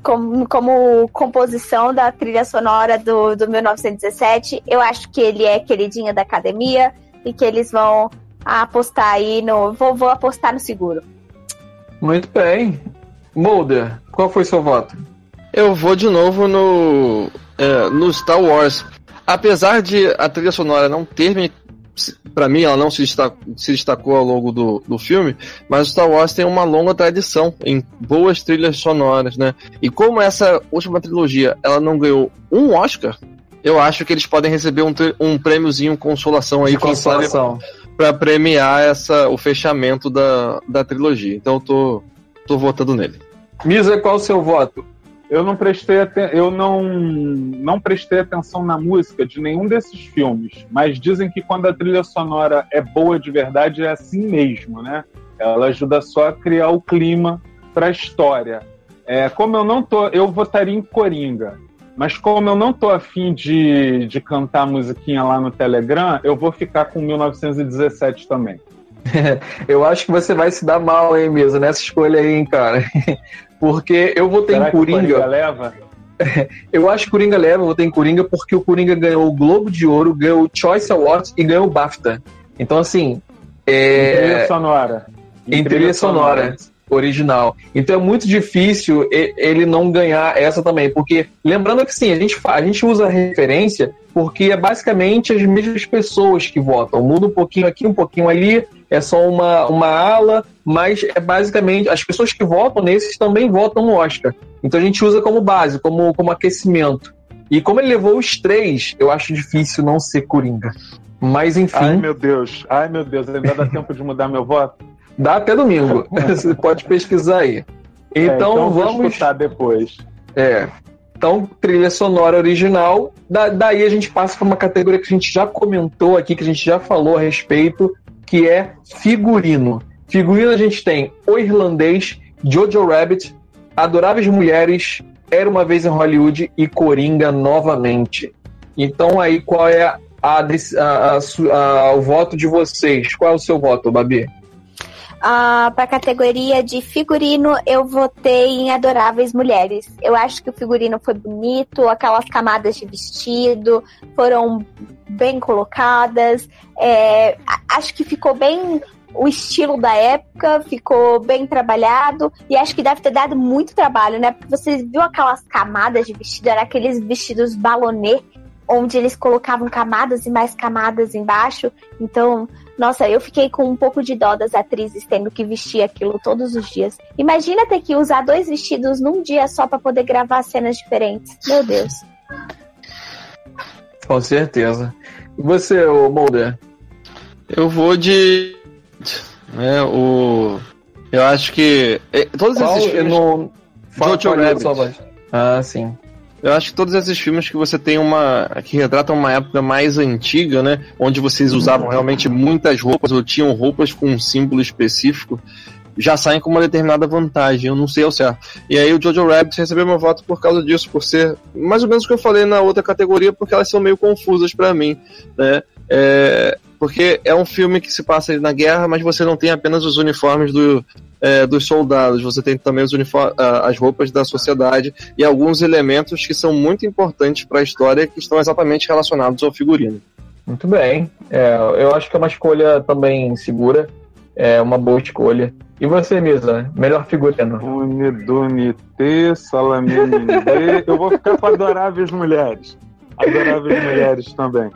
E: como composição da trilha sonora do 1917. Eu acho que ele é queridinho da academia e que eles vão apostar aí vou apostar no seguro.
D: Muito bem. Mulder, qual foi seu voto?
C: Eu vou de novo no Star Wars. Apesar de a trilha sonora não ter pra mim, ela não se destacou ao longo do filme, mas o Star Wars tem uma longa tradição em boas trilhas sonoras, né? E como essa última trilogia, ela não ganhou um Oscar, eu acho que eles podem receber um prêmiozinho consolação aí, para premiar o fechamento da trilogia. Então eu tô votando nele.
D: Misa, qual o seu voto?
H: Eu não prestei atenção na música de nenhum desses filmes, mas dizem que quando a trilha sonora é boa de verdade é assim mesmo, né? Ela ajuda só a criar o clima para a história. Como eu votaria em Coringa, mas como eu não tô afim de cantar musiquinha lá no Telegram, eu vou ficar com 1917 também.
D: Eu acho que você vai se dar mal, hein, Misa, nessa escolha aí, hein, cara. Porque eu votei em Coringa.
H: Coringa leva?
D: Eu acho que Coringa leva, eu votei em Coringa porque o Coringa ganhou o Globo de Ouro, ganhou o Choice Awards e ganhou o BAFTA. Então, assim...
H: Trilha sonora.
D: Em trilha sonora original. Então é muito difícil ele não ganhar essa também, porque lembrando que sim, a gente usa a referência porque é basicamente as mesmas pessoas que votam, muda um pouquinho aqui, um pouquinho ali, é só uma ala, mas é basicamente as pessoas que votam nesses também votam no Oscar. Então a gente usa como base, como aquecimento. E como ele levou os 3, eu acho difícil não ser Coringa. Mas enfim...
H: Ai meu Deus, ainda dá tempo de mudar meu voto?
D: Dá até domingo. Você pode pesquisar aí. Então vamos
H: vou escutar depois.
D: Então, trilha sonora original. Daí a gente passa para uma categoria que a gente já comentou aqui, que a gente já falou a respeito, que é figurino. Figurino a gente tem O Irlandês, Jojo Rabbit, Adoráveis Mulheres, Era Uma Vez em Hollywood e Coringa novamente. Então aí qual é o voto de vocês? Qual é o seu voto, Babi?
E: Para a categoria de figurino, eu votei em Adoráveis Mulheres. Eu acho que o figurino foi bonito, aquelas camadas de vestido foram bem colocadas. Acho que ficou bem o estilo da época, ficou bem trabalhado e acho que deve ter dado muito trabalho, né? Porque você viu aquelas camadas de vestido, eram aqueles vestidos balonê, onde eles colocavam camadas e mais camadas embaixo. Então, nossa, eu fiquei com um pouco de dó das atrizes tendo que vestir aquilo todos os dias. Imagina ter que usar 2 vestidos num dia só para poder gravar cenas diferentes. Meu Deus.
D: Com certeza. E você, Mulder?
C: Eu vou de... Eu acho que... Todos esses filmes...
D: Jojo Rabbit. Ah, sim.
C: Eu acho que todos esses filmes que você tem que retratam uma época mais antiga, né? Onde vocês usavam realmente muitas roupas ou tinham roupas com um símbolo específico, já saem com uma determinada vantagem, eu não sei ao certo. E aí o Jojo Rabbit recebeu meu voto por causa disso, por ser mais ou menos o que eu falei na outra categoria, porque elas são meio confusas pra mim, né? Porque é um filme que se passa ali na guerra, mas você não tem apenas os uniformes dos soldados, você tem também as roupas da sociedade e alguns elementos que são muito importantes para a história que estão exatamente relacionados ao figurino.
D: Muito bem, eu acho que é uma escolha também segura, é uma boa escolha. E você, Misa, melhor figurino?
H: Unidunité, Salaminindê. Eu vou ficar com Adoráveis Mulheres. Adoráveis Mulheres também.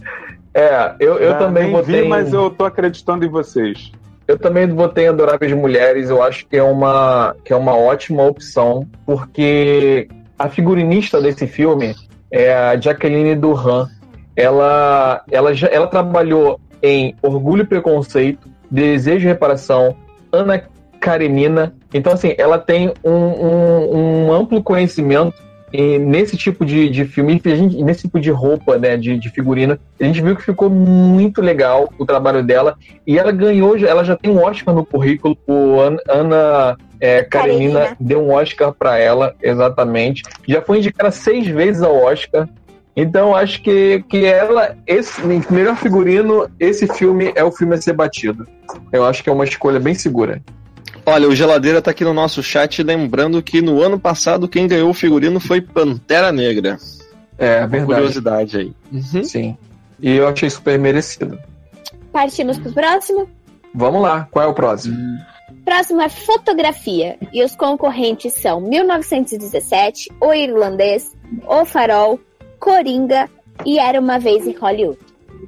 D: Eu também votei...
H: mas eu tô acreditando em vocês.
D: Eu também votei em Adoráveis Mulheres, eu acho que é uma ótima opção, porque a figurinista desse filme é a Jacqueline Durran. Ela trabalhou em Orgulho e Preconceito, Desejo e Reparação, Ana Karenina. Então, assim, ela tem um amplo conhecimento nesse tipo de filme, nesse tipo de roupa, né, de figurino. A gente viu que ficou muito legal o trabalho dela, e ela já tem um Oscar no currículo. O Ana Karenina deu um Oscar para ela, exatamente. Já foi indicada 6 vezes ao Oscar. Então acho que ela, esse melhor figurino, esse filme é o filme a ser batido. Eu acho que é uma escolha bem segura.
C: Olha, o Geladeira tá aqui no nosso chat lembrando que no ano passado quem ganhou o figurino foi Pantera Negra.
D: Verdade.
C: Curiosidade aí.
D: Sim. E eu achei super merecido.
E: Partimos pro próximo?
D: Vamos lá, qual é o próximo?
E: Próximo é fotografia. E os concorrentes são 1917, O Irlandês, O Farol, Coringa e Era Uma Vez em Hollywood.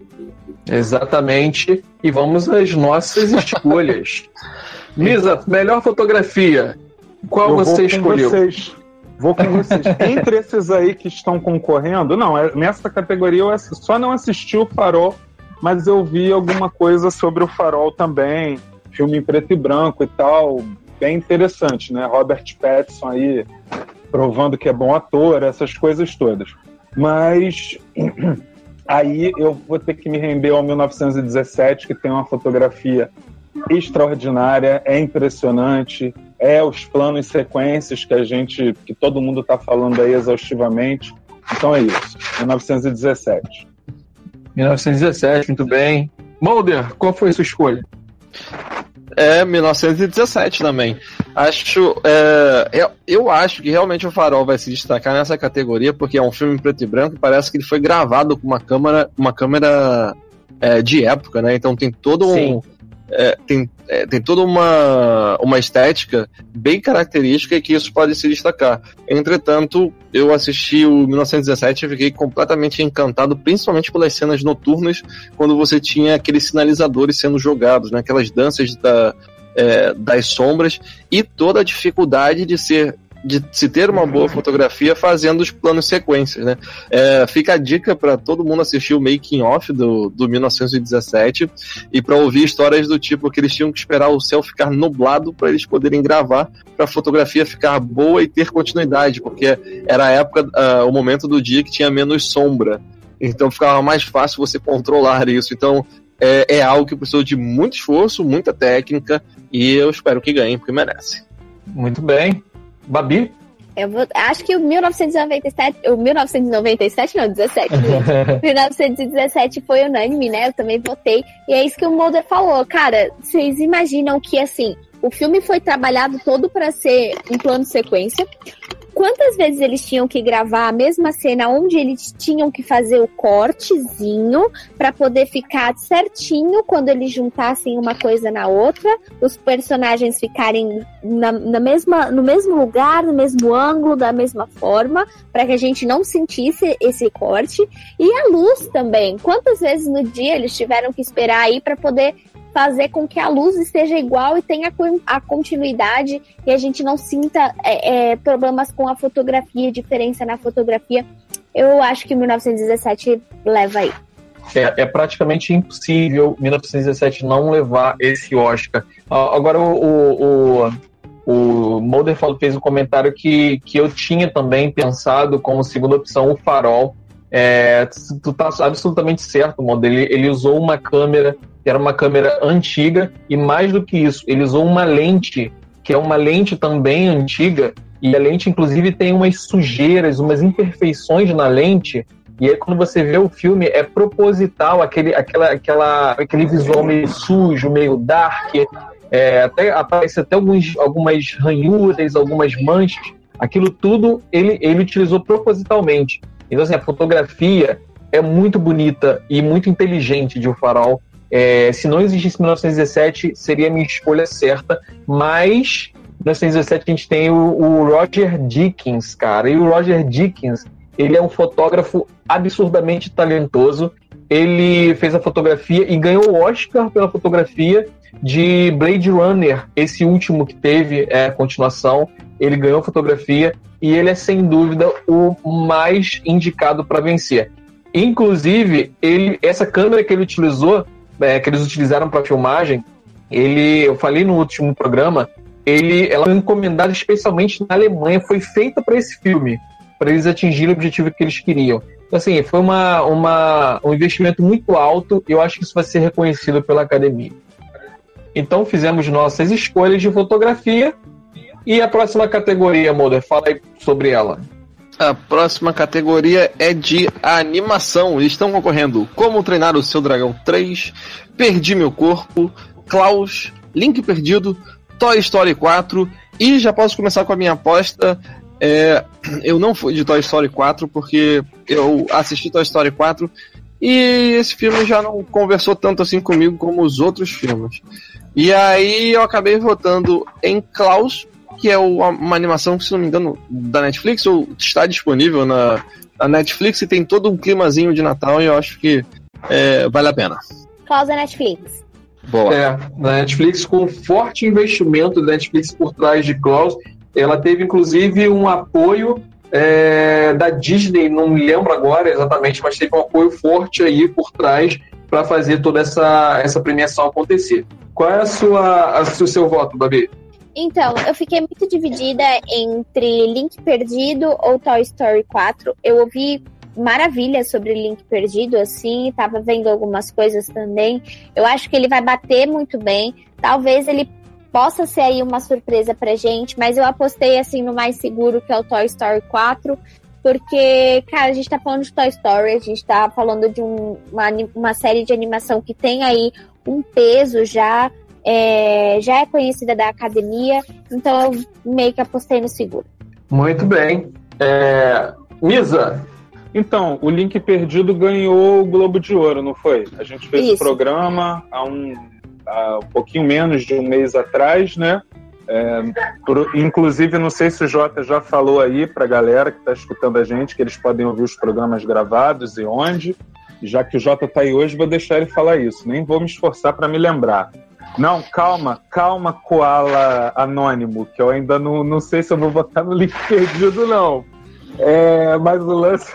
D: Exatamente. E vamos às nossas escolhas. Misa, melhor fotografia. Qual você escolheu?
H: Vou com vocês. Entre esses aí que estão concorrendo, nessa categoria eu só não assisti o Farol, mas eu vi alguma coisa sobre o Farol também. Filme em preto e branco e tal. Bem interessante, né? Robert Pattinson aí provando que é bom ator, essas coisas todas. Mas aí eu vou ter que me render ao 1917, que tem uma fotografia extraordinária, é impressionante, é os planos e sequências que todo mundo está falando aí exaustivamente. Então é isso, 1917.
D: 1917, muito bem. Mulder, qual foi a sua escolha?
C: 1917 também. Eu acho que realmente o Farol vai se destacar nessa categoria, porque é um filme em preto e branco e parece que ele foi gravado com uma câmera de época, né? Então tem todo tem toda uma estética bem característica e que isso pode se destacar. Entretanto, eu assisti o 1917 e fiquei completamente encantado, principalmente pelas cenas noturnas, quando você tinha aqueles sinalizadores sendo jogados, né? Aquelas danças das sombras, e toda a dificuldade de se ter uma boa fotografia fazendo os planos sequências, né? Fica a dica para todo mundo assistir o making of do 1917 e para ouvir histórias do tipo que eles tinham que esperar o céu ficar nublado para eles poderem gravar, para a fotografia ficar boa e ter continuidade, porque era a época, o momento do dia que tinha menos sombra, então ficava mais fácil você controlar isso. Então é algo que precisou de muito esforço, muita técnica, e eu espero que ganhe, porque merece.
D: Muito bem. Babi?
E: Acho que o 1997 não, 17. 1917 foi unânime, né? Eu também votei. E é isso que o Mulder falou. Cara, vocês imaginam que, assim, o filme foi trabalhado todo para ser um plano sequência. Quantas vezes eles tinham que gravar a mesma cena onde eles tinham que fazer o cortezinho para poder ficar certinho quando eles juntassem uma coisa na outra, os personagens ficarem no mesmo lugar, no mesmo ângulo, da mesma forma, para que a gente não sentisse esse corte. E a luz também. Quantas vezes no dia eles tiveram que esperar aí para poder fazer com que a luz esteja igual e tenha a continuidade e a gente não sinta problemas com a fotografia, diferença na fotografia. Eu acho que 1917 leva aí.
D: É praticamente impossível 1917 não levar esse Oscar. Agora o Mulder fez um comentário que eu tinha também pensado como segunda opção, o Farol. Tu tá absolutamente certo, Mulder. Ele usou uma câmera que era uma câmera antiga, e mais do que isso, ele usou uma lente, que é uma lente também antiga, e a lente, inclusive, tem umas sujeiras, umas imperfeições na lente, e aí quando você vê o filme, é proposital, aquele visual meio sujo, meio dark, aparece até algumas ranhuras, algumas manchas, aquilo tudo ele utilizou propositalmente. Então, assim, a fotografia é muito bonita e muito inteligente de O Farol. Se não existisse 1917, seria a minha escolha certa, mas em 1917 a gente tem o Roger Deakins, cara, e o Roger Deakins, ele é um fotógrafo absurdamente talentoso. Ele fez a fotografia e ganhou o Oscar pela fotografia de Blade Runner, esse último que teve a continuação. Ele ganhou a fotografia e ele é sem dúvida o mais indicado para vencer. Inclusive, essa câmera que ele utilizou, que eles utilizaram para filmagem, eu falei no último programa, ela foi encomendada especialmente na Alemanha, foi feita para esse filme, para eles atingirem o objetivo que eles queriam. Então, assim, foi um investimento muito alto, e eu acho que isso vai ser reconhecido pela academia. Então fizemos nossas escolhas de fotografia, e a próxima categoria, Mulder, fala aí sobre ela.
C: A próxima categoria é de animação. Estão concorrendo Como Treinar o Seu Dragão 3, Perdi Meu Corpo, Klaus, Link Perdido, Toy Story 4, e já posso começar com a minha aposta. Eu não fui de Toy Story 4 porque eu assisti Toy Story 4 e esse filme já não conversou tanto assim comigo como os outros filmes. E aí eu acabei votando em Klaus, que é uma animação que, se não me engano, da Netflix, ou está disponível na Netflix, e tem todo um climazinho de Natal, e eu acho que vale a pena.
E: Klaus é Netflix.
C: Boa.
D: Na Netflix, com um forte investimento da Netflix por trás de Klaus. Ela teve, inclusive, um apoio da Disney, não me lembro agora exatamente, mas teve um apoio forte aí por trás para fazer toda essa premiação acontecer. Qual é o seu voto, Babi?
E: Então, eu fiquei muito dividida entre Link Perdido ou Toy Story 4. Eu ouvi maravilhas sobre Link Perdido, assim, tava vendo algumas coisas também. Eu acho que ele vai bater muito bem. Talvez ele possa ser aí uma surpresa pra gente, mas eu apostei, assim, no mais seguro, que é o Toy Story 4, porque, cara, a gente tá falando de Toy Story, a gente tá falando de uma série de animação que tem aí um peso já é conhecida da academia, então eu meio que apostei no seguro.
D: Muito bem. Misa?
H: Então, o Link Perdido ganhou o Globo de Ouro, não foi? A gente fez o programa há um pouquinho menos de um mês atrás, né? Inclusive, não sei se o Jota já falou aí pra galera que tá escutando a gente, que eles podem ouvir os programas gravados e onde. Já que o Jota tá aí hoje, vou deixar ele falar isso. Nem vou me esforçar para me lembrar. Não, calma, Koala Anônimo, que eu ainda não sei se eu vou botar no Link Perdido, não. Mas o lance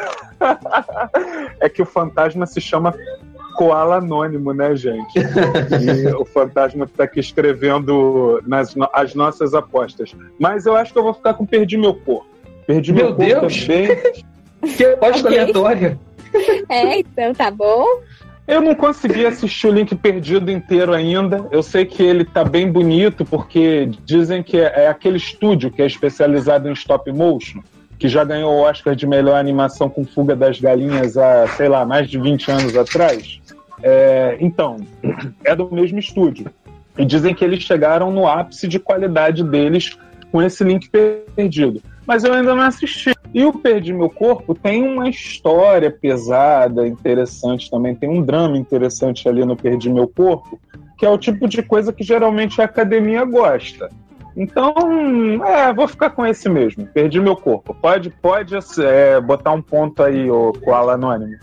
H: é que o fantasma se chama Koala Anônimo, né, gente? E o fantasma tá aqui escrevendo as nossas apostas. Mas eu acho que eu vou ficar com Perdi Meu Corpo. Perdi Meu Corpo também.
D: Que aposta aleatória.
E: Então tá bom.
H: Eu não consegui assistir o Link Perdido inteiro ainda. Eu sei que ele tá bem bonito, porque dizem que é aquele estúdio que é especializado em stop motion, que já ganhou o Oscar de melhor animação com Fuga das Galinhas há, sei lá, mais de 20 anos atrás. Então, é do mesmo estúdio. E dizem que eles chegaram no ápice de qualidade deles com esse Link Perdido. Mas eu ainda não assisti. E o Perdi Meu Corpo tem uma história pesada, interessante também. Tem um drama interessante ali no Perdi Meu Corpo, que é o tipo de coisa que geralmente a academia gosta. Então, vou ficar com esse mesmo. Perdi Meu Corpo. Pode botar um ponto aí, ô Koala Anônimo.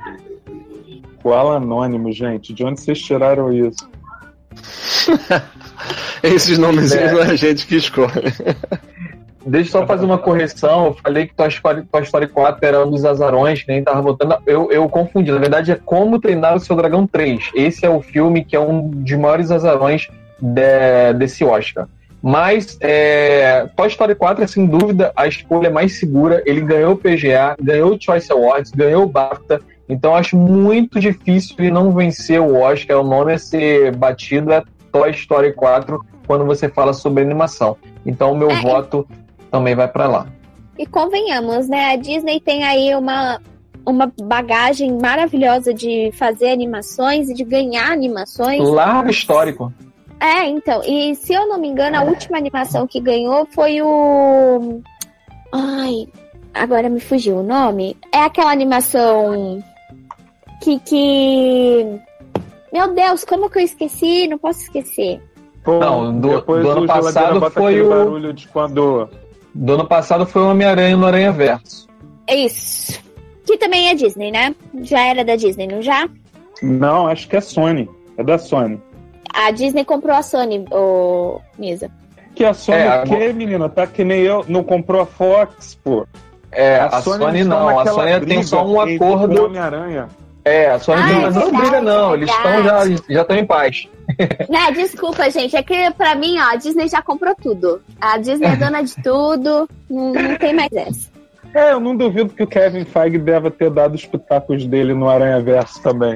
H: Koala Anônimo, gente. De onde vocês tiraram isso?
C: Esses nomes não é a gente que escolhe.
D: Deixa eu só fazer uma correção. Eu falei que Toy Story 4 era um dos azarões, que nem tava botando. Eu confundi. Na verdade, é Como Treinar o Seu Dragão 3. Esse é o filme que é um dos maiores azarões desse Oscar. Mas Toy Story 4 é, sem dúvida, a escolha mais segura. Ele ganhou o PGA, ganhou o Choice Awards, ganhou o BAFTA. Então, acho muito difícil ele não vencer o Oscar. O nome a ser batido é Toy Story 4, quando você fala sobre animação. Então, o meu voto também vai para lá.
E: E convenhamos, né? A Disney tem aí uma bagagem maravilhosa de fazer animações e de ganhar animações.
D: Largo histórico.
E: Então. E se eu não me engano, a última animação que ganhou foi o... Ai, agora me fugiu o nome. É aquela animação que... Meu Deus, como que eu esqueci? Não posso esquecer.
D: Não, do ano passado foi o
H: barulho de quando...
D: Do ano passado foi o Homem-Aranha no Aranha Verso.
E: Isso. Que também é Disney, né? Já era da Disney, não já?
H: Não, acho que é Sony. É da Sony.
E: A Disney comprou a Sony, Misa.
H: Que a Sony o quê, menina? Tá que nem eu. Não comprou a Fox, pô.
D: A Sony não. A Sony tem só um acordo...
H: Homem-Aranha.
D: A Sony tem, mas não briga não. Eles já estão em paz.
E: Não, desculpa, gente. É que pra mim, a Disney já comprou tudo. A Disney é dona de tudo. Não tem mais essa.
H: Eu não duvido que o Kevin Feige deva ter dado os pitacos dele no Aranha Verso também.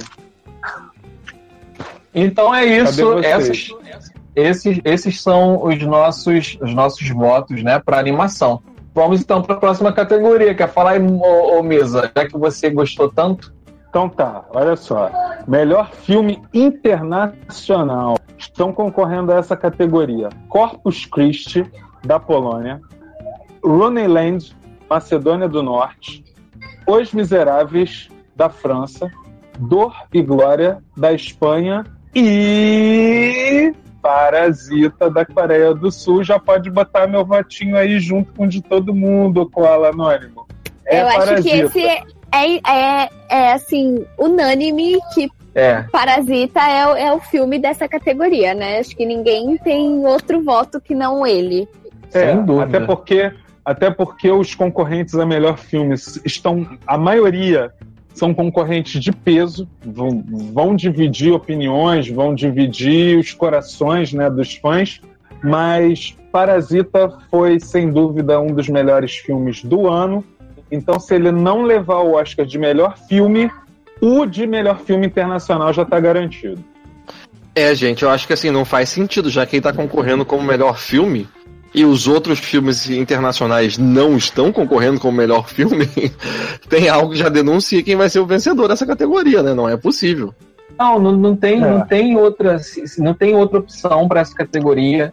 D: Então é isso. Esses são os nossos votos, né, para animação. Vamos então para a próxima categoria. Quer falar aí, Misa? Já que você gostou tanto.
H: Então tá, olha só. Melhor filme internacional. Estão concorrendo a essa categoria: Corpus Christi, da Polônia, Runneland, Macedônia do Norte, Os Miseráveis, da França, Dor e Glória, da Espanha e Parasita, da Coreia do Sul. Já pode botar meu votinho aí junto com o de todo mundo, Koala Anônimo.
E: Eu acho que esse é assim, unânime que Parasita é o filme dessa categoria, né? Acho que ninguém tem outro voto que não ele.
D: Sem dúvida.
H: Até porque os concorrentes a melhor filme a maioria são concorrentes de peso, vão dividir opiniões, vão dividir os corações, né, dos fãs, mas Parasita foi, sem dúvida, um dos melhores filmes do ano. Então, se ele não levar o Oscar de melhor filme, o de melhor filme internacional já tá garantido.
C: Gente, eu acho que assim, não faz sentido, já que ele tá concorrendo como melhor filme e os outros filmes internacionais não estão concorrendo como melhor filme, tem algo que já denuncia quem vai ser o vencedor dessa categoria, né? Não é possível.
D: Não tem outra opção para essa categoria.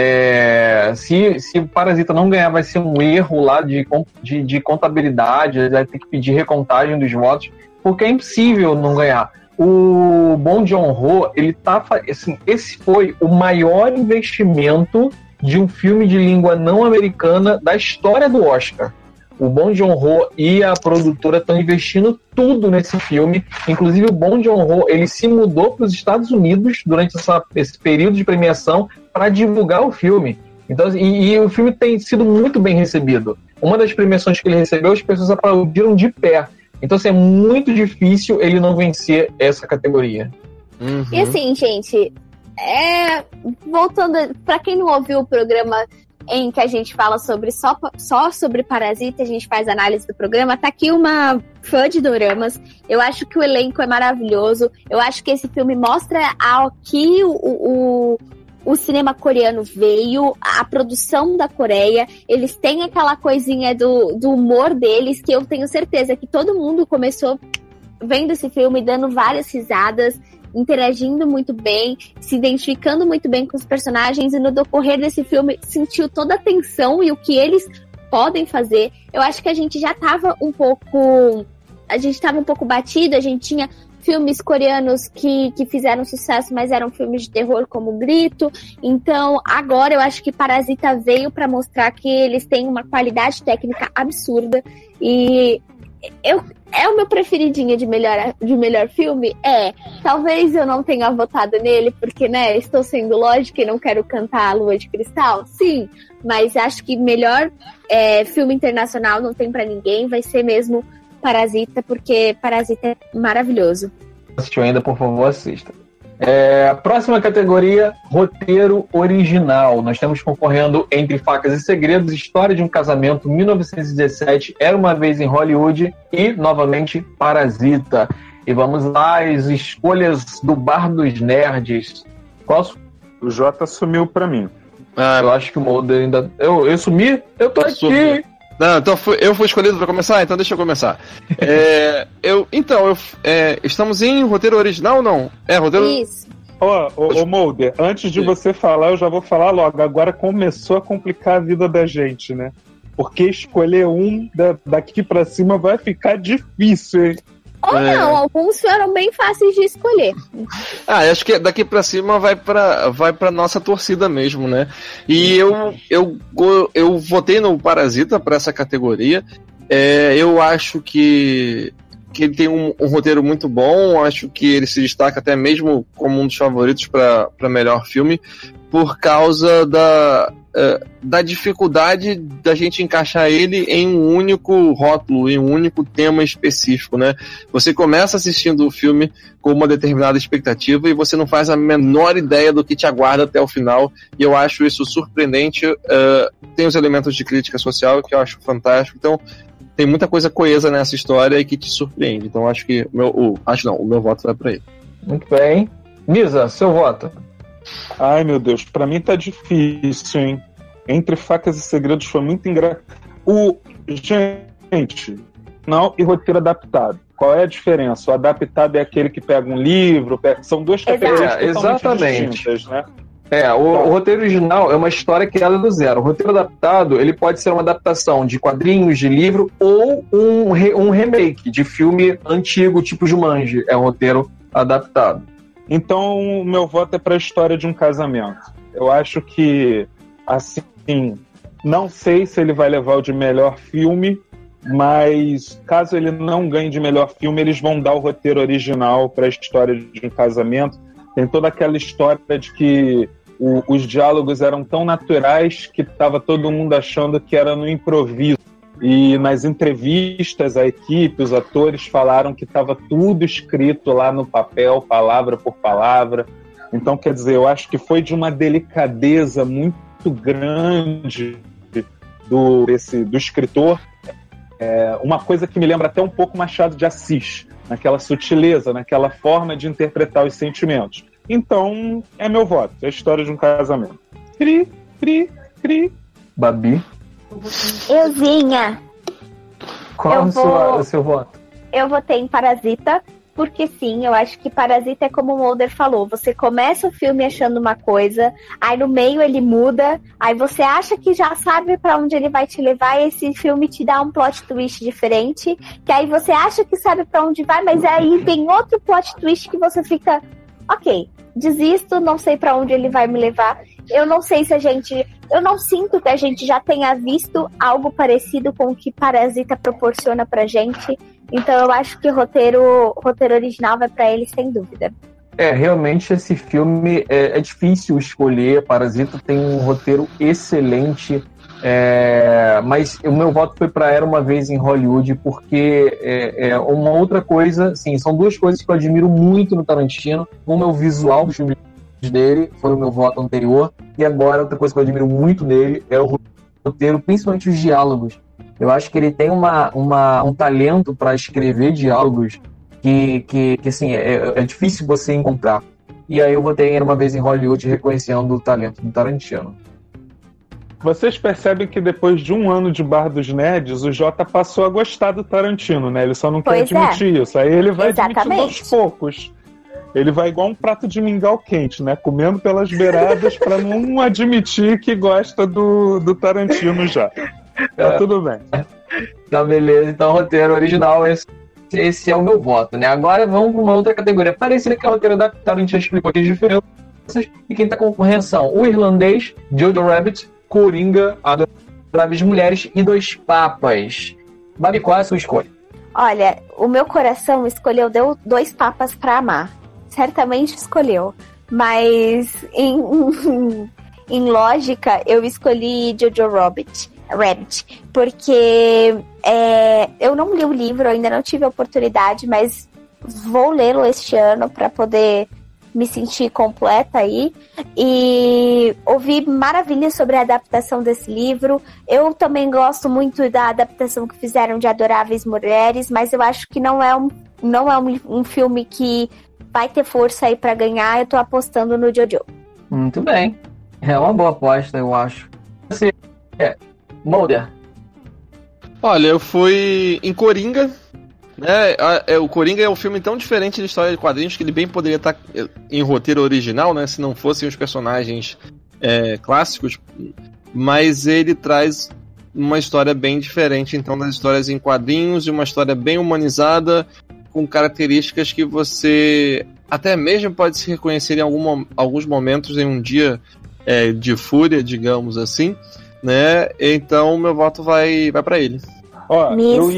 D: Se o Parasita não ganhar, vai ser um erro lá de contabilidade, vai ter que pedir recontagem dos votos, porque é impossível não ganhar. O Bong Joon-ho, esse foi o maior investimento de um filme de língua não americana da história do Oscar. O Bong Joon-ho e a produtora estão investindo tudo nesse filme. Inclusive, o Bong Joon-ho, ele se mudou para os Estados Unidos durante esse período de premiação para divulgar o filme. Então, e o filme tem sido muito bem recebido. Uma das premiações que ele recebeu, as pessoas aplaudiram de pé. Então, assim, é muito difícil ele não vencer essa categoria.
E: Uhum. E assim, gente, voltando, pra quem não ouviu o programa em que a gente fala só sobre Parasita, a gente faz análise do programa, tá aqui uma fã de doramas. Eu acho que o elenco é maravilhoso. Eu acho que esse filme mostra ao que o cinema coreano veio, a produção da Coreia. Eles têm aquela coisinha do humor deles, que eu tenho certeza que todo mundo começou vendo esse filme, dando várias risadas, interagindo muito bem, se identificando muito bem com os personagens, e no decorrer desse filme sentiu toda a tensão e o que eles podem fazer. Eu acho que a gente já estava um pouco batido, a gente tinha filmes coreanos que fizeram sucesso, mas eram filmes de terror como Grito. Então, agora eu acho que Parasita veio para mostrar que eles têm uma qualidade técnica absurda. E é o meu preferidinho de melhor filme? Talvez eu não tenha votado nele, porque, né, estou sendo lógica e não quero cantar a Lua de Cristal. Sim, mas acho que melhor filme internacional não tem para ninguém. Vai ser mesmo Parasita, porque Parasita é maravilhoso.
D: Assistiu ainda, por favor, assista. Próxima categoria, roteiro original. Nós temos concorrendo Entre Facas e Segredos, História de um Casamento, 1917, Era Uma Vez em Hollywood e, novamente, Parasita. E vamos lá, as escolhas do Bar dos Nerds.
H: O Jota sumiu pra mim.
D: Eu acho que o Mulder ainda... Eu sumi? Eu tô aqui!
C: Não, então eu fui escolhido para começar, então deixa eu começar. Estamos em roteiro original ou não? Roteiro...
E: Isso.
H: Ô Mulder, antes de você falar, eu já vou falar logo. Agora começou a complicar a vida da gente, né? Porque escolher daqui pra cima vai ficar difícil, hein?
E: Ou não, alguns foram bem fáceis de escolher.
C: Acho que daqui pra cima vai pra nossa torcida mesmo, né? E eu votei no Parasita pra essa categoria. Eu acho que ele tem um roteiro muito bom. Acho que ele se destaca até mesmo como um dos favoritos pra melhor filme, por causa da dificuldade da gente encaixar ele em um único rótulo, em um único tema específico, né? Você começa assistindo o filme com uma determinada expectativa e você não faz a menor ideia do que te aguarda até o final, e eu acho isso surpreendente. Tem os elementos de crítica social que eu acho fantástico, então tem muita coisa coesa nessa história e que te surpreende, então acho que o meu voto vai pra ele.
D: Muito bem. Misa, seu voto?
H: Ai, meu Deus, pra mim tá difícil, hein? Entre Facas e Segredos foi muito engraçado. Gente, não, e roteiro adaptado. Qual é a diferença? O adaptado é aquele que pega um livro, são duas categorias totalmente distintas, né?
D: O roteiro original é uma história criada do zero. O roteiro adaptado, ele pode ser uma adaptação de quadrinhos, de livro, ou um remake de filme antigo, tipo Jumanji. É um roteiro adaptado.
H: Então, o meu voto é para a História de um Casamento. Eu acho que, assim, não sei se ele vai levar o de melhor filme, mas caso ele não ganhe de melhor filme, eles vão dar o roteiro original para a História de um Casamento. Tem toda aquela história de que os diálogos eram tão naturais que estava todo mundo achando que era no improviso. E nas entrevistas, a equipe, os atores falaram que estava tudo escrito lá no papel, palavra por palavra. Então, quer dizer, eu acho que foi de uma delicadeza muito grande do escritor. uma coisa que me lembra até um pouco Machado de Assis, naquela sutileza, naquela forma de interpretar os sentimentos. Então, é meu voto, é a história de um casamento. Cri, cri, cri.
D: Babi,
E: Euzinha,
D: qual o seu voto?
E: eu votei em Parasita, porque sim, eu acho que Parasita é como o Mulder falou, você começa o filme achando uma coisa, aí no meio ele muda, aí você acha que já sabe pra onde ele vai te levar, e esse filme te dá um plot twist diferente, que aí você acha que sabe pra onde vai, mas aí tem outro plot twist que você fica, ok, desisto, não sei pra onde ele vai me levar. Eu não sei se eu não sinto que a gente já tenha visto algo parecido com o que Parasita proporciona pra gente. Então eu acho que o roteiro original vai pra ele, sem dúvida.
D: Realmente esse filme é difícil escolher. Parasita tem um roteiro excelente, mas o meu voto foi para Era Uma Vez em Hollywood, porque é uma outra coisa, assim, são duas coisas que eu admiro muito no Tarantino. Uma é o visual do filme dele, foi o meu voto anterior, e agora outra coisa que eu admiro muito nele é o roteiro, principalmente os diálogos. Eu acho que ele tem um talento para escrever diálogos que assim, é difícil você encontrar. E aí eu votei Era Uma Vez em Hollywood, reconhecendo o talento do Tarantino.
H: Vocês percebem que depois de um ano de Bar dos Nerds, o Jota passou a gostar do Tarantino, né? Ele só não quer admitir isso. Aí ele vai admitindo aos poucos. Ele vai igual um prato de mingau quente, né? Comendo pelas beiradas para não admitir que gosta do Tarantino já. Tá tudo bem.
D: Tá, beleza. Então, roteiro original, esse é o meu voto, né? Agora vamos para uma outra categoria. Parecida que é o roteiro adaptado, a gente já explicou aqui as diferenças. E quem tá concorrendo são O Irlandês, Jojo Rabbit, Coringa, Adoráveis Mulheres e Dois Papas. Babi, qual é a sua escolha?
E: Olha, o meu coração deu Dois Papas pra amar. Certamente escolheu. Mas em lógica, eu escolhi Jojo Rabbit, porque eu não li o livro, ainda não tive a oportunidade, mas vou lê-lo este ano para poder me sentir completa aí. E ouvi maravilhas sobre a adaptação desse livro. Eu também gosto muito da adaptação que fizeram de Adoráveis Mulheres, mas eu acho que não é um filme que vai ter força aí para ganhar. Eu tô apostando no Jojo.
D: Muito bem. É uma boa aposta, eu acho. Você, Mulder.
C: Olha, eu fui em Coringa, né? O Coringa é um filme tão diferente da história de quadrinhos que ele bem poderia estar em roteiro original, né? Se não fossem os personagens clássicos, mas ele traz uma história bem diferente, então, das histórias em quadrinhos, e uma história bem humanizada, com características que você até mesmo pode se reconhecer em alguns momentos em um dia de fúria, digamos assim, né? Então meu voto vai para ele.
H: Ó,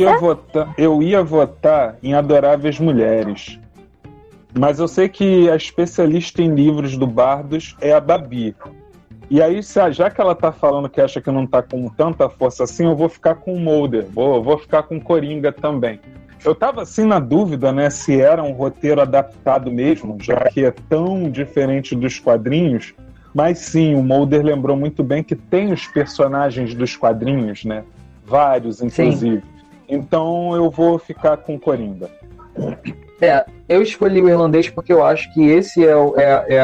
H: eu ia votar em Adoráveis Mulheres, mas eu sei que a especialista em livros do Bardos é a Babi. E aí, já que ela tá falando que acha que não tá com tanta força assim, eu vou ficar com o Mulder, vou ficar com Coringa também. Eu tava assim na dúvida, né, se era um roteiro adaptado mesmo, já que é tão diferente dos quadrinhos, mas sim, o Mulder lembrou muito bem que tem os personagens dos quadrinhos, né, vários inclusive. Sim. Então eu vou ficar com Coringa.
D: Eu escolhi o Irlandês porque eu acho que esse é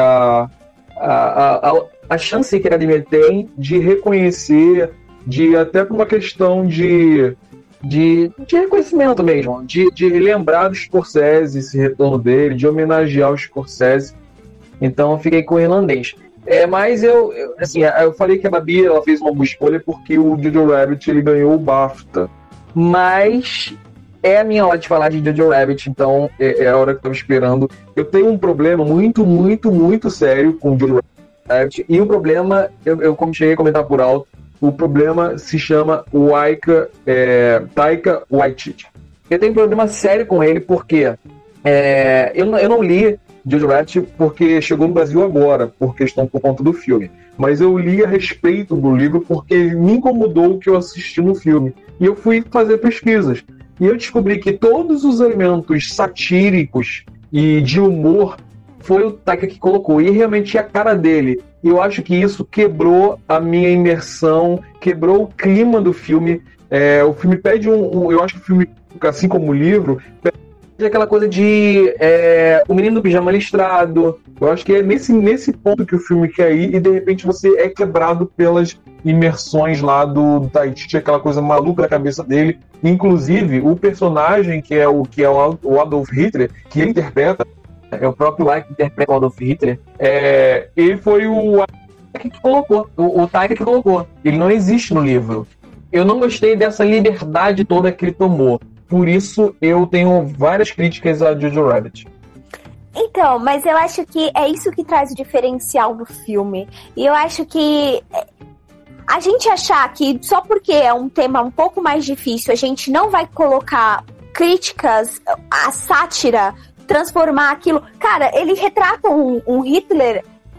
D: a chance que a academia tem de reconhecer, até por uma questão de reconhecimento mesmo, de lembrar do Scorsese, esse retorno dele, de homenagear o Scorsese. Então eu fiquei com o Irlandês. Mas eu falei que a Babi ela fez uma boa escolha porque o Jojo Rabbit ele ganhou o BAFTA. Mas é a minha hora de falar de Jojo Rabbit, então é a hora que eu estava esperando. Eu tenho um problema muito, muito, muito sério com o Jojo Rabbit. E o problema, eu cheguei a comentar por alto, o problema se chama Taika Waititi. Eu tenho um problema sério com ele porque eu não li Jojo Rabbit porque chegou no Brasil agora, por conta do filme. Mas eu li a respeito do livro porque me incomodou o que eu assisti no filme. E eu fui fazer pesquisas. E eu descobri que todos os elementos satíricos e de humor foi o Taika que colocou. E realmente é a cara dele. E eu acho que isso quebrou a minha imersão, quebrou o clima do filme. O filme pede eu acho que o filme, assim como o livro, pede aquela coisa de o menino do pijama listrado. Eu acho que é nesse ponto que o filme quer ir, e de repente você é quebrado pelas imersões lá do Taiti, aquela coisa maluca da cabeça dele. Inclusive, o personagem que é o Adolf Hitler, que ele interpreta, é o próprio Taika que interpreta o Adolf Hitler, ele foi o Taika que colocou. O Taika que colocou. Ele não existe no livro. Eu não gostei dessa liberdade toda que ele tomou. Por isso, eu tenho várias críticas a Jojo Rabbit.
E: Então, mas eu acho que é isso que traz o diferencial do filme. E eu acho que a gente achar que só porque é um tema um pouco mais difícil, a gente não vai colocar críticas, a sátira, transformar aquilo... Cara, ele retrata um Hitler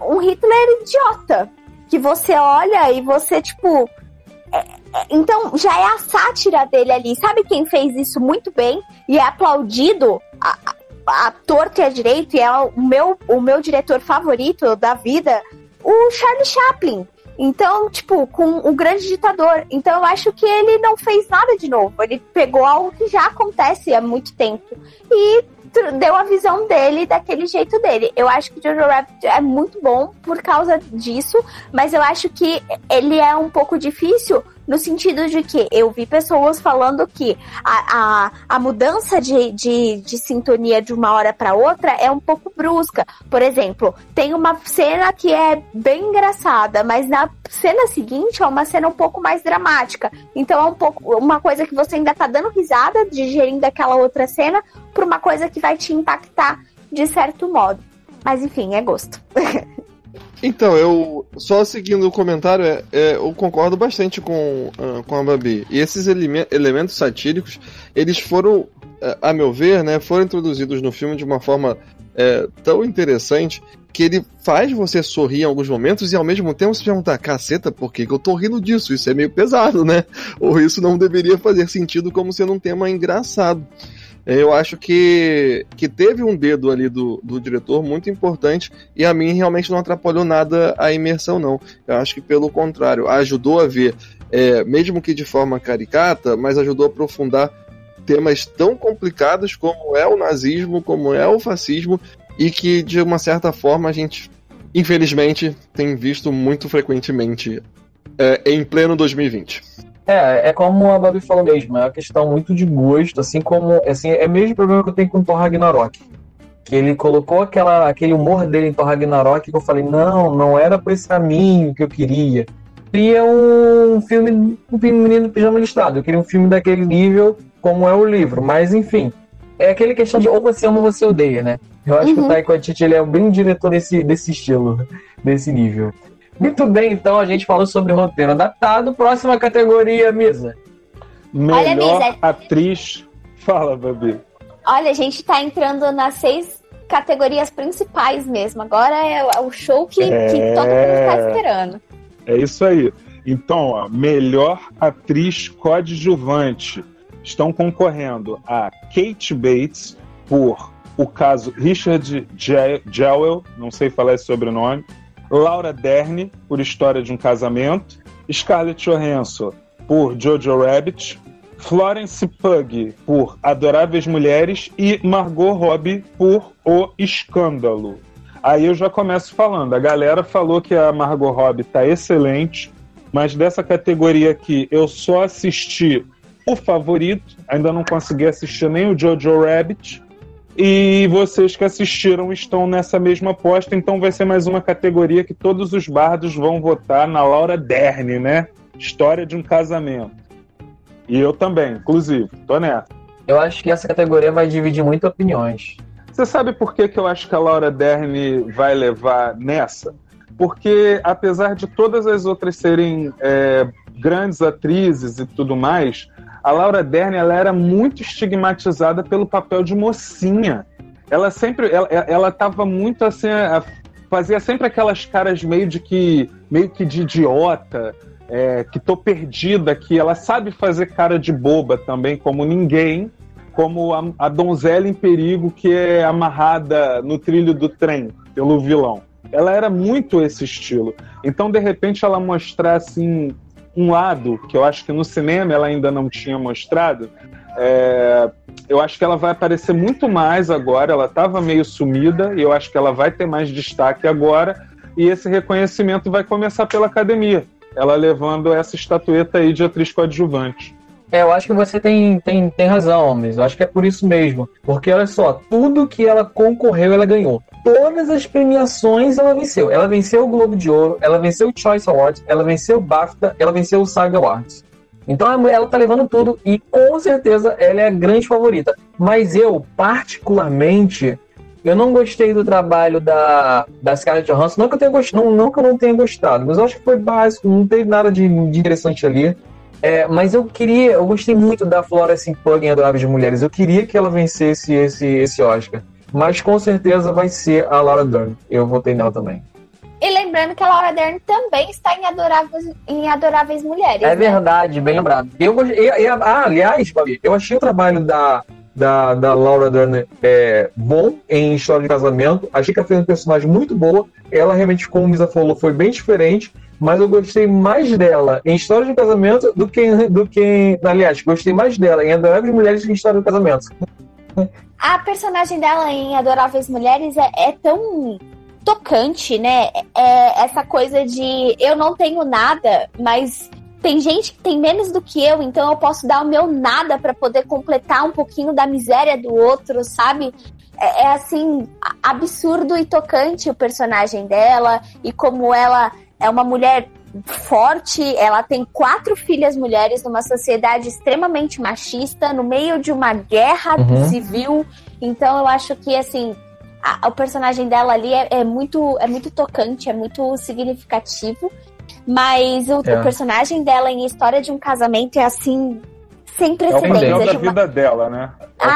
E: idiota. Que você olha e você, tipo... Então, já é a sátira dele ali. Sabe quem fez isso muito bem e é aplaudido a torto e a direito, e é o meu diretor favorito da vida, o Charlie Chaplin. Então, tipo, com o Grande Ditador. Então, eu acho que ele não fez nada de novo. Ele pegou algo que já acontece há muito tempo e deu a visão dele daquele jeito dele. Eu acho que Jojo Rabbit é muito bom por causa disso, mas eu acho que ele é um pouco difícil no sentido de que eu vi pessoas falando que a mudança de sintonia de uma hora para outra é um pouco brusca. Por exemplo, tem uma cena que é bem engraçada, mas na cena seguinte é uma cena um pouco mais dramática. Então é um pouco uma coisa que você ainda tá dando risada, digerindo aquela outra cena, por uma coisa que vai te impactar de certo modo. Mas enfim, é gosto.
C: Então, eu só seguindo o comentário, eu concordo bastante com a Babi. E esses elementos satíricos, eles foram, a meu ver, né, foram introduzidos no filme de uma forma tão interessante que ele faz você sorrir em alguns momentos e ao mesmo tempo se perguntar, caceta, por que eu tô rindo disso? Isso é meio pesado, né? Ou isso não deveria fazer sentido como sendo um tema engraçado. Eu acho que teve um dedo ali do diretor muito importante e a mim realmente não atrapalhou nada a imersão, não. Eu acho que pelo contrário, ajudou a ver, mesmo que de forma caricata, mas ajudou a aprofundar temas tão complicados como é o nazismo, como é o fascismo e que de uma certa forma a gente, infelizmente, tem visto muito frequentemente em pleno 2020.
D: É como a Babi falou mesmo, é uma questão muito de gosto, assim como, assim, é o mesmo problema que eu tenho com Thor Ragnarok. Que ele colocou aquele humor dele em Thor Ragnarok que eu falei, não era por esse caminho que eu queria. Eu queria um filme Menino do Pijama Listrado, eu queria um filme daquele nível como é o livro, mas enfim, é aquela questão de ou você ama ou você odeia, né? Eu acho que o Taika Waititi, ele é bem um diretor desse estilo, desse nível. Muito bem, então a gente falou sobre roteiro adaptado. Próxima categoria, Misa.
H: Melhor atriz. Fala, Babi.
E: Olha, a gente tá entrando nas 6 categorias principais mesmo. Agora é o show que todo mundo tá esperando.
H: É isso aí. Então, ó, melhor atriz coadjuvante. Estão concorrendo a Kate Bates por O Caso Richard Jewell, não sei falar esse sobrenome, Laura Dern, por História de um Casamento, Scarlett Johansson, por Jojo Rabbit, Florence Pugh, por Adoráveis Mulheres e Margot Robbie, por O Escândalo. Aí eu já começo falando, a galera falou que a Margot Robbie tá excelente, mas dessa categoria aqui eu só assisti O Favorito, ainda não consegui assistir nem o Jojo Rabbit, e vocês que assistiram estão nessa mesma aposta, então vai ser mais uma categoria que todos os bardos vão votar na Laura Dern, né? História de um Casamento. E eu também, inclusive, tô nessa.
D: Eu acho que essa categoria vai dividir muito opiniões.
H: Você sabe por que eu acho que a Laura Dern vai levar nessa? Porque, apesar de todas as outras serem grandes atrizes e tudo mais, a Laura Dern, ela era muito estigmatizada pelo papel de mocinha. Ela tava muito assim, fazia sempre aquelas caras meio que de idiota, que tô perdida aqui. Ela sabe fazer cara de boba também, como ninguém, como a donzela em perigo que é amarrada no trilho do trem pelo vilão. Ela era muito esse estilo. Então, de repente, ela mostrar assim um lado que eu acho que no cinema ela ainda não tinha mostrado. Eu acho que ela vai aparecer muito mais agora. Ela estava meio sumida e eu acho que ela vai ter mais destaque agora. E esse reconhecimento vai começar pela academia. Ela levando essa estatueta aí de atriz coadjuvante.
D: Eu acho que você tem razão, mas eu acho que é por isso mesmo. Porque, olha só, tudo que ela concorreu, ela ganhou. Todas as premiações ela venceu. Ela venceu o Globo de Ouro, ela venceu o Choice Awards, ela venceu o BAFTA, ela venceu o SAG Awards. Então ela tá levando tudo e com certeza ela é a grande favorita. Mas eu, particularmente, eu não gostei do trabalho da Scarlett Johansson. Não que eu tenha gostado, não que eu não tenha gostado, mas eu acho que foi básico, não teve nada de interessante ali. Mas eu gostei muito da Florence Pugh em Adoráveis Mulheres. Eu queria que ela vencesse esse Oscar. Mas com certeza vai ser a Laura Dern. Eu votei nela também.
E: E lembrando que a Laura Dern também está em Adoráveis Mulheres.
D: É verdade, bem lembrado. Aliás, Fabi, eu achei o trabalho da Laura Dern bom em História de Casamento. Achei que ela fez um personagem muito boa. Ela realmente, como o Misa falou, foi bem diferente. Mas eu gostei mais dela em História de Casamento do que... Aliás, gostei mais dela em Adoráveis Mulheres do que em História de Casamento.
E: A personagem dela em Adoráveis Mulheres é tão tocante, né? Essa coisa de eu não tenho nada, mas tem gente que tem menos do que eu, então eu posso dar o meu nada pra poder completar um pouquinho da miséria do outro, sabe? Assim, absurdo e tocante o personagem dela, e como ela é uma mulher forte, ela tem 4 filhas mulheres numa sociedade extremamente machista, no meio de uma guerra civil. Então eu acho que, assim, o personagem dela ali é muito tocante, é muito significativo. Mas o personagem dela em História de um Casamento é, assim, sem precedentes.
H: É o papel da vida dela, né?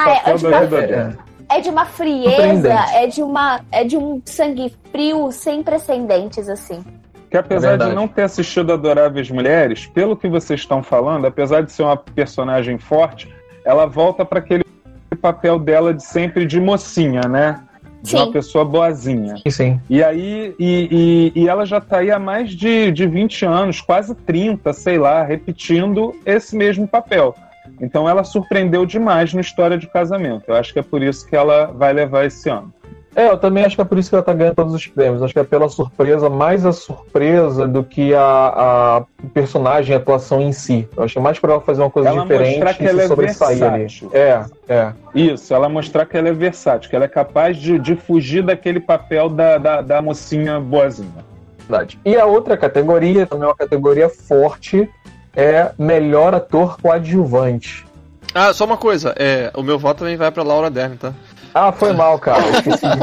E: É de uma frieza, é de um sangue frio sem precedentes, assim.
H: Que apesar de não ter assistido Adoráveis Mulheres, pelo que vocês estão falando, apesar de ser uma personagem forte, ela volta para aquele papel dela de sempre de mocinha, né? De uma pessoa boazinha.
D: Sim.
H: E aí, e ela já tá aí há mais de 20 anos, quase 30, sei lá, repetindo esse mesmo papel. Então ela surpreendeu demais no História de Casamento. Eu acho que é por isso que ela vai levar esse ano.
D: Eu também acho que é por isso que ela tá ganhando todos os prêmios. Acho que é pela surpresa, mais a surpresa do que a personagem, a atuação em si. Eu acho que é mais pra ela fazer uma coisa
H: ela
D: diferente
H: mostrar que ela é
D: versátil.
H: Isso, ela mostrar que ela é versátil, que ela é capaz de fugir daquele papel da mocinha boazinha.
D: Verdade. E a outra categoria, também uma categoria forte, é melhor ator coadjuvante.
C: Só uma coisa, o meu voto também vai pra Laura Dern, tá?
D: Foi mal, cara. Esqueci de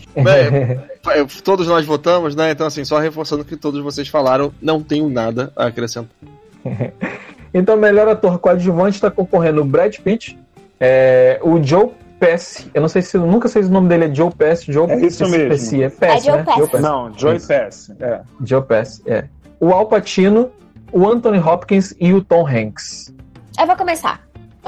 D: você.
C: Todos nós votamos, né? Então, assim, só reforçando o que todos vocês falaram, não tenho nada a acrescentar.
D: Então, melhor ator coadjuvante está concorrendo o Brad Pitt, o Joe Pesci. Eu não sei se nunca sei se o nome dele é Joe Pesci.
H: Isso mesmo.
D: Pesci. É Pesci, né?
E: Joe Pesci.
H: Não, Joe Pesci.
D: Joe Pesci, O Al Pacino, o Anthony Hopkins e o Tom Hanks.
E: Eu vou começar.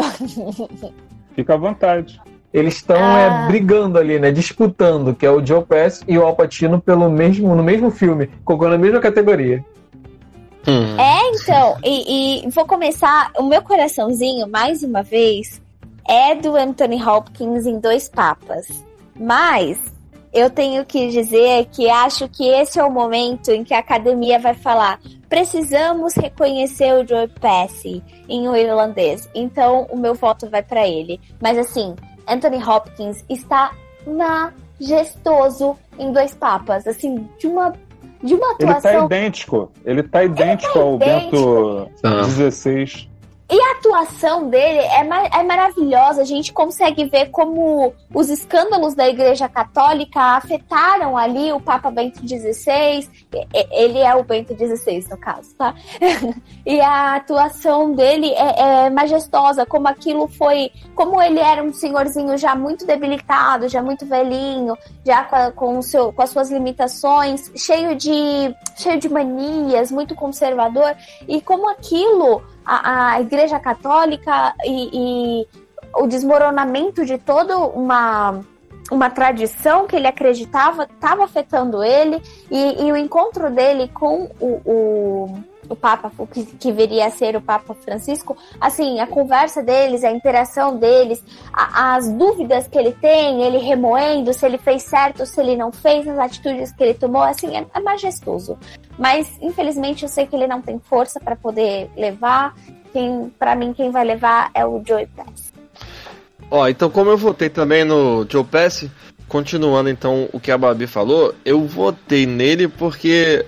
H: Fica à vontade.
D: Eles estão brigando ali, né? Disputando, que é o Joe Pesci e o Al Pacino no mesmo filme, concorrendo na mesma categoria.
E: Então, e vou começar. O meu coraçãozinho, mais uma vez, é do Anthony Hopkins em Dois Papas. Mas eu tenho que dizer que acho que esse é o momento em que a academia vai falar: precisamos reconhecer o Joe Pesci em O Irlandês. Então, o meu voto vai para ele. Mas assim, Anthony Hopkins está majestoso em Dois Papas, assim, de uma atuação...
H: Ele tá idêntico ao Bento XVI.
E: E a atuação dele é maravilhosa. A gente consegue ver como os escândalos da Igreja Católica afetaram ali o Papa Bento XVI. Ele é o Bento XVI, no caso, tá? E a atuação dele é majestosa, como aquilo foi... Como ele era um senhorzinho já muito debilitado, já muito velhinho, já com as suas limitações, cheio de manias, muito conservador. E como aquilo... A Igreja Católica e o desmoronamento de toda uma tradição que ele acreditava estava afetando ele, e o encontro dele com o Papa, que viria a ser o Papa Francisco, assim, a conversa deles, a interação deles, as dúvidas que ele tem, ele remoendo se ele fez certo, se ele não fez, as atitudes que ele tomou, assim, é majestoso. Mas, infelizmente, eu sei que ele não tem força para poder levar. Para mim, quem vai levar é o Joe Pesci.
C: Então como eu votei também no Joe Pesci, continuando então o que a Babi falou, eu votei nele porque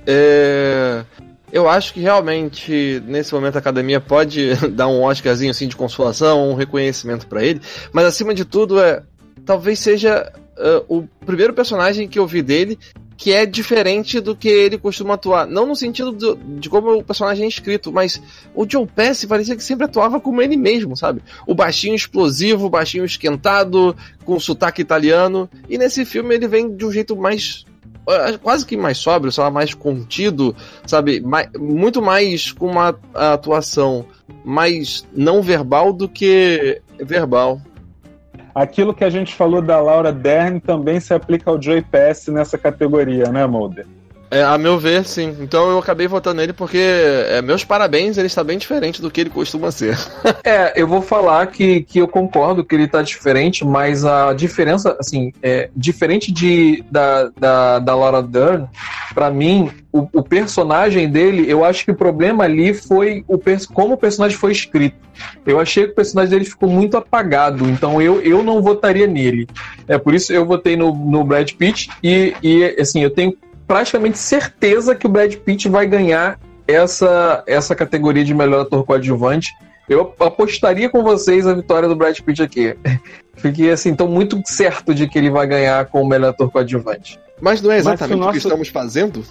C: eu acho que realmente nesse momento a academia pode dar um Oscarzinho assim de consolação, um reconhecimento pra ele, mas acima de tudo talvez seja o primeiro personagem que eu vi dele que é diferente do que ele costuma atuar. Não no sentido de como o personagem é escrito, mas o Joe Pesci parecia que sempre atuava como ele mesmo, sabe? O baixinho explosivo, o baixinho esquentado, com sotaque italiano. E nesse filme ele vem de um jeito mais... quase que mais sóbrio, só mais contido, sabe? Muito mais com uma atuação mais não verbal do que verbal.
H: Aquilo que a gente falou da Laura Dern também se aplica ao Joe Pesci nessa categoria, né, Mulder?
C: A meu ver, sim. Então eu acabei votando nele porque, meus parabéns, ele está bem diferente do que ele costuma ser.
D: Eu vou falar que eu concordo que ele está diferente, mas a diferença, assim, diferente da Laura Dern, pra mim, o personagem dele, eu acho que o problema ali foi como o personagem foi escrito. Eu achei que o personagem dele ficou muito apagado, então eu não votaria nele. Por isso eu votei no Brad Pitt e assim, eu tenho praticamente certeza que o Brad Pitt vai ganhar essa categoria de melhor ator coadjuvante. Eu apostaria com vocês a vitória do Brad Pitt aqui. Fiquei assim, tô muito certo de que ele vai ganhar com o melhor ator coadjuvante.
C: Mas não é exatamente o que estamos fazendo?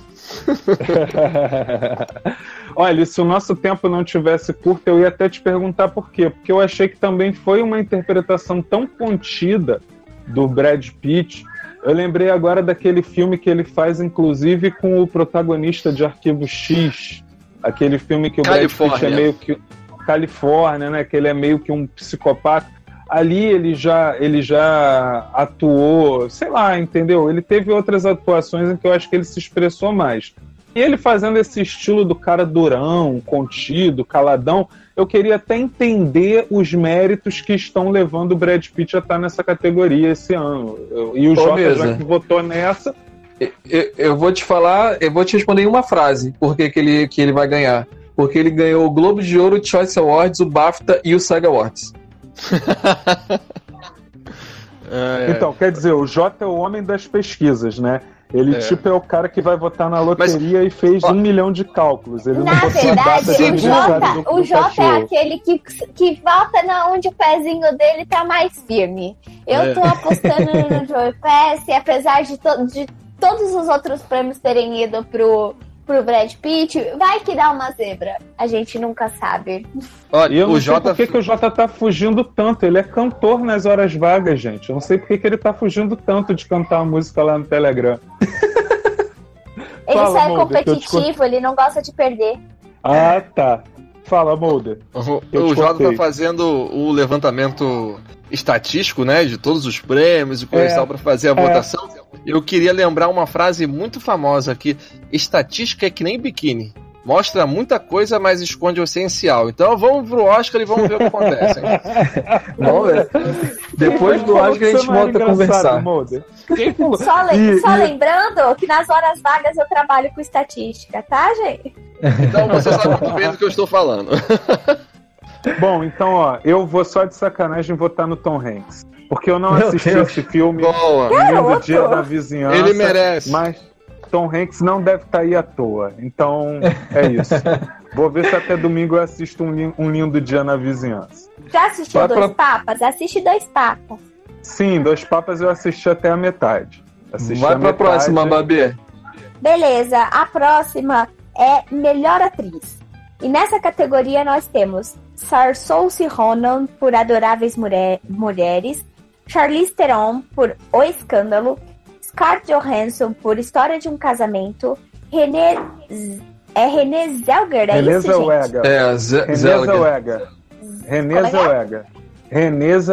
H: Olha, se o nosso tempo não tivesse curto, eu ia até te perguntar por quê. Porque eu achei que também foi uma interpretação tão contida do Brad Pitt. Eu lembrei agora daquele filme que ele faz, inclusive, com o protagonista de Arquivo X. Aquele filme que o Brad Pitt é meio que... Califórnia, né? Que ele é meio que um psicopata. Ali ele já atuou, sei lá, entendeu? Ele teve outras atuações em que eu acho que ele se expressou mais. E ele fazendo esse estilo do cara durão, contido, caladão, eu queria até entender os méritos que estão levando o Brad Pitt a estar nessa categoria esse ano. E o Jota, já que votou nessa...
D: Eu vou te falar, eu vou te responder em uma frase por que ele vai ganhar. Porque ele ganhou o Globo de Ouro, o Choice Awards, o BAFTA e o SAG Awards.
H: Então, quer dizer, o Jota é o homem das pesquisas, né? Ele é o cara que vai votar na loteria e fez 1 milhão de cálculos. Ele
E: na verdade, o Jota é aquele que vota onde o pezinho dele tá mais firme. Eu tô apostando no Joe Pesci, apesar de todos os outros prêmios terem ido pro Brad Pitt, vai que dá uma zebra. A gente nunca sabe.
C: Olha,
H: eu não sei por que o Jota tá fugindo tanto. Ele é cantor nas horas vagas, gente. Eu não sei por que ele tá fugindo tanto de cantar a música lá no Telegram.
E: Ele só é competitivo, ele não gosta de perder.
H: Ah, tá. Fala, Mulder.
C: O Jota tá fazendo o levantamento estatístico, né, de todos os prêmios e coisa e tal, pra fazer a votação. Eu queria lembrar uma frase muito famosa aqui: estatística é que nem biquíni. Mostra muita coisa, mas esconde o essencial. Então vamos pro Oscar e vamos ver o que acontece.
D: Vamos ver. Depois do Oscar a gente volta a conversar.
E: Só lembrando que nas horas vagas eu trabalho com estatística, tá, gente?
C: Então você sabe muito bem do que eu estou falando.
H: Bom, então, eu vou só de sacanagem votar no Tom Hanks. Porque eu não assisti esse filme Lindo Dia da Vizinhança.
C: Ele merece.
H: Mas Tom Hanks não deve estar aí à toa. Então, é isso. Vou ver se até domingo eu assisto um Lindo Dia na Vizinhança.
E: Já assistiu Dois Papas? Assiste Dois Papas.
H: Sim, Dois Papas eu assisti até a metade.
D: Vai pra próxima, Babi.
E: Beleza, a próxima é Melhor Atriz. E nessa categoria nós temos Saoirse Ronan por Adoráveis Mulheres, Charlize Theron por O Escândalo, Scarlett Johansson por História de um Casamento, Renée Zellweger,
H: Renée
E: isso,
H: Zellweger. Renée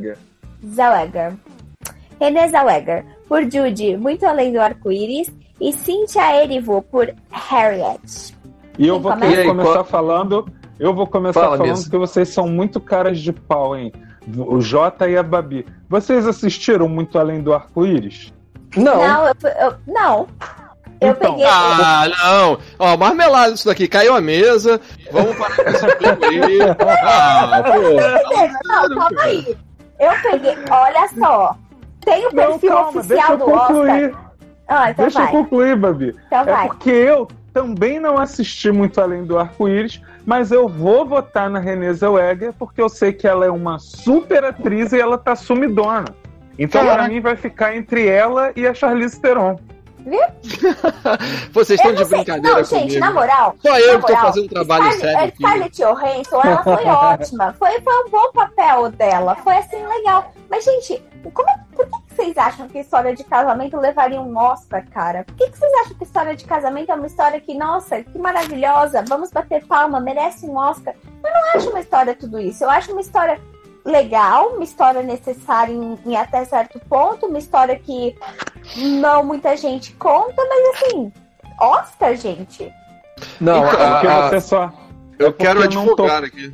E: Zellweger por Judy, Muito Além do Arco-Íris, e Cynthia Erivo por Harriet.
H: E eu vou começar falando. Eu vou começar
D: Fala
H: falando
D: mesmo.
H: que vocês são muito caras de pau, hein? O Jota e a Babi. Vocês assistiram Muito Além do Arco-Íris?
D: Não.
E: Não. Eu
H: Então,
E: peguei.
C: Ah, não. Ó, marmelada isso daqui. Caiu a mesa. Vamos parar com esse filme aí. Ah, pô.
E: Não, calma aí. Eu peguei. Olha só. Tem o perfil oficial do Oscar. Ah, então
H: Deixa eu
E: vai.
H: concluir, Babi.
E: Então
H: É
E: vai.
H: porque eu também não assisti Muito Além do Arco-Íris, mas eu vou votar na Renée Zellweger porque eu sei que ela é uma super atriz e ela tá sumidona. Então, pra mim, vai ficar entre ela e a Charlize Theron.
C: Vocês
E: Eu
C: estão de
E: não sei.
C: brincadeira
E: Não,
C: comigo.
E: gente, na moral.
C: Só eu
E: na
C: que tô
E: moral,
C: fazendo um trabalho sério aqui.
E: Scarlett Johansson, ela foi ótima. Foi um bom papel dela. Foi assim, legal. Mas, gente, por que vocês acham que história de casamento levaria um Oscar, cara? Por que vocês acham que história de casamento é uma história que, nossa, que maravilhosa, vamos bater palma, merece um Oscar? Eu não acho uma história tudo isso. Eu acho uma história legal, uma história necessária em até certo ponto, uma história que não muita gente conta, mas assim, Oscar, gente.
D: Não,
H: Porque você só...
C: Eu quero
H: porque eu não tô-
C: advogar aqui.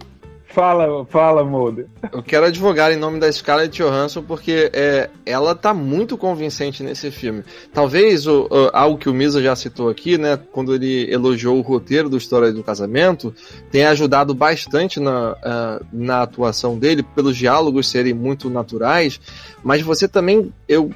H: Fala, Mulder.
C: Eu quero advogar em nome da Scarlett Johansson porque ela tá muito convincente nesse filme. Talvez algo que o Misa já citou aqui, né, quando ele elogiou o roteiro do História do Casamento, tenha ajudado bastante na atuação dele, pelos diálogos serem muito naturais, mas você também... Eu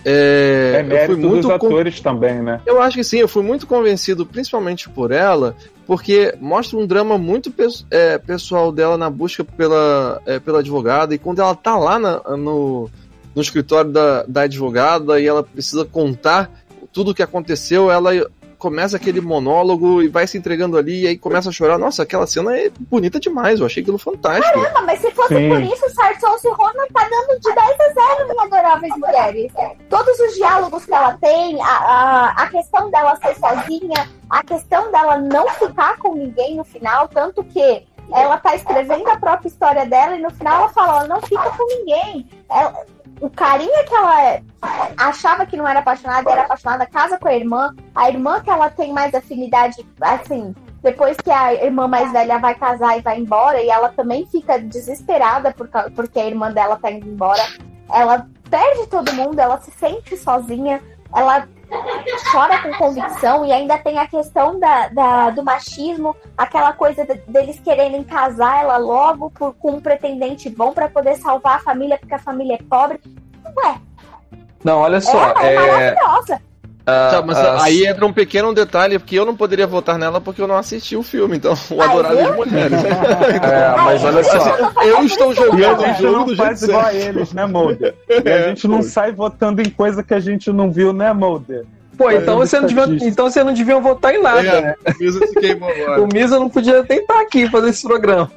H: mérito
C: fui muito
H: dos atores também, né?
C: Eu acho que sim, eu fui muito convencido, principalmente por ela, porque mostra um drama muito pessoal dela na busca pela advogada, e quando ela tá lá no escritório da advogada e ela precisa contar tudo o que aconteceu, ela começa aquele monólogo e vai se entregando ali, e aí começa a chorar. Nossa, aquela cena é bonita demais, eu achei aquilo fantástico.
E: Caramba, mas se fosse
H: Sim.
E: por isso, Saoirse Ronan tá dando de 10-0 em Adoráveis Mulheres. Todos os diálogos que ela tem, a questão dela ser sozinha, a questão dela não ficar com ninguém no final, tanto que ela tá escrevendo a própria história dela e no final ela fala, ela não fica com ninguém. O carinha que ela achava que não era apaixonada, casa com a irmã que ela tem mais afinidade, assim, depois que a irmã mais velha vai casar e vai embora, e ela também fica desesperada porque a irmã dela tá indo embora, ela perde todo mundo, ela se sente sozinha, ela chora com convicção, e ainda tem a questão do machismo, aquela coisa deles quererem casar ela logo com um pretendente bom pra poder salvar a família, porque a família é pobre. Ué,
D: Não, olha só.
E: ela é maravilhosa.
C: Mas aí entra um pequeno detalhe, porque eu não poderia votar nela porque eu não assisti o filme, então o Adoráveis Mulheres.
D: Mas olha só.
C: Eu estou
H: E a
C: jogando o
H: gente
C: jogo
H: não
C: do jeito
H: faz igual a
C: certo.
H: eles, né, Mulder? E a gente não sai votando em coisa que a gente não viu, né, Mulder?
D: Pô, então você não devia votar em nada, né?
C: O Misa se queimou agora.
D: O Misa não podia nem estar aqui fazer esse programa.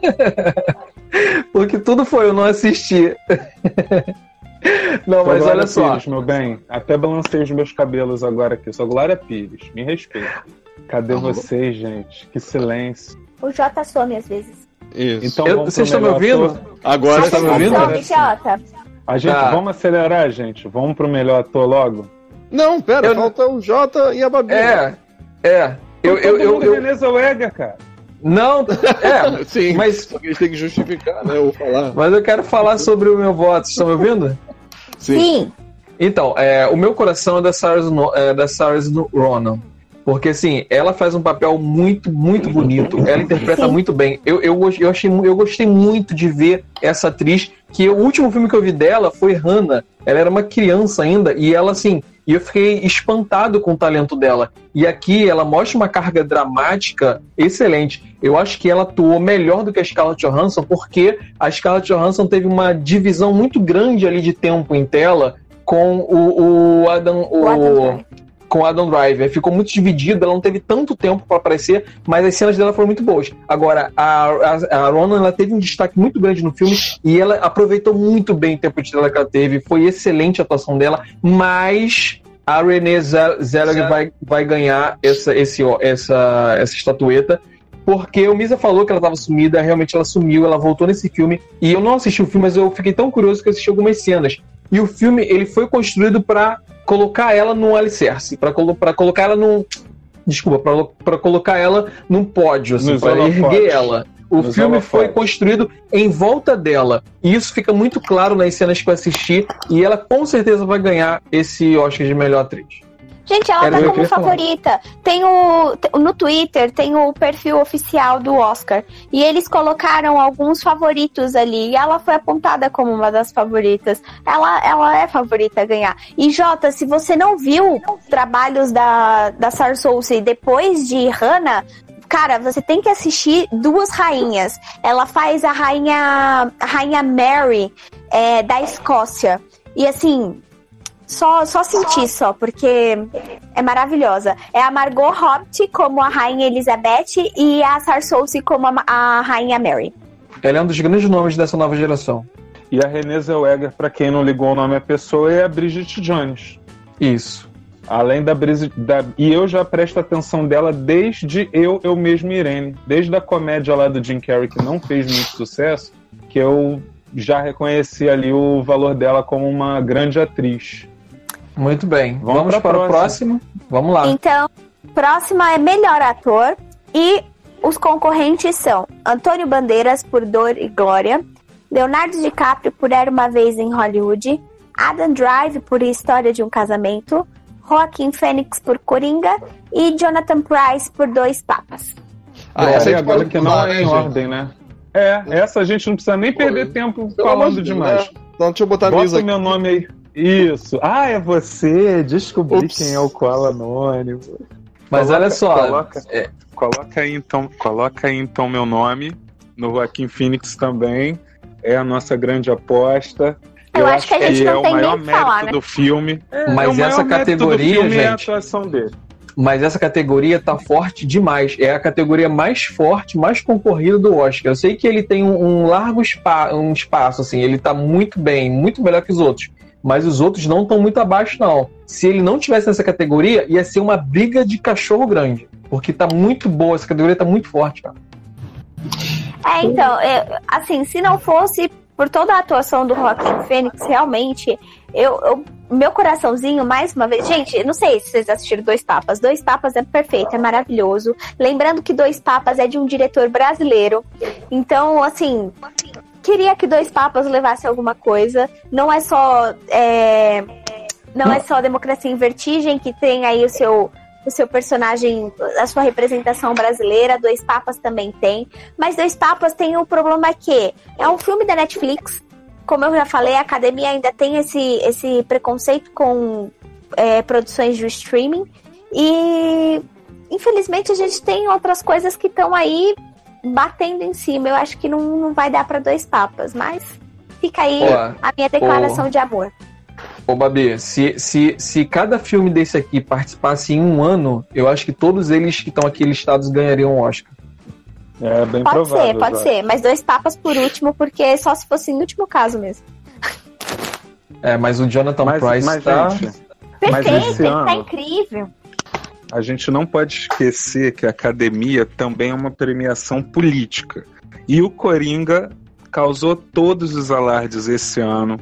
D: Porque tudo foi, eu não assisti. Não, mas
H: Glória
D: olha só.
H: Pires, meu bem. Até balancei os meus cabelos agora aqui. Sou Glória Pires. Me respeita. Cadê vocês, gente? Que silêncio.
E: O Jota some às vezes.
C: Isso.
H: Então,
D: Eu-
H: vamos
D: vocês
H: pro
D: estão me
H: melhor
D: ouvindo?
H: ator.
C: Agora
D: Vocês
C: tá
D: estão me ouvindo?
E: Some, Jota.
H: A gente,
D: Tá.
H: vamos acelerar, gente. Vamos pro melhor ator logo?
C: Não, pera,
D: Eu-
C: falta o Jota e a Babi.
H: Eu Renée Zellweger, cara.
D: Não,
C: Sim,
D: mas-
C: só que eles têm que justificar, né? Ou falar.
D: mas eu quero falar sobre o meu voto. Vocês estão me ouvindo?
E: Sim.
D: Então, o meu coração é da Saoirse Ronan. Porque, assim, ela faz um papel muito, muito bonito. Ela interpreta
E: Sim.
D: muito bem. Eu gostei muito de ver essa atriz, que o último filme que eu vi dela foi Hannah. Ela era uma criança ainda, e ela, assim... E eu fiquei espantado com o talento dela. E aqui ela mostra uma carga dramática excelente. Eu acho que ela atuou melhor do que a Scarlett Johansson, porque a Scarlett Johansson teve uma divisão muito grande ali de tempo em tela com o Adam Driver. Ficou muito dividida, ela não teve tanto tempo para aparecer, mas as cenas dela foram muito boas. Agora, a Ronan, ela teve um destaque muito grande no filme e ela aproveitou muito bem o tempo de tela que ela teve. Foi excelente a atuação dela, mas a Renée Zellweger vai ganhar essa estatueta, porque o Misa falou que ela estava sumida, realmente ela sumiu, ela voltou nesse filme, e eu não assisti o filme, mas eu fiquei tão curioso que eu assisti algumas cenas. E o filme, ele foi construído para colocar ela no alicerce, para colocar ela desculpa, pra colocar ela num pódio, assim,
H: Nos
D: pra erguer
H: holofotes.
D: ela. O
H: Nos
D: filme foi
H: holofotes.
D: construído em volta dela. E isso fica muito claro nas cenas que eu assisti. E ela com certeza vai ganhar esse Oscar de melhor atriz.
E: Gente, ela
D: Era
E: tá
D: o que eu
E: como
D: queria falar.
E: favorita. No Twitter tem o perfil oficial do Oscar. E eles colocaram alguns favoritos ali. E ela foi apontada como uma das favoritas. Ela é favorita a ganhar. E Jota, se você não viu trabalhos da Saoirse depois de Hannah, cara, você tem que assistir duas rainhas. Ela faz a rainha Mary da Escócia. E assim, só sentir só, porque é maravilhosa. É a Margot Robbie como a rainha Elizabeth e a Saoirse como a rainha Mary.
D: Ela é um dos grandes nomes dessa nova geração.
H: E a Renée Zellweger, pra quem não ligou o nome à pessoa, é a Bridget Jones.
D: Isso.
H: Além da Bridget... E eu já presto atenção dela desde Eu Mesmo Irene. Desde a comédia lá do Jim Carrey, que não fez muito sucesso, que eu já reconheci ali o valor dela como uma grande atriz.
D: Muito bem.
H: Vamos
D: Vamos
H: pra
D: para o
H: próxima.
D: próximo? Vamos lá.
E: Então, próxima é melhor ator. E os concorrentes são Antônio Bandeiras por Dor e Glória, Leonardo DiCaprio por Era Uma Vez em Hollywood, Adam Drive por História de um Casamento, Joaquin Phoenix por Coringa e Jonathan Pryce por Dois Papas.
C: Essa
H: E
C: é
H: agora
C: pode
H: que não
C: pular,
H: é
C: né,
H: em
C: gente?
H: ordem, né? Essa a gente não precisa nem perder tempo
C: Pelo amor
H: falando
C: de Deus,
H: demais.
C: né? Então, deixa eu botar a
H: Bota
C: mesa
H: o
C: aqui.
H: meu nome aí. Isso. Ah, é você. Descobri
C: Ups.
H: quem é o Koala Anônimo.
D: Mas olha só.
H: Coloca aí então meu nome. No Joaquin Phoenix também. É a nossa grande aposta.
E: Eu acho que a gente não
H: é o
E: tem
H: maior
E: nem o que falar,
H: mérito
E: né?
H: do filme.
D: Mas
H: o maior
D: essa
H: mérito
D: categoria,
H: do filme é a
D: gente,
H: atuação dele.
D: mas essa categoria tá forte demais. É a categoria mais forte, mais concorrida do Oscar. Eu sei que ele tem um largo espaço, assim, ele tá muito bem, muito melhor que os outros. Mas os outros não estão muito abaixo, não. Se ele não tivesse nessa categoria, ia ser uma briga de cachorro grande. Porque tá muito boa, essa categoria tá muito forte, cara.
E: Então, assim, se não fosse por toda a atuação do Joaquin Phoenix, realmente, meu coraçãozinho, mais uma vez... Gente, eu não sei se vocês assistiram Dois Papas. Dois Papas é perfeito, é maravilhoso. Lembrando que Dois Papas é de um diretor brasileiro. Então, assim... Queria que Dois Papas levasse alguma coisa. Não é só Democracia em Vertigem, que tem aí o seu personagem, a sua representação brasileira. Dois Papas também tem. Mas Dois Papas tem um problema que é um filme da Netflix. Como eu já falei, a academia ainda tem esse preconceito com produções de streaming. E, infelizmente, a gente tem outras coisas que estão aí batendo em cima. Eu acho que não vai dar para Dois Papas, mas fica aí a minha declaração de amor.
D: Ô, Babi, se cada filme desse aqui participasse em um ano, eu acho que todos eles que estão aqui listados ganhariam um Oscar.
H: É bem
E: Pode
H: provável.
E: pode ser, mas Dois Papas por último, porque só se fosse em último caso mesmo.
D: Mas o Jonathan Pryce tá...
H: gente,
E: Perfeito,
H: esse
E: ele
H: ano-
E: tá incrível.
H: a gente não pode esquecer que a academia também é uma premiação política. E o Coringa causou todos os alardes esse ano.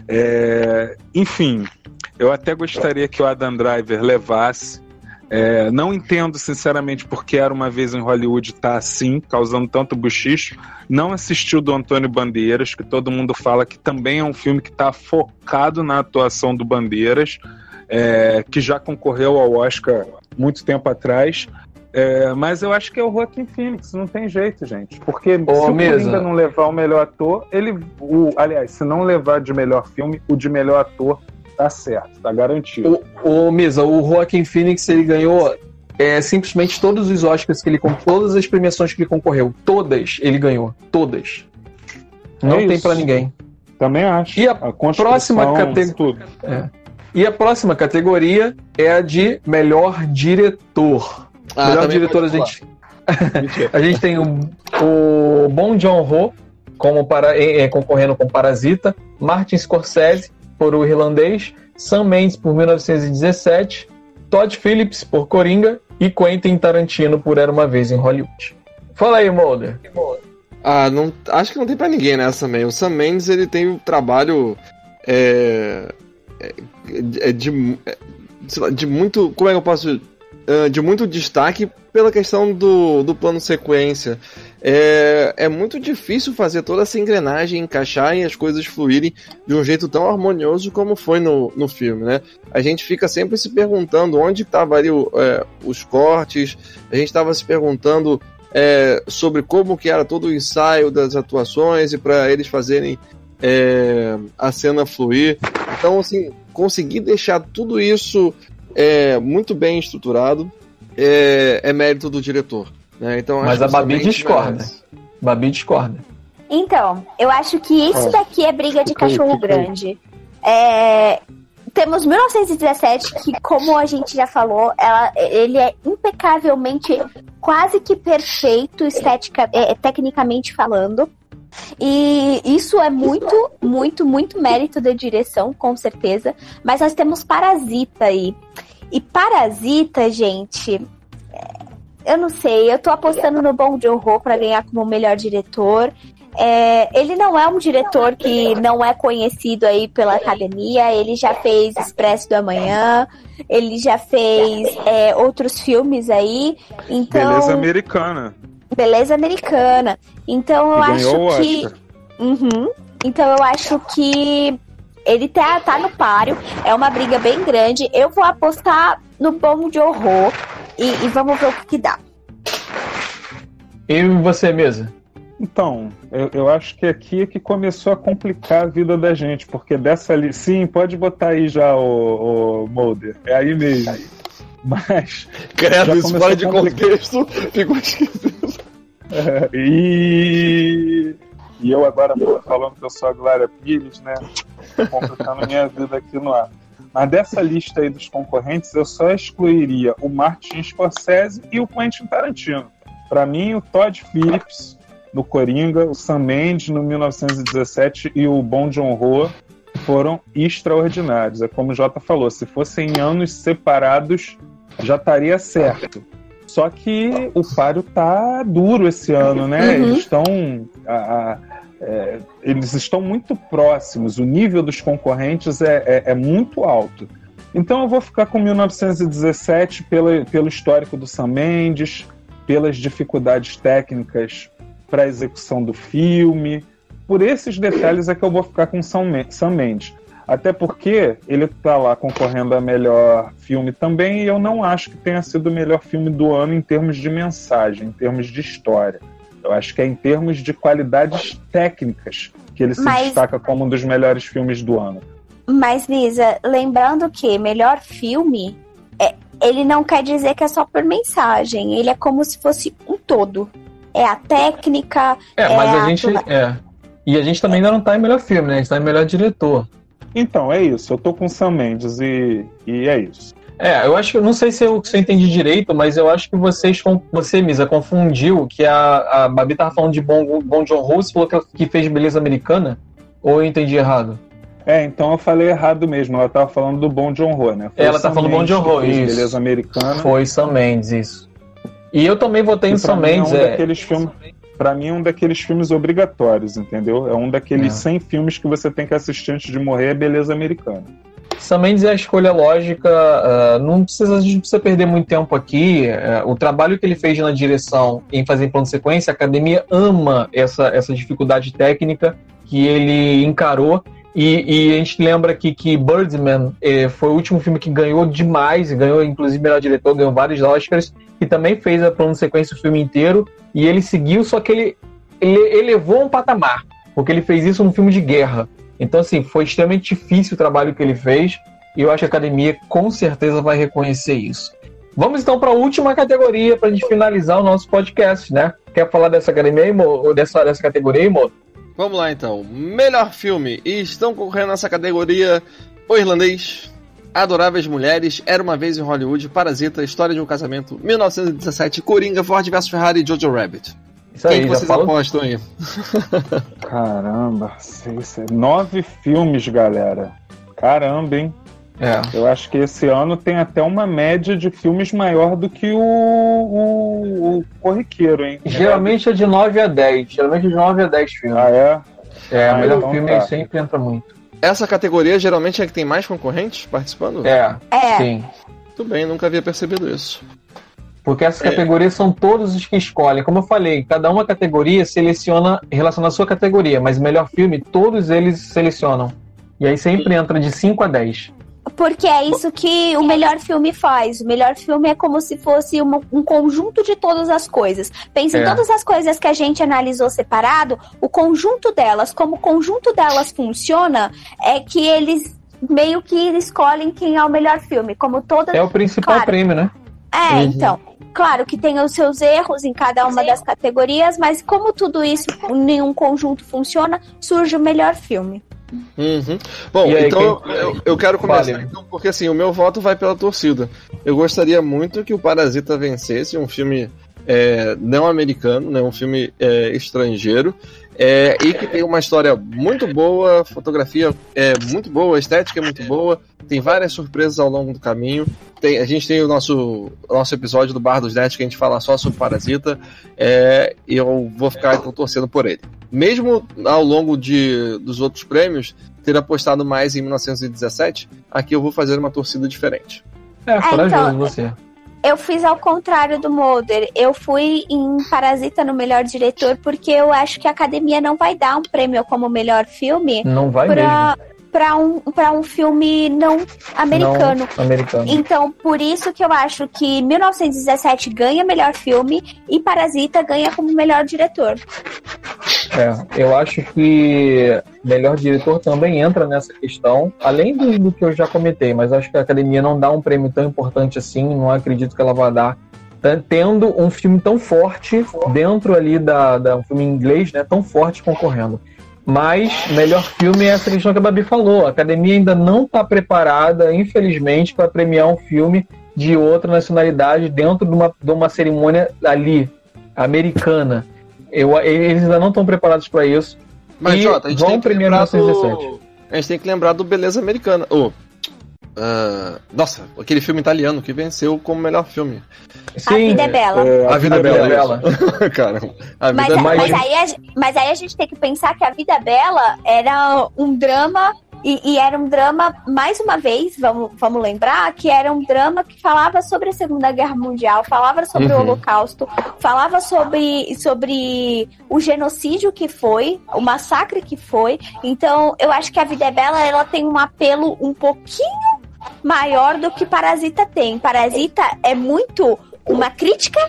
H: Enfim, eu até gostaria que o Adam Driver levasse. Não entendo, sinceramente, porque Era Uma Vez em Hollywood tá assim, causando tanto buchicho. Não assisti o do Antônio Bandeiras, que todo mundo fala que também é um filme que tá focado na atuação do Bandeiras, que já concorreu ao Oscar muito tempo atrás. Mas eu acho que é o Joaquin Phoenix, não tem jeito, gente. Porque se o Coringa não levar o melhor ator, aliás, se não levar de melhor filme, o de melhor ator tá certo, tá garantido.
D: Misa, o Joaquin Phoenix, ele ganhou simplesmente todos os Oscars que ele todas as premiações que ele concorreu, todas ele ganhou, todas. Não tem pra ninguém.
H: Também acho.
D: E a próxima E a próxima categoria é a de melhor diretor. Melhor diretor, a gente tem o Bong Joon-ho concorrendo com Parasita, Martin Scorsese por O Irlandês, Sam Mendes por 1917, Todd Phillips por Coringa e Quentin Tarantino por Era Uma Vez em Hollywood. Fala aí, Mulder.
C: Acho que não tem pra ninguém nessa também. O Sam Mendes, ele tem um trabalho de muito... Como é que eu posso de muito destaque pela questão do plano sequência. É muito difícil fazer toda essa engrenagem encaixar e as coisas fluírem de um jeito tão harmonioso como foi no filme, né? A gente fica sempre se perguntando onde estavam ali os cortes, a gente estava se perguntando sobre como que era todo o ensaio das atuações e para eles fazerem a cena fluir. Então, assim, conseguir deixar tudo isso muito bem estruturado é mérito do diretor, né? Então,
D: mas a Babi discorda. Babi discorda.
E: Então, eu acho que isso daqui é briga de cachorro grande. Temos 1917, que, como a gente já falou, ele é impecavelmente, quase que perfeito, tecnicamente falando. E isso é muito, muito, muito mérito da direção, com certeza. Mas nós temos Parasita aí. E Parasita, gente, eu não sei, eu tô apostando no Bong Joon-ho pra ganhar como melhor diretor. Ele não é um diretor que não é conhecido aí pela academia. Ele já fez Expresso do Amanhã, ele já fez outros filmes aí. Então, Beleza Americana. Então eu acho que então eu acho que ele tá no páreo. É uma briga bem grande. Eu vou apostar no Bong Joon-ho e vamos ver o que dá.
D: E você, Mesa?
H: Então, eu acho que aqui é que começou a complicar a vida da gente, porque dessa ali... Sim, pode botar aí já o Mulder. É aí mesmo. Mas...
C: Credo, isso fora de contexto, ficou esquisito.
H: E eu agora falando que eu sou a Glória Pires, né? Completando minha vida aqui no ar. Mas dessa lista aí dos concorrentes, eu só excluiria o Martin Scorsese e o Quentin Tarantino. Para mim, o Todd Phillips no Coringa, o Sam Mendes no 1917 e o Bong Joon-ho foram extraordinários. É como o Jota falou, se fossem anos separados, já estaria certo. Só que o páreo tá duro esse ano, né? Eles estão muito próximos, o nível dos concorrentes é muito alto. Então eu vou ficar com 1917 pelo histórico do Sam Mendes, pelas dificuldades técnicas para a execução do filme. Por esses detalhes é que eu vou ficar com Sam Mendes. Até porque ele está lá concorrendo a melhor filme também, e eu não acho que tenha sido o melhor filme do ano em termos de mensagem, em termos de história. Eu acho que é em termos de qualidades técnicas que ele se destaca como um dos melhores filmes do ano.
E: Mas, Lisa, lembrando que melhor filme, ele não quer dizer que é só por mensagem. Ele é como se fosse um todo. É a técnica...
D: mas a gente... E a gente também ainda não tá em melhor filme, né? A gente tá em melhor diretor.
H: Então, é isso. Eu tô com o Sam Mendes e é isso.
D: Eu acho que... Eu não sei se eu entendi direito, mas eu acho que você, Misa, confundiu que a Babi tava falando de Bong Joon-ho, você falou que fez Beleza Americana? Ou eu entendi errado?
H: Então eu falei errado mesmo. Ela tava falando do Bong Joon-ho, né?
D: Ela tá falando do Bong Joon-ho, isso.
H: Beleza Americana.
D: Foi Sam Mendes, isso. E eu também votei em Sam Mendes.
H: Pra mim é um daqueles filmes obrigatórios, entendeu? É um daqueles 100 filmes que você tem que assistir antes de morrer, é Beleza Americana.
D: Sam Mendes é a escolha lógica, a gente não precisa perder muito tempo aqui. O trabalho que ele fez na direção em fazer plano de sequência, a academia ama essa dificuldade técnica que ele encarou. E a gente lembra aqui que Birdman foi o último filme que ganhou demais, ganhou inclusive melhor diretor, ganhou vários Oscars, que também fez a plano de sequência o filme inteiro, e ele seguiu, só que ele elevou um patamar, porque ele fez isso num filme de guerra. Então, assim, foi extremamente difícil o trabalho que ele fez, e eu acho que a academia com certeza vai reconhecer isso. Vamos então para a última categoria, para a gente finalizar o nosso podcast, né? Quer falar dessa academia aí, ou dessa categoria aí, Mo?
C: Vamos lá então, melhor filme, e estão concorrendo nessa categoria O Irlandês, Adoráveis Mulheres, Era Uma Vez em Hollywood, Parasita, História de um Casamento, 1917, Coringa, Ford vs Ferrari e Jojo Rabbit.
D: Isso aí,
C: quem que vocês apostam aí?
H: Caramba, 9 filmes, galera. Caramba, hein? Eu acho que esse ano tem até uma média de filmes maior do que o corriqueiro, hein?
D: Geralmente é de 9 a 10. Geralmente é de 9 a 10 filmes. O melhor
H: então
D: filme sempre entra muito.
C: Essa categoria geralmente é que tem mais concorrentes participando?
D: Sim.
C: Tudo bem, nunca havia percebido isso.
D: Porque essas categorias são todos os que escolhem. Como eu falei, cada uma categoria seleciona em relação à sua categoria, mas o melhor filme, todos eles selecionam. E aí sempre entra de 5 a 10.
E: Porque é isso que o melhor filme faz. O melhor filme é como se fosse um conjunto de todas as coisas. Pensa em todas as coisas que a gente analisou separado, o conjunto delas, como o conjunto delas funciona, é que eles meio que escolhem quem é o melhor filme. Como todas...
D: É o principal prêmio, né?
E: Então, claro que tem os seus erros em cada uma das categorias, mas como tudo isso em um conjunto funciona, surge o melhor filme.
C: Bom,
D: aí,
C: então eu quero começar, então, porque assim, o meu voto vai pela torcida. Eu gostaria muito que o Parasita vencesse, um filme não americano, né, um filme estrangeiro, e que tem uma história muito boa, fotografia muito boa, estética é muito boa, tem várias surpresas ao longo do caminho. A gente tem o nosso episódio do Bar dos Nerds que a gente fala só sobre Parasita, e eu vou ficar então torcendo por ele. Mesmo ao longo dos outros prêmios ter apostado mais em 1917, aqui eu vou fazer uma torcida diferente.
D: Corajoso
E: então,
D: você.
E: Eu fiz ao contrário do Mulder. Eu fui em Parasita no melhor diretor porque eu acho que a Academia não vai dar um prêmio como melhor filme.
D: Não vai mesmo.
E: Para um filme não americano.
D: Não americano.
E: Então, por isso que eu acho que 1917 ganha melhor filme e Parasita ganha como melhor diretor.
D: Eu acho que melhor diretor também entra nessa questão, além do que eu já comentei, mas acho que a Academia não dá um prêmio tão importante assim, não acredito que ela vá dar, tendo um filme tão forte dentro ali um filme em inglês, né, tão forte concorrendo. Mas melhor filme é essa questão que a Babi falou, a Academia ainda não está preparada, infelizmente, para premiar um filme de outra nacionalidade dentro de uma cerimônia ali, americana. Eles ainda não estão preparados para isso.
C: Mas, Jota, a gente
D: vão premiar 1917.
C: A gente tem que lembrar do Beleza Americana. Nossa, aquele filme italiano que venceu como melhor filme.
E: Sim, A Vida é Bela.
C: A Vida é Bela. Caramba.
E: Mas aí a gente tem que pensar que A Vida é Bela era um drama. E era um drama, mais uma vez, vamos lembrar, que era um drama que falava sobre a Segunda Guerra Mundial, falava sobre o Holocausto, falava sobre o genocídio que foi, o massacre que foi. Então, eu acho que A Vida é Bela, ela tem um apelo um pouquinho maior do que Parasita tem. Parasita é muito uma crítica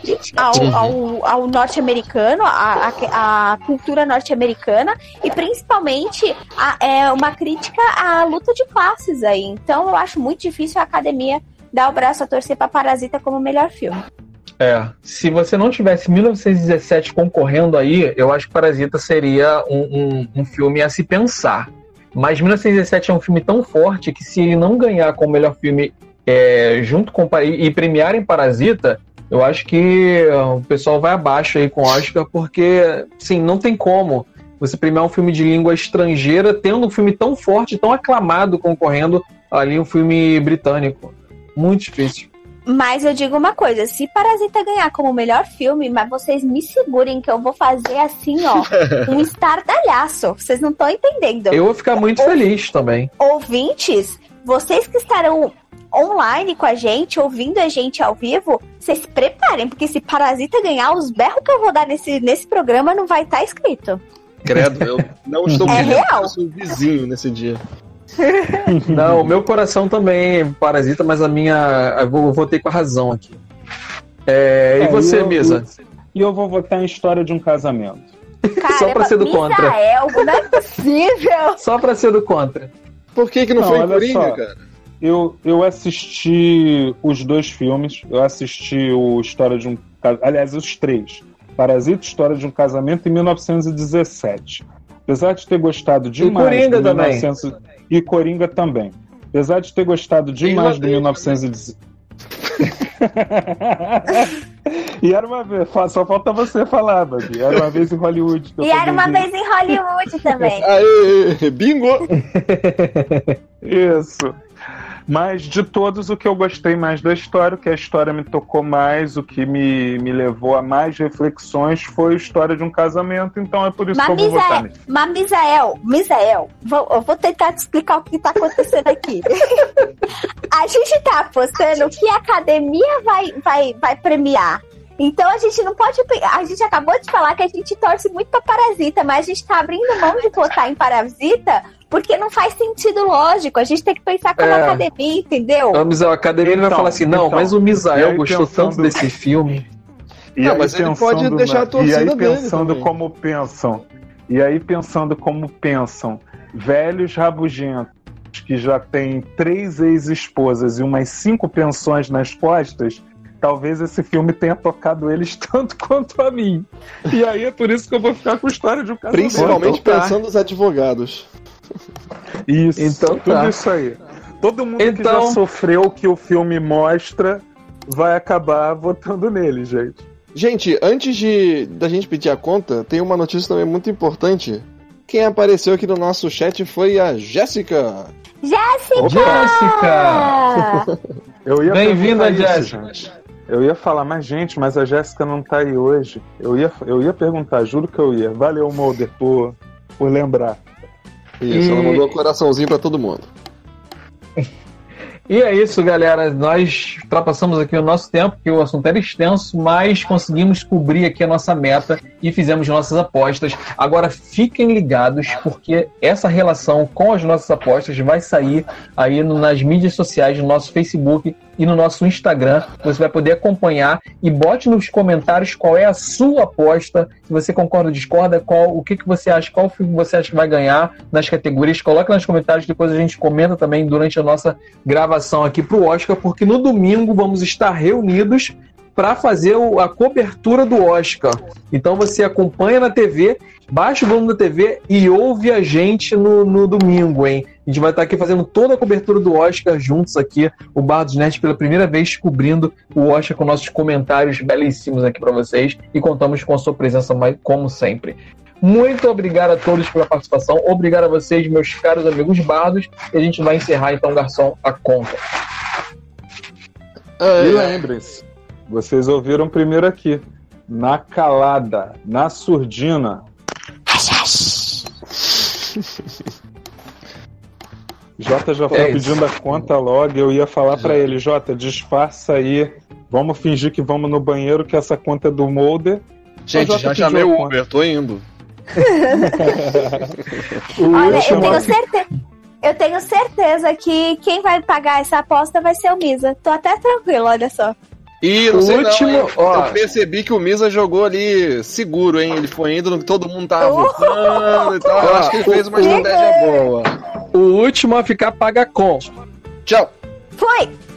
E: ao norte-americano, à cultura norte-americana, e principalmente uma crítica à luta de classes aí. Então eu acho muito difícil a Academia dar o braço a torcer para Parasita como melhor filme.
D: Se você não tivesse 1917 concorrendo aí, eu acho que Parasita seria um filme a se pensar. Mas 1917 é um filme tão forte que se ele não ganhar como melhor filme junto com e premiarem Parasita, eu acho que o pessoal vai abaixo aí com o Oscar, porque, sim, não tem como você premiar um filme de língua estrangeira tendo um filme tão forte, tão aclamado concorrendo ali um filme britânico. Muito difícil.
E: Mas eu digo uma coisa, se Parasita ganhar como melhor filme, mas vocês me segurem que eu vou fazer assim, ó, um estardalhaço. Vocês não estão entendendo.
D: Eu vou ficar muito feliz também.
E: Ouvintes, vocês que estarão online com a gente, ouvindo a gente ao vivo, vocês se preparem, porque se Parasita ganhar, os berros que eu vou dar nesse programa não vai estar escrito.
C: Credo, eu não estou
E: real.
C: Eu sou vizinho nesse dia.
D: Não, o meu coração também Parasita, mas eu votei com a razão aqui. E você, Misa?
H: E eu vou votar em História de um Casamento.
E: Caramba,
D: só pra ser do contra.
E: Não é possível.
D: Só pra ser do contra.
C: Por que não foi Coringa, cara?
H: Eu assisti os dois filmes. Eu assisti o História de um... Aliás, os três. Parasita, História de um Casamento e 1917. Apesar de ter gostado demais...
D: E Coringa também.
H: E Coringa também. Apesar de ter gostado demais de 1917... E era uma vez... Só falta você falar, Babi. Era uma vez em Hollywood.
E: E era uma vez em Hollywood também.
C: Aê, bingo!
H: Isso. Mas de todos, o que eu gostei mais da história, o que a história me tocou mais, o que me levou a mais reflexões foi a história de um casamento, então é por isso que eu vou votar nisso.
E: Mas Misael, eu vou tentar te explicar o que tá acontecendo aqui. A gente tá apostando que a academia vai premiar. Então a gente não pode. A gente acabou de falar que a gente torce muito pra Parasita, mas a gente tá abrindo mão de votar em Parasita porque não faz sentido lógico. A gente tem que pensar como academia, entendeu?
D: Não, Misael, a academia vai falar assim: não, mas o Misael gostou tanto desse filme.
C: Mas ele pode deixar a torcida dele.
H: E aí pensando como pensam, velhos rabugentos que já têm 3 ex-esposas e umas 5 pensões nas costas. Talvez esse filme tenha tocado eles tanto quanto a mim. E aí é por isso que eu vou ficar com a história de um casamento.
C: Principalmente pensando nos advogados.
H: Isso, então tudo isso aí. Todo mundo que já sofreu o que o filme mostra vai acabar votando nele, gente.
C: Gente, antes da gente pedir a conta, tem uma notícia também muito importante. Quem apareceu aqui no nosso chat foi a Jéssica.
E: Jéssica!
D: Bem-vinda, Jéssica.
H: Eu ia falar, mas a Jéssica não tá aí hoje. Eu ia perguntar, juro que eu ia. Valeu, Mulder, por lembrar.
C: Isso, ela mandou um coraçãozinho pra todo mundo.
D: E é isso, galera. Nós ultrapassamos aqui o nosso tempo, porque o assunto era extenso, mas conseguimos cobrir aqui a nossa meta e fizemos nossas apostas. Agora fiquem ligados, porque essa relação com as nossas apostas vai sair aí nas mídias sociais, no nosso Facebook e no nosso Instagram. Você vai poder acompanhar e bote nos comentários qual é a sua aposta, se você concorda ou discorda, o que você acha, qual filme você acha que vai ganhar nas categorias. Coloque nos comentários, depois a gente comenta também durante a nossa gravação aqui pro Oscar, porque no domingo vamos estar reunidos para fazer a cobertura do Oscar. Então você acompanha na TV, baixa o volume da TV e ouve a gente no domingo, hein? A gente vai estar aqui fazendo toda a cobertura do Oscar juntos aqui, o Bar dos Nerds pela primeira vez cobrindo o Oscar com nossos comentários belíssimos aqui para vocês e contamos com a sua presença, como sempre. Muito obrigado a todos pela participação, obrigado a vocês, meus caros amigos bardos, e a gente vai encerrar então, garçom, a conta.
H: E lembrem-se, vocês ouviram primeiro aqui, na calada, na surdina. Jota já foi pedindo a conta logo, eu ia falar pra ele, Jota, disfarça aí, vamos fingir que vamos no banheiro, que essa conta é do Mulder.
C: Gente, já chamei o Uber, tô indo.
E: Olha, eu tenho certeza que quem vai pagar essa aposta vai ser o Misa. Tô até tranquilo, olha só.
C: E eu percebi que o Misa jogou ali seguro, hein? Ele foi indo no que todo mundo tava votando e tal. Eu acho que ele fez uma estratégia boa.
D: O último a ficar paga com.
C: Tchau.
E: Foi!